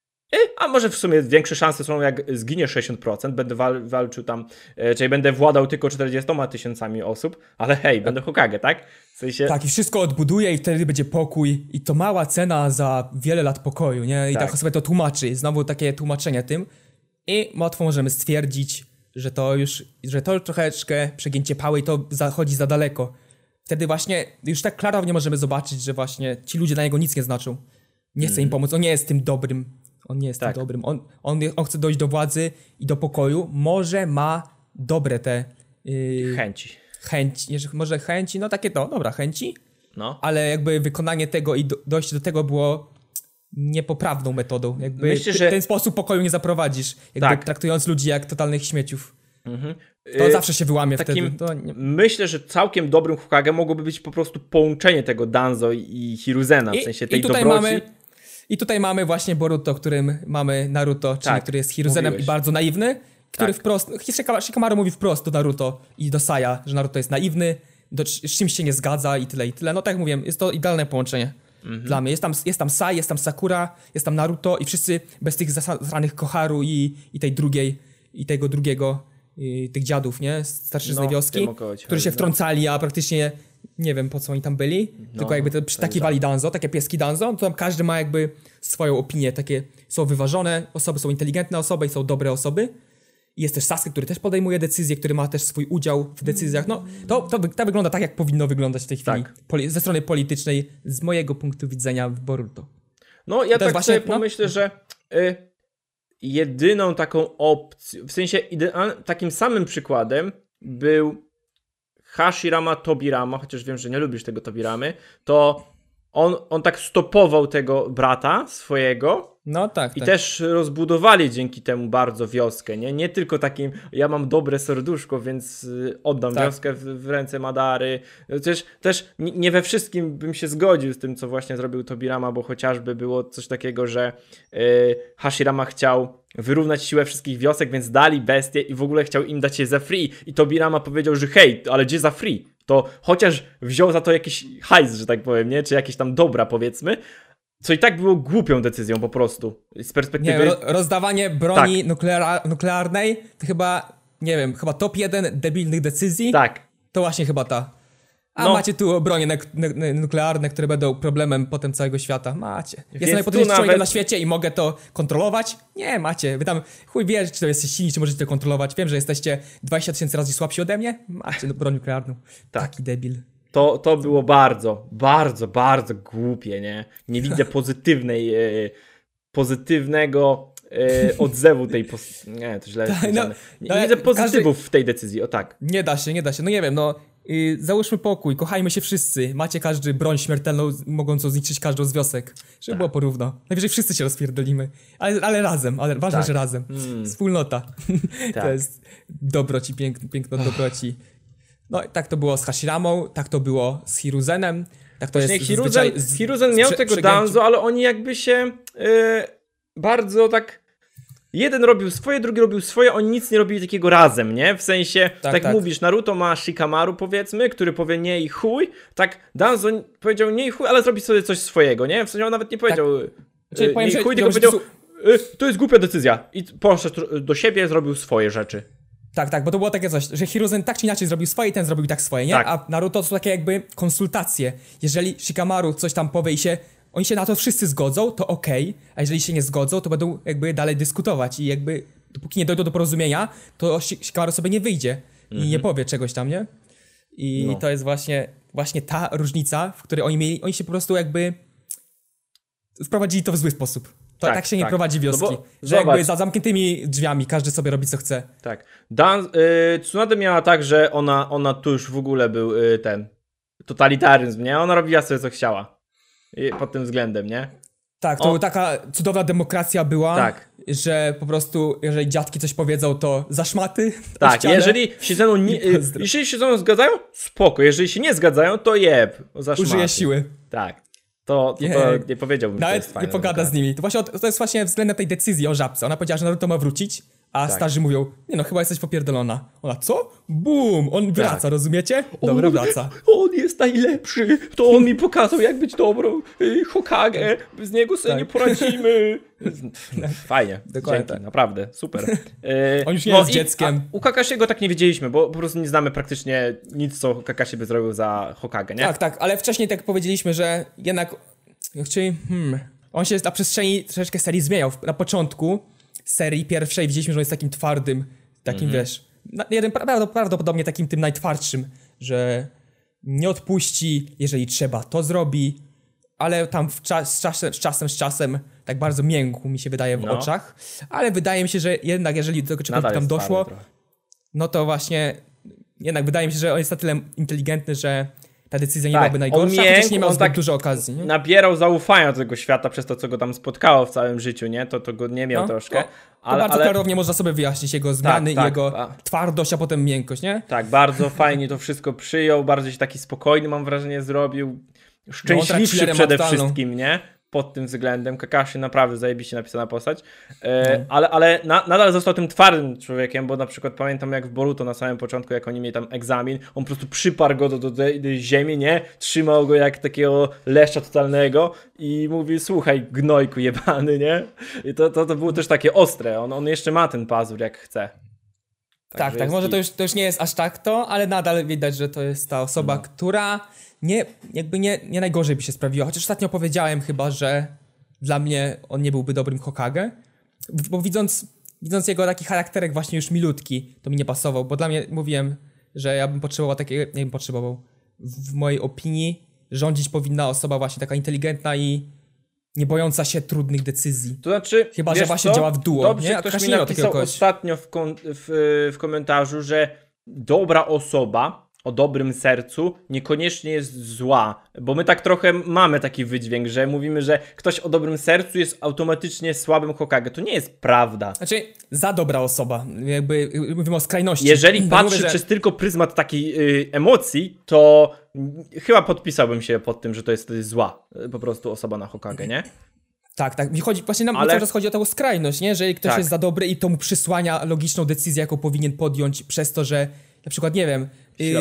S1: A może w sumie większe szanse są, jak zginie 60%, będę walczył tam, czyli będę władał tylko 40 000 osób, ale hej, będę Hokage, tak? W sensie...
S2: Tak, i wszystko odbuduje i wtedy będzie pokój i to mała cena za wiele lat pokoju, nie? I tak sobie to tłumaczy, znowu takie tłumaczenie tym i łatwo możemy stwierdzić, że to troszeczkę przegięcie pały i to zachodzi za daleko. Wtedy właśnie już tak klarownie możemy zobaczyć, że właśnie ci ludzie dla niego nic nie znaczą. Nie chce im pomóc, on nie jest tym dobrym. On nie jest tym dobrym. On chce dojść do władzy i do pokoju. Może ma dobre te... Może chęci, no takie chęci.
S1: No.
S2: Ale jakby wykonanie tego i dojście do tego było niepoprawną metodą. Jakby
S1: myślę, że
S2: w ten sposób pokoju nie zaprowadzisz, jakby traktując ludzi jak totalnych śmieciów. To zawsze się wyłamie wtedy.
S1: Myślę, że całkiem dobrym Hokage mogłoby być po prostu połączenie tego Danzo i Hiruzena, w sensie tej dobroci.
S2: I tutaj mamy właśnie Boruto, którym mamy Naruto, czyli który jest Hiruzenem i bardzo naiwny, który wprost, Shikamaru mówi wprost do Naruto i do Saya, że Naruto jest naiwny, z czymś się nie zgadza i tyle, i tyle. No tak jak mówiłem, jest to idealne połączenie dla mnie. Jest tam Sai, jest tam Sakura, jest tam Naruto i wszyscy bez tych zranych Koharu i tej drugiej, i tego drugiego, tych dziadów, nie? Starszyzny wioski, którzy się wtrącali, a praktycznie nie wiem po co oni tam byli, tylko jakby przytakiwali Danzo, takie pieski Danzo, to tam każdy ma jakby swoją opinię, takie są wyważone osoby, są inteligentne osoby i są dobre osoby. I jest też Sasuke, który też podejmuje decyzje, który ma też swój udział w decyzjach. No, to wygląda tak, jak powinno wyglądać w tej chwili ze strony politycznej, z mojego punktu widzenia w Boruto.
S1: No, ja tak właśnie, sobie pomyślę, że jedyną taką opcją, w sensie takim samym przykładem był Hashirama Tobirama, chociaż wiem, że nie lubisz tego Tobiramy, to on tak stopował tego brata swojego.
S2: No tak.
S1: I też rozbudowali dzięki temu bardzo wioskę, nie? Nie tylko takim, ja mam dobre serduszko, więc oddam wioskę w ręce Madary. Też nie we wszystkim bym się zgodził z tym, co właśnie zrobił Tobirama, bo chociażby było coś takiego, że Hashirama chciał wyrównać siłę wszystkich wiosek, więc dali bestie i w ogóle chciał im dać je za free. I Tobirama powiedział, że hej, ale gdzie za free? To chociaż wziął za to jakiś hajs, że tak powiem, nie? Czy jakieś tam dobra, powiedzmy. Co i tak było głupią decyzją po prostu. Z perspektywy...
S2: rozdawanie broni nuklearnej to chyba, nie wiem, chyba top 1 debilnych decyzji.
S1: Tak.
S2: To właśnie chyba ta. Macie tu bronie nuklearne, które będą problemem potem całego świata. Macie. Jestem najpotężniejszym człowiekiem na świecie i mogę to kontrolować? Nie, macie. Wy tam chuj wiesz, czy to jesteście silni, czy możecie to kontrolować. Wiem, że jesteście 20 000 razy słabsi ode mnie. Macie broń nuklearną. Taki debil.
S1: To było bardzo, bardzo, bardzo głupie, nie? Nie widzę pozytywnego odzewu tej nie, to źle powiedziane. Nie widzę pozytywów w tej decyzji, o tak.
S2: Nie da się. No nie wiem, załóżmy pokój, kochajmy się wszyscy. Macie każdy broń śmiertelną, mogącą zniszczyć każdą z wiosek. Żeby było porówno. Najwyżej wszyscy się rozpierdolimy. Ale razem, ważne, że razem. Wspólnota. To jest dobroci, piękno dobroci. No i tak to było z Hashiramą, tak to było z Hiruzenem. Tak to jest
S1: Hiruzen miał tego Danzo, ale oni jakby się bardzo tak... Jeden robił swoje, drugi robił swoje, oni nic nie robili takiego razem, nie? W sensie, tak mówisz, Naruto ma Shikamaru, powiedzmy, który powie nie i chuj. Tak, Danzo powiedział nie i chuj, ale zrobi sobie coś swojego, nie? W sensie on nawet nie powiedział nie i chuj, tylko powiedział to jest głupia decyzja. I poszedł do siebie, zrobił swoje rzeczy.
S2: Tak, bo to było takie coś, że Hiruzen tak czy inaczej zrobił swoje i ten zrobił tak swoje, nie? A Naruto to są takie jakby konsultacje. Jeżeli Shikamaru coś tam powie i oni się na to wszyscy zgodzą, to okej, a jeżeli się nie zgodzą, to będą jakby dalej dyskutować i jakby dopóki nie dojdą do porozumienia, to Shikamaru sobie nie wyjdzie i nie powie czegoś tam, nie? I to jest właśnie ta różnica, w której oni się po prostu jakby wprowadzili to w zły sposób. Tak się nie prowadzi wioski. No że jakby za zamkniętymi drzwiami każdy sobie robi co chce.
S1: Tak. Tsunade miała tak, że ona tu już w ogóle był ten totalitaryzm, nie? Ona robiła sobie co chciała. Pod tym względem, nie?
S2: Tak, to taka cudowna demokracja była, że po prostu jeżeli dziadki coś powiedzą, to za szmaty.
S1: Tak, jeżeli się ze mną zgadzają, spoko. Jeżeli się nie zgadzają, to jeb, za szmaty.
S2: Użyję siły.
S1: Tak. To nie powiedziałbym, że
S2: nawet nie pogada z nimi. To jest właśnie względem tej decyzji o żabce. Ona powiedziała, że Naruto ma wrócić, a starzy mówią, chyba jesteś popierdolona. Ona, co? Bum! On wraca, rozumiecie? Dobra, wraca.
S1: On jest najlepszy! To on mi pokazał, jak być dobrą Hokage. Z niego sobie nie poradzimy. Fajnie. Dokładnie. Dzięki, naprawdę. Super.
S2: On już nie jest dzieckiem.
S1: U Kakashiego tak nie wiedzieliśmy, bo po prostu nie znamy praktycznie nic, co Kakashi by zrobił za Hokage, nie?
S2: Tak, ale wcześniej tak powiedzieliśmy, że jednak... On się na przestrzeni troszeczkę serii zmieniał. Na początku serii pierwszej widzieliśmy, że on jest takim twardym, takim wiesz, prawdopodobnie takim tym najtwardszym, że nie odpuści, jeżeli trzeba, to zrobi, ale tam z czasem tak bardzo miękł mi się wydaje w oczach, ale wydaje mi się, że jednak jeżeli do tego czegoś tam doszło, no to właśnie jednak wydaje mi się, że on jest na tyle inteligentny, że ta decyzja nie byłaby najgorsza, chociaż nie miał zbyt dużo okazji. Nie?
S1: Nabierał zaufania do tego świata przez to, co go tam spotkało w całym życiu, nie? To go nie miał troszkę.
S2: To bardzo klarownie można sobie wyjaśnić jego zmiany i jego twardość, a potem miękkość, nie?
S1: Tak, bardzo fajnie to wszystko przyjął, bardzo się taki spokojny, mam wrażenie, zrobił. Szczęśliwszy przede wszystkim, nie? Pod tym względem. Kakashi naprawdę zajebiście napisana postać. Ale nadal został tym twardym człowiekiem, bo na przykład pamiętam jak w Boruto na samym początku, jak oni mieli tam egzamin, on po prostu przyparł go do ziemi, nie? Trzymał go jak takiego leszcza totalnego i mówi, słuchaj, gnojku jebany, nie? I to było też takie ostre. On jeszcze ma ten pazur, jak chce.
S2: Tak, może to już nie jest aż tak to, ale nadal widać, że to jest ta osoba, która nie najgorzej by się sprawiła. Chociaż ostatnio powiedziałem chyba, że dla mnie on nie byłby dobrym Hokage, bo widząc jego taki charakterek właśnie już milutki, to mi nie pasował, bo dla mnie mówiłem, że ja bym potrzebował takiego, nie bym potrzebował. W mojej opinii rządzić powinna osoba właśnie taka inteligentna i nie bojąca się trudnych decyzji.
S1: To znaczy,
S2: chyba że właśnie działa w duo.
S1: Dobrze,
S2: nie?
S1: ktoś mi napisał ostatnio w komentarzu, że dobra osoba o dobrym sercu niekoniecznie jest zła, bo my tak trochę mamy taki wydźwięk, że mówimy, że ktoś o dobrym sercu jest automatycznie słabym Hokage. To nie jest prawda.
S2: Znaczy, za dobra osoba, jakby mówimy o skrajności.
S1: Jeżeli patrzy przez tylko pryzmat takiej emocji, to chyba podpisałbym się pod tym, że to jest zła po prostu osoba na Hokage, nie?
S2: Tak. Właśnie nam cały czas chodzi o tę skrajność, nie? Że ktoś jest za dobry i to mu przysłania logiczną decyzję, jaką powinien podjąć przez to, że na przykład, nie wiem,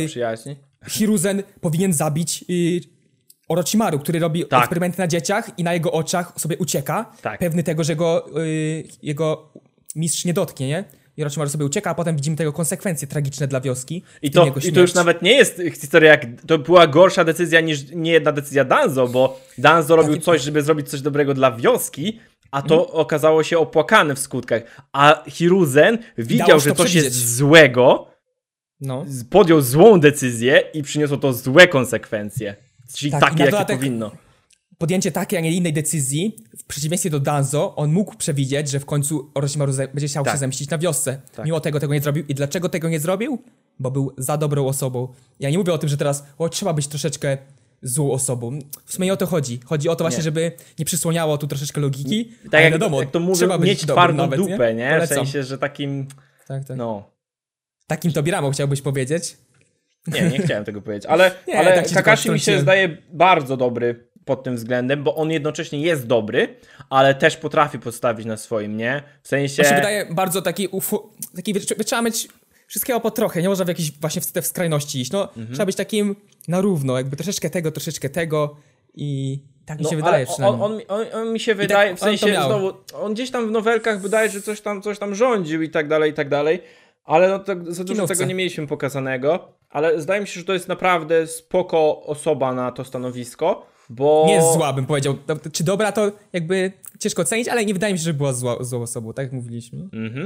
S2: Hiruzen powinien zabić Orochimaru, który robi eksperymenty na dzieciach i na jego oczach sobie ucieka, pewny tego, że jego mistrz nie dotknie, nie? I Orochimaru sobie ucieka, a potem widzimy tego konsekwencje tragiczne dla wioski.
S1: I to już nawet nie jest historia, jak to była gorsza decyzja niż niejedna decyzja Danzo, bo Danzo robił coś, żeby zrobić coś dobrego dla wioski, a to okazało się opłakane w skutkach. A Hiruzen widział, że coś jest złego, podjął złą decyzję i przyniosło to złe konsekwencje. Czyli takie, jakie powinno.
S2: Podjęcie takiej, a nie innej decyzji, w przeciwieństwie do Danzo, on mógł przewidzieć, że w końcu Orochimaru będzie chciał się zemścić na wiosce. Mimo tego nie zrobił. I dlaczego tego nie zrobił? Bo był za dobrą osobą. Ja nie mówię o tym, że teraz trzeba być troszeczkę złą osobą. W sumie nie o to chodzi. Chodzi o to właśnie, żeby nie przysłoniało tu troszeczkę logiki.
S1: Tak jak, wiadomo, jak to mówią, trzeba mieć twardą dupę, nie? W sensie, że takim...
S2: Tak. Takim Tobiramo chciałbyś powiedzieć?
S1: Nie chciałem tego powiedzieć, ale tak Kakashi mi się zdaje bardzo dobry pod tym względem, bo on jednocześnie jest dobry, ale też potrafi postawić na swoim, nie? W sensie...
S2: To się wydaje bardzo taki trzeba mieć wszystkiego po trochę, nie można w jakieś właśnie w skrajności iść, trzeba być takim na równo, jakby troszeczkę tego i tak mi się wydaje przynajmniej.
S1: On mi się wydaje, w sensie znowu, on gdzieś tam w nowelkach wydaje, że coś tam rządził i tak dalej, ale za dużo tego nie mieliśmy pokazanego, ale zdaje mi się, że to jest naprawdę spoko osoba na to stanowisko, bo...
S2: Nie jest zła, bym powiedział. Czy dobra, to jakby ciężko ocenić, ale nie wydaje mi się, że była złą osobą, tak jak mówiliśmy.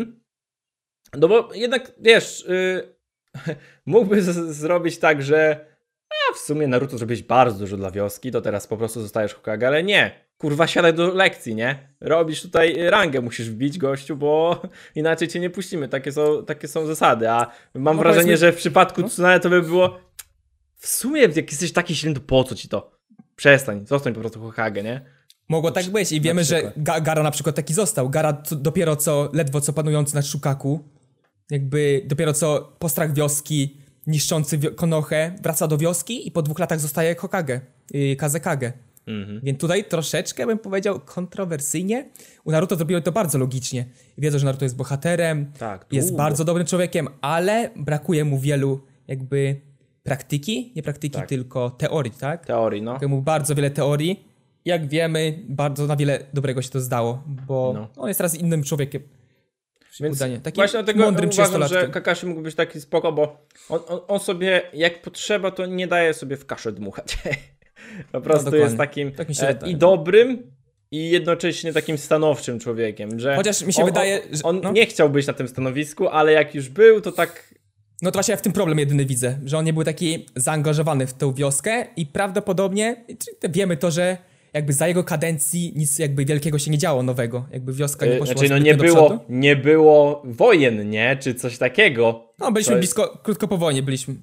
S1: No bo jednak, wiesz, mógłby zrobić tak, że w sumie Naruto zrobiłeś bardzo dużo dla wioski, to teraz po prostu zostajesz Hokage, ale nie. Kurwa, siadaj do lekcji, nie? Robisz tutaj rangę, musisz wbić, gościu, bo inaczej cię nie puścimy. Takie są zasady, a mam wrażenie, że w przypadku Tsunade to by było w sumie, jak jesteś taki silny, to po co ci to? Przestań, zostań po prostu Hokage, nie?
S2: Mogło tak być i wiemy, że Gaara na przykład taki został. Gaara dopiero ledwo co panujący nad Shukaku, jakby dopiero co postrach wioski, niszczący Konohę, wraca do wioski i po 2 latach zostaje Hokage, Kazekage. Więc tutaj troszeczkę bym powiedział kontrowersyjnie. U Naruto zrobiło to bardzo logicznie. Wiedzą, że Naruto jest bohaterem, jest bardzo dobrym człowiekiem, ale brakuje mu wielu jakby praktyki, nie praktyki, tylko teorii, tak?
S1: Teorii, no.
S2: Brakuje mu bardzo wiele teorii. Jak wiemy, bardzo na wiele dobrego się to zdało, bo on jest teraz innym człowiekiem.
S1: Więc właśnie dlatego mądrym uważam, że Kakashi mógł być taki spoko, bo on sobie jak potrzeba, to nie daje sobie w kaszę dmuchać. Po prostu jest takim i dobrym, i jednocześnie takim stanowczym człowiekiem, że
S2: chociaż mi się wydaje, że
S1: on nie chciał być na tym stanowisku, ale jak już był, to tak...
S2: No to właśnie ja w tym problem jedyny widzę, że on nie był taki zaangażowany w tę wioskę i prawdopodobnie wiemy to, że jakby za jego kadencji nic jakby wielkiego się nie działo nowego, jakby wioska nie poszła
S1: nie było wojen, nie? Czy coś takiego.
S2: No byliśmy blisko, krótko po wojnie byliśmy.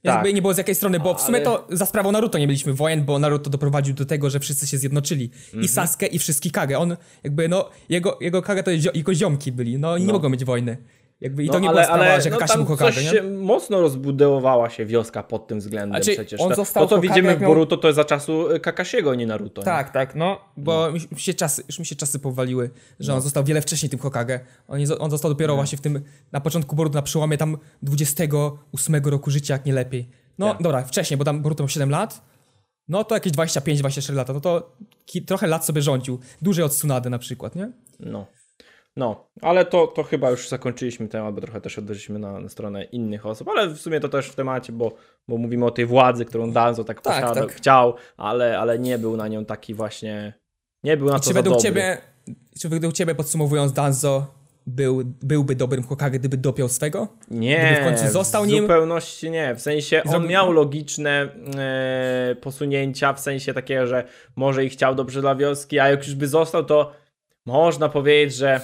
S2: Jakby nie było z jakiej strony, bo w sumie to za sprawą Naruto nie mieliśmy wojen, bo Naruto doprowadził do tego, że wszyscy się zjednoczyli. I Sasuke, i wszystkie Kage. On jakby, jego Kage to jego ziomki byli, i nie mogą mieć wojny. Jakby, i to nie była sprawa, że Kakashi był Hokage, nie?
S1: Mocno rozbudowała się wioska pod tym względem przecież.
S2: On został
S1: to, co widzimy w Boruto, to jest za czasu Kakashiego, a nie Naruto.
S2: Tak, bo już mi się czasy powaliły, że on został wiele wcześniej tym Hokage. On został dopiero właśnie na początku Boruto, na przełomie tam 28 roku życia, jak nie lepiej. Dobra, wcześniej, bo tam Boruto miał 7 lat, to jakieś 25-24 lata, to trochę lat sobie rządził. Dłużej od Tsunade na przykład, nie?
S1: Ale to chyba już zakończyliśmy temat, bo trochę też odeszliśmy na stronę innych osób, ale w sumie to też w temacie, bo mówimy o tej władzy, którą Danzo tak posiadał, chciał, ale nie był na nią taki właśnie, nie był na to za dobry.
S2: Czy według ciebie, podsumowując, Danzo byłby dobrym Hokage, gdyby dopiął swego?
S1: Nie,
S2: gdyby w końcu został nim?
S1: W zupełności nie. W sensie on miał logiczne posunięcia, w sensie takiego, że może i chciał dobrze dla wioski, a jak już by został, to można powiedzieć, że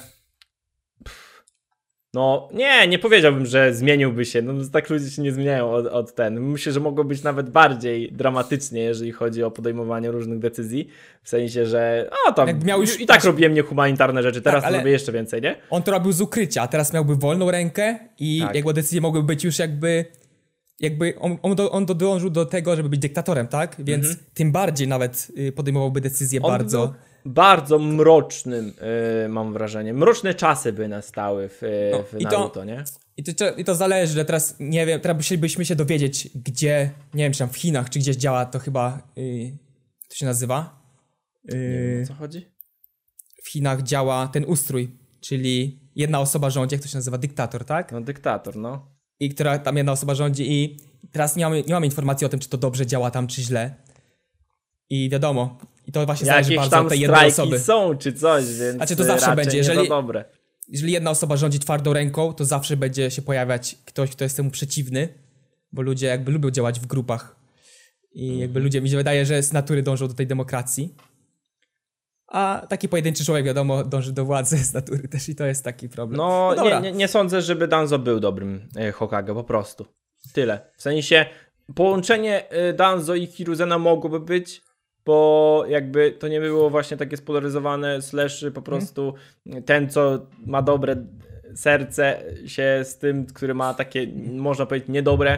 S1: nie powiedziałbym, że zmieniłby się. Tak ludzie się nie zmieniają od Myślę, że mogło być nawet bardziej dramatycznie, jeżeli chodzi o podejmowanie różnych decyzji. W sensie, że miał już i tak robiłem niehumanitarne rzeczy, teraz to robię jeszcze więcej, nie?
S2: On to robił z ukrycia, a teraz miałby wolną rękę i jego decyzje mogły być już jakby on dążył do tego, żeby być dyktatorem, tak? Więc tym bardziej nawet podejmowałby decyzje
S1: bardzo mrocznym, mam wrażenie. Mroczne czasy by nastały w Naruto, nie?
S2: I to zależy, że teraz, nie wiem, teraz musielibyśmy się dowiedzieć, gdzie, nie wiem, czy tam w Chinach, czy gdzieś działa, to chyba, to się nazywa?
S1: Nie wiem, o co chodzi?
S2: W Chinach działa ten ustrój, czyli jedna osoba rządzi, jak to się nazywa, dyktator, tak?
S1: Dyktator,
S2: I która tam jedna osoba rządzi i teraz nie mamy informacji o tym, czy to dobrze działa tam, czy źle. I wiadomo, i to właśnie zależy bardzo od tej jednej osoby.
S1: Są czy coś, więc
S2: to zawsze będzie,
S1: jeżeli
S2: jedna osoba rządzi twardą ręką, to zawsze będzie się pojawiać ktoś, kto jest temu przeciwny, bo ludzie jakby lubią działać w grupach. I jakby ludzie, mi się wydaje, że z natury dążą do tej demokracji. A taki pojedynczy człowiek, wiadomo, dąży do władzy z natury też i to jest taki problem.
S1: Nie sądzę, żeby Danzo był dobrym Hokage, po prostu. Tyle. W sensie połączenie Danzo i Hiruzena mogłoby być, bo jakby to nie było właśnie takie spolaryzowane, po prostu ten, co ma dobre serce się z tym, który ma takie, można powiedzieć, niedobre,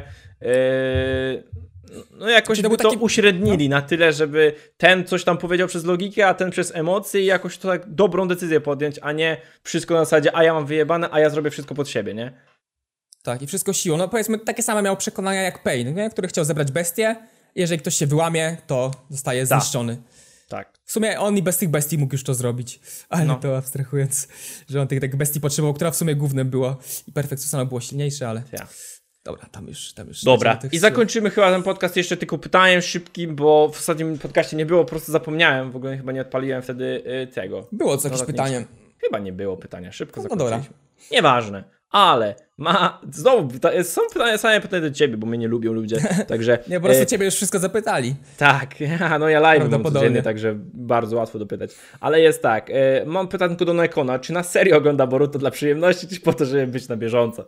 S1: jakoś by to uśrednili na tyle, żeby ten coś tam powiedział przez logikę, a ten przez emocje i jakoś to tak dobrą decyzję podjąć, a nie wszystko na zasadzie, a ja mam wyjebane, a ja zrobię wszystko pod siebie, nie?
S2: Tak, i wszystko siłą. Powiedzmy, takie same miał przekonania jak Pain, nie? Który chciał zebrać bestię. Jeżeli ktoś się wyłamie, to zostaje zniszczony.
S1: Tak.
S2: W sumie on i bez tych bestii mógł już to zrobić. Ale to abstrahując, że on tych bestii potrzebował, która w sumie głównym była. I Perfectusano było silniejsze, ale... Dobra, tam już.
S1: Dobra, i zakończymy chyba ten podcast jeszcze tylko pytaniem szybkim, bo w ostatnim podcaście nie było, po prostu zapomniałem. W ogóle chyba nie odpaliłem wtedy tego.
S2: Było co jakieś pytanie.
S1: Chyba nie było pytania, szybko zakończyliśmy. Dobra. Nieważne. Ale znowu są same pytania do ciebie, bo mnie nie lubią ludzie, także...
S2: Nie, po prostu ciebie już wszystko zapytali.
S1: Tak, ja live mam codziennie, także bardzo łatwo dopytać. Ale jest tak, mam pytanko do Nekona, czy na serio ogląda Boruto dla przyjemności, czy po to, żeby być na bieżąco?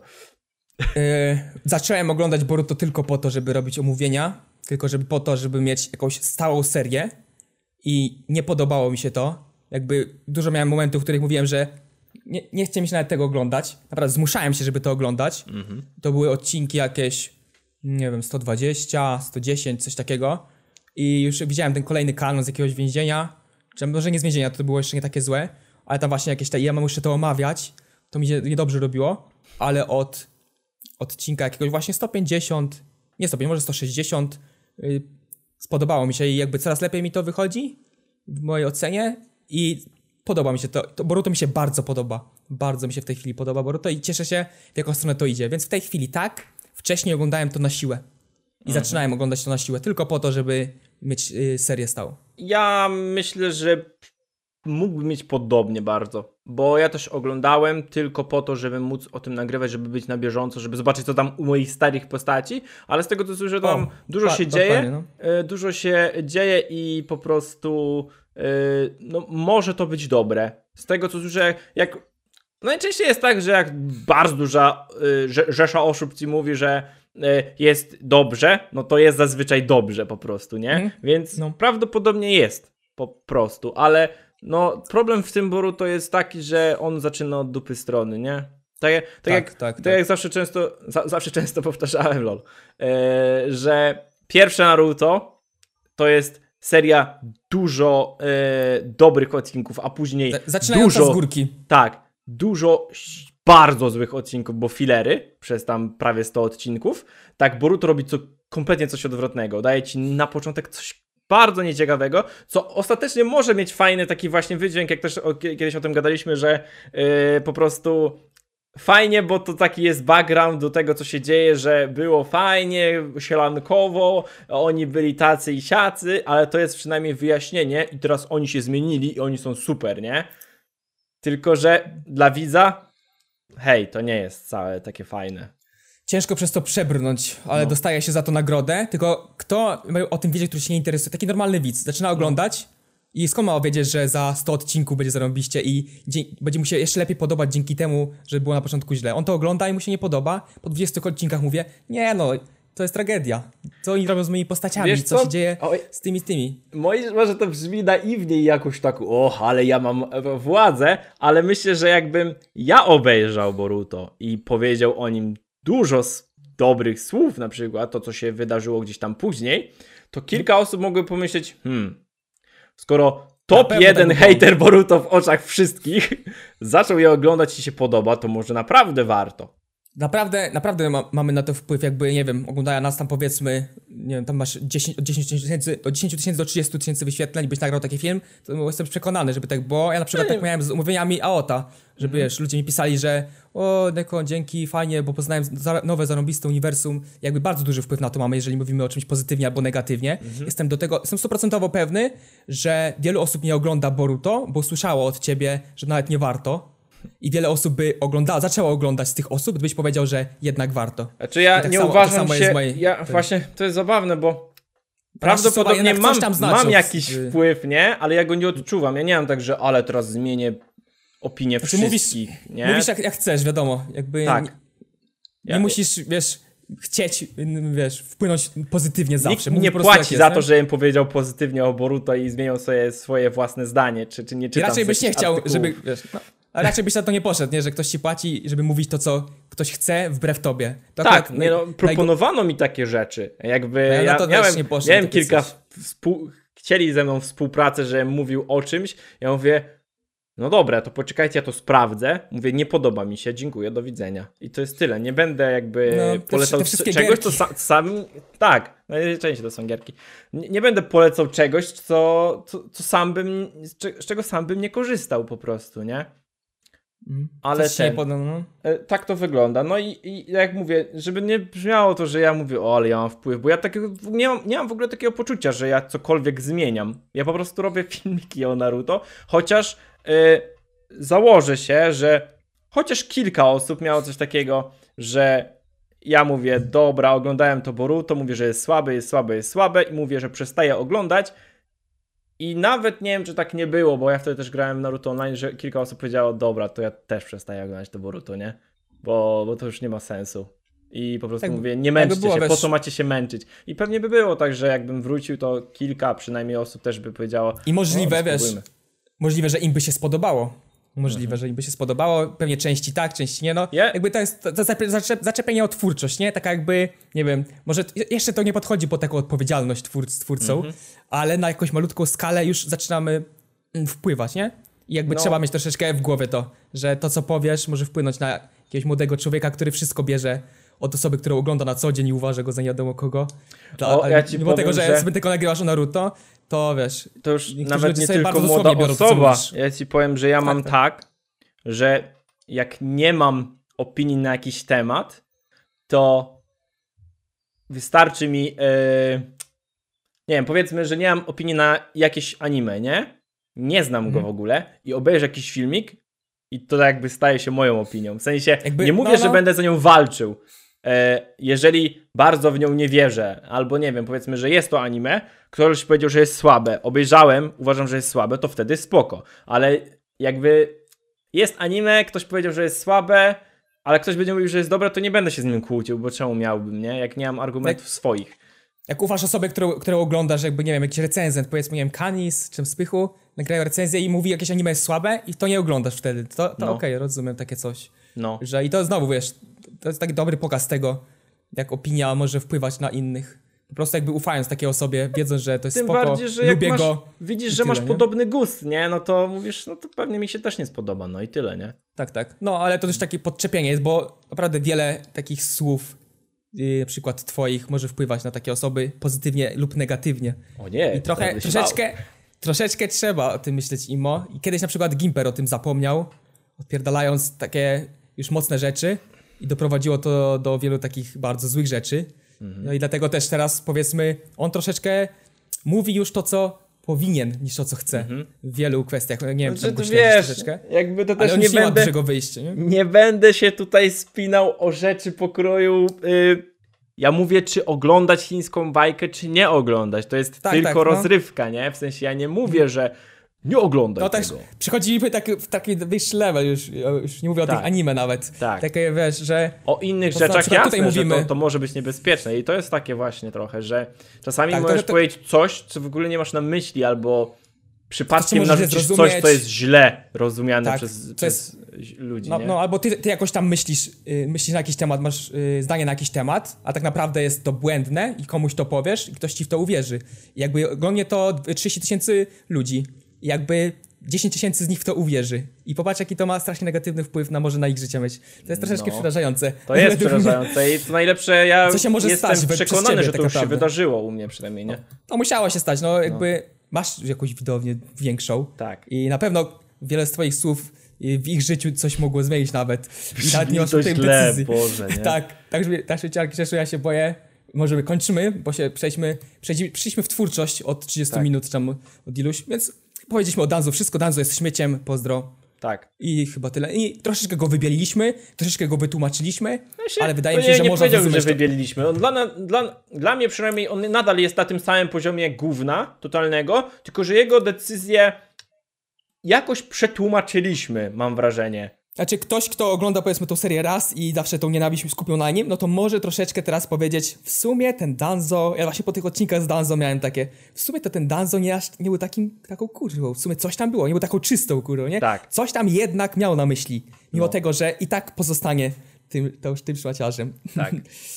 S2: Zacząłem oglądać Boruto tylko po to, żeby robić omówienia, tylko po to, żeby mieć jakąś stałą serię i nie podobało mi się to. Jakby dużo miałem momentów, w których mówiłem, że nie chcę mi się nawet tego oglądać. Naprawdę zmuszałem się, żeby to oglądać. To były odcinki jakieś, nie wiem, 120, 110, coś takiego. I już widziałem ten kolejny kanon z jakiegoś więzienia. Czy może nie z więzienia, to było jeszcze nie takie złe. Ale tam właśnie jakieś ja muszę to omawiać. To mi się niedobrze robiło. Ale od odcinka jakiegoś właśnie 150, nie 150, może 160 spodobało mi się i jakby coraz lepiej mi to wychodzi w mojej ocenie i podoba mi się to. Boruto mi się bardzo podoba. Bardzo mi się w tej chwili podoba Boruto i cieszę się, w jaką stronę to idzie. Więc w tej chwili tak, wcześniej oglądałem to na siłę. I zaczynałem oglądać to na siłę, tylko po to, żeby mieć serię stałą. Ja myślę, że mógłbym mieć podobnie bardzo, bo ja też oglądałem tylko po to, żeby móc o tym nagrywać, żeby być na bieżąco, żeby zobaczyć, co tam u moich starych postaci, ale z tego, co słyszę, tam dużo się dzieje, dużo się dzieje i po prostu może to być dobre. Z tego, co słyszę, jak najczęściej jest tak, że jak bardzo duża rzesza osób ci mówi, że
S1: jest dobrze, no to jest zazwyczaj dobrze po prostu, nie? Więc prawdopodobnie jest po prostu, ale no problem w tym Boruto jest taki, że on zaczyna od dupy strony, nie? Tak jak zawsze często powtarzałem, lol, że pierwsze Naruto to jest seria dużo dobrych odcinków, a później
S2: zaczynając z górki.
S1: Tak, dużo bardzo złych odcinków, bo filery przez tam prawie 100 odcinków. Tak, Boruto robi kompletnie coś odwrotnego. Daje ci na początek coś bardzo nieciekawego, co ostatecznie może mieć fajny taki właśnie wydźwięk, jak też kiedyś o tym gadaliśmy, że po prostu fajnie, bo to taki jest background do tego, co się dzieje, że było fajnie, sielankowo, oni byli tacy i siacy, ale to jest przynajmniej wyjaśnienie i teraz oni się zmienili i oni są super, nie? Tylko że dla widza, hej, to nie jest całe takie fajne.
S2: Ciężko przez to przebrnąć, ale dostaje się za to nagrodę, tylko kto o tym wiedzieć, który się nie interesuje? Taki normalny widz zaczyna oglądać i skąd ma wiedzieć, że za 100 odcinków będzie zarąbiście i będzie mu się jeszcze lepiej podobać dzięki temu, że było na początku źle. On to ogląda i mu się nie podoba, po 20 odcinkach mówię, nie no, to jest tragedia. Co oni robią z moimi postaciami, wiesz co się dzieje z tymi.
S1: Może to brzmi naiwniej jakoś tak, ale ja mam władzę, ale myślę, że jakbym ja obejrzał Boruto i powiedział o nim dużo dobrych słów, na przykład to, co się wydarzyło gdzieś tam później, to kilka osób mogły pomyśleć, skoro top 1 hejter Boruto w oczach wszystkich zaczął je oglądać i się podoba, to może naprawdę warto.
S2: Naprawdę mamy na to wpływ, jakby, nie wiem, oglądają nas tam powiedzmy, nie wiem, tam masz 10 tysięcy do 30 tysięcy wyświetleń, byś nagrał taki film, to jestem przekonany, żeby tak było. Ja na przykład tak miałem z umówieniami Aota, żeby wiesz, ludzie mi pisali, że Neko, dzięki, fajnie, bo poznałem nowe, zarąbiste uniwersum. Jakby bardzo duży wpływ na to mamy, jeżeli mówimy o czymś pozytywnie albo negatywnie. Jestem 100% pewny, że wielu osób nie ogląda Boruto, bo słyszało od ciebie, że nawet nie warto. I wiele osób by zaczęło oglądać z tych osób, gdybyś powiedział, że jednak warto.
S1: Znaczy ja tak nie uważam się, właśnie to jest zabawne, bo prawdopodobnie mam jakiś wpływ, nie? Ale ja go nie odczuwam. Ja nie mam tak, że ale teraz zmienię opinię wszystkich, nie?
S2: Mówisz jak chcesz, wiadomo. Jakby nie musisz, wiesz, chcieć, wiesz, wpłynąć pozytywnie zawsze.
S1: Nikt nie płaci za to, żebym powiedział pozytywnie o Boruto i zmieniał sobie swoje własne zdanie, czy nie czytam.
S2: I raczej byś nie chciał, żeby, wiesz, a raczej byś na to nie poszedł, nie? Że ktoś ci płaci, żeby mówić to, co ktoś chce, wbrew tobie. To
S1: tak, proponowano mi takie rzeczy. Jakby miałem kilka chcieli ze mną współpracę, żebym mówił o czymś. Ja mówię, no dobra, to poczekajcie, ja to sprawdzę. Mówię, nie podoba mi się, dziękuję, do widzenia. I to jest tyle. Nie będę jakby polecał czegoś, co sam... Tak, najczęściej to są gierki. Nie będę polecał czegoś, co sam bym... z czego sam bym nie korzystał po prostu, nie? Ale tak to wygląda. No i jak mówię, żeby nie brzmiało to, że ja mówię, ale ja mam wpływ, bo ja takiego nie mam w ogóle takiego poczucia, że ja cokolwiek zmieniam. Ja po prostu robię filmiki o Naruto, chociaż założę się, że chociaż kilka osób miało coś takiego, że ja mówię, dobra, oglądałem to Boruto, mówię, że jest słabe i mówię, że przestaję oglądać. I nawet nie wiem, czy tak nie było, bo ja wtedy też grałem w Naruto Online, że kilka osób powiedziało, dobra, to ja też przestaję oglądać to Boruto, nie? Bo to już nie ma sensu. I po prostu mówię, nie męczcie się, po co macie się męczyć? I pewnie by było tak, że jakbym wrócił, to kilka przynajmniej osób też by powiedziało.
S2: I możliwe, możliwe, że im by się spodobało. Że im by się spodobało, pewnie części tak, części nie, no. Jakby to jest zaczepienie o twórczość, nie? Taka jakby, nie wiem, może jeszcze to nie podchodzi po taką odpowiedzialność twórcą, ale na jakąś malutką skalę już zaczynamy wpływać, nie? I jakby trzeba mieć troszeczkę w głowie to, że to, co powiesz, może wpłynąć na jakiegoś młodego człowieka, który wszystko bierze od osoby, którą ogląda na co dzień i uważa go za nie wiadomo kogo. Mimo tego, że sobie tylko nagrywasz o Naruto, to wiesz...
S1: To już nawet nie tylko młoda osoba. Ja ci powiem, że ja mam tak, że jak nie mam opinii na jakiś temat, to wystarczy mi... nie wiem, powiedzmy, że nie mam opinii na jakieś anime, nie? Nie znam go w ogóle i obejrzę jakiś filmik i to jakby staje się moją opinią. W sensie, nie mówię, że będę za nią walczył. Jeżeli bardzo w nią nie wierzę, albo nie wiem, powiedzmy, że jest to anime, ktoś powiedział, że jest słabe, obejrzałem, uważam, że jest słabe, to wtedy spoko. Ale jakby jest anime, ktoś powiedział, że jest słabe, ale ktoś będzie mówił, że jest dobra, to nie będę się z nim kłócił, bo czemu miałbym, nie? Jak nie mam argumentów swoich.
S2: Jak ufasz osobie, którą oglądasz, jakby, nie wiem, jakiś recenzent, powiedzmy, nie wiem, Kanis, czy Spychu, nagrają recenzję i mówi, jakieś anime jest słabe i to nie oglądasz wtedy. To okej, rozumiem takie coś.
S1: No.
S2: Że i to znowu, wiesz, to jest taki dobry pokaz tego, jak opinia może wpływać na innych. Po prostu jakby ufając takiej osobie, wiedząc, że to jest
S1: Tym
S2: spoko,
S1: bardziej, że
S2: lubię
S1: jak
S2: go.
S1: widzisz, że masz podobny gust, nie? No to mówisz, no to pewnie mi się też nie spodoba, no i tyle, nie?
S2: Tak. No, ale to też takie podczepienie jest, bo naprawdę wiele takich słów, na przykład twoich, może wpływać na takie osoby pozytywnie lub negatywnie.
S1: O nie,
S2: i troszeczkę trzeba o tym myśleć, Imo. I kiedyś na przykład Gimper o tym zapomniał, odpierdalając takie już mocne rzeczy i doprowadziło to do wielu takich bardzo złych rzeczy. No i dlatego też teraz, powiedzmy, on troszeczkę mówi już to, co powinien, niż to, co chce w wielu kwestiach. Nie wiem, czy tam
S1: wiesz,
S2: troszeczkę.
S1: jakby to
S2: też
S1: też
S2: nie ma dużego wyjścia.
S1: Nie będę się tutaj spinał o rzeczy pokroju. Ja mówię, czy oglądać chińską bajkę, czy nie oglądać. To jest tylko rozrywka, nie? W sensie ja nie mówię, że nie oglądaj tego.
S2: No tak, przychodzimy w taki wyższy level, już nie mówię o tych anime nawet.
S1: Tak.
S2: Takie, wiesz, że...
S1: O innych rzeczach jasne, mówimy, że to może być niebezpieczne i to jest takie właśnie trochę, że czasami możesz powiedzieć coś, co w ogóle nie masz na myśli, albo przypadkiem narzucisz coś, co jest źle rozumiane przez ludzi, nie?
S2: No, albo ty jakoś tam myślisz na jakiś temat, masz zdanie na jakiś temat, a tak naprawdę jest to błędne i komuś to powiesz i ktoś ci w to uwierzy. I jakby oglądnie to 30 000 ludzi. I jakby 10 000 z nich w to uwierzy. I popatrz, jaki to ma strasznie negatywny wpływ na ich życie mieć. To jest troszeczkę przerażające.
S1: To jest przerażające i to najlepsze, ja co się może jestem przekonany, że to już się wydarzyło u mnie przynajmniej, nie?
S2: No musiało się stać, jakby masz jakąś widownię większą.
S1: Tak.
S2: I na pewno wiele z twoich słów w ich życiu coś mogło zmienić nawet. I nawet nie masz
S1: tej
S2: decyzji.
S1: Boże, nie?
S2: Tak, szwedzciarki, zresztą ja się boję. Może kończymy, bo przeszliśmy w twórczość od 30 minut, tam od iluś, więc powiedzieliśmy o Danzu, wszystko. Danzu jest śmieciem, pozdro.
S1: Tak.
S2: I chyba tyle. I troszeczkę go wybieliliśmy, troszeczkę go wytłumaczyliśmy, ale wydaje mi się, że
S1: nie
S2: można
S1: zrozumieć, że wybieliliśmy. On dla mnie przynajmniej on nadal jest na tym samym poziomie gówna totalnego, tylko że jego decyzje jakoś przetłumaczyliśmy, mam wrażenie.
S2: Znaczy ktoś, kto ogląda, powiedzmy, tą serię raz i zawsze tą nienawiść skupił na nim, no to może troszeczkę teraz powiedzieć, w sumie ten Danzo, ja właśnie po tych odcinkach z Danzo miałem takie, w sumie to ten Danzo nie był taką kurwą, w sumie coś tam było, nie był taką czystą kurwą, nie?
S1: Tak.
S2: Coś tam jednak miał na myśli, mimo tego, że i tak pozostanie tym szmaciarzem.
S1: Tak.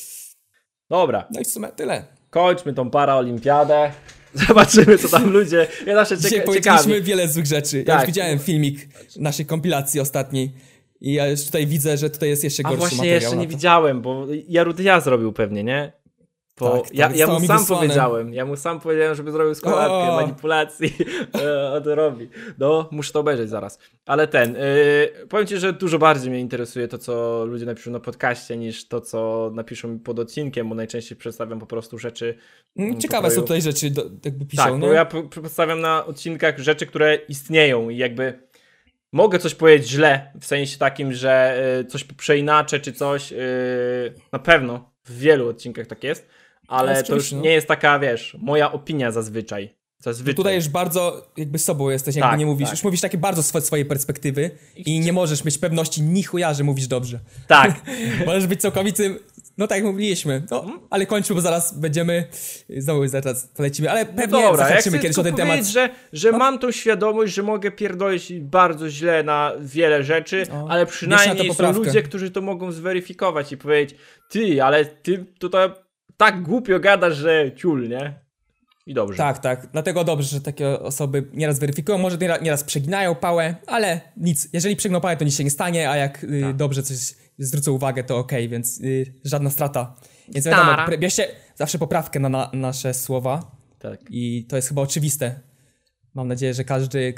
S1: Dobra.
S2: No i w sumie tyle.
S1: Kończmy tą paraolimpiadę. Zobaczymy, co tam ludzie... Ja zawsze
S2: Dzisiaj powiedzieliśmy wiele złych rzeczy. Tak. Ja już widziałem filmik naszej kompilacji ostatniej i ja już tutaj widzę, że tutaj jest jeszcze gorszy materiał.
S1: A właśnie jeszcze nie widziałem, bo Jarud zrobił pewnie, nie? Bo ja mu sam powiedziałem. Ja mu sam powiedziałem, żeby zrobił składkę manipulacji. On to robi. No, muszę to obejrzeć zaraz. Ale powiem ci, że dużo bardziej mnie interesuje to, co ludzie napiszą na podcaście, niż to, co napiszą mi pod odcinkiem, bo najczęściej przedstawiam po prostu rzeczy.
S2: Ciekawe są tutaj rzeczy, jakby piszą.
S1: Tak, bo ja przedstawiam na odcinkach rzeczy, które istnieją i jakby mogę coś powiedzieć źle, w sensie takim, że coś przeinaczę, czy coś. Na pewno w wielu odcinkach tak jest. Ale to już nie jest taka, wiesz, moja opinia zazwyczaj.
S2: Tutaj już bardzo jakby sobą jesteś, jakby nie mówisz. Tak. Już mówisz takie bardzo swojej perspektywy i nie możesz mieć pewności ni chuja, że mówisz dobrze.
S1: Tak.
S2: Możesz być całkowitym, no tak jak mówiliśmy. No, ale kończmy, bo zaraz będziemy, znowu zaraz polecimy, ale pewnie zahaczymy kiedyś o ten temat.
S1: Że mam tą świadomość, że mogę pierdolić bardzo źle na wiele rzeczy, ale przynajmniej są ludzie, którzy to mogą zweryfikować i powiedzieć, ale ty tutaj tak głupio gadasz, że ciul, nie? I dobrze.
S2: Tak. Dlatego dobrze, że takie osoby nieraz weryfikują, może nieraz przeginają pałę, ale nic. Jeżeli przegną pałę, to nic się nie stanie, a jak dobrze coś zwrócą uwagę, to okej, więc żadna strata. Więc wiadomo, bierzcie zawsze poprawkę na nasze słowa. Tak. I to jest chyba oczywiste. Mam nadzieję, że każdy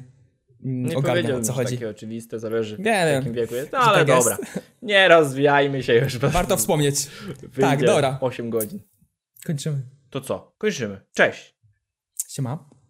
S1: nie
S2: ogarnia, o co chodzi.
S1: Takie oczywiste, zależy w jakim wieku jest. No ale tak dobra. Nie rozwijajmy się już.
S2: Warto wspomnieć. Tak, dobra.
S1: 8 godzin.
S2: Kończymy.
S1: To co? Kończymy. Cześć.
S2: Siema.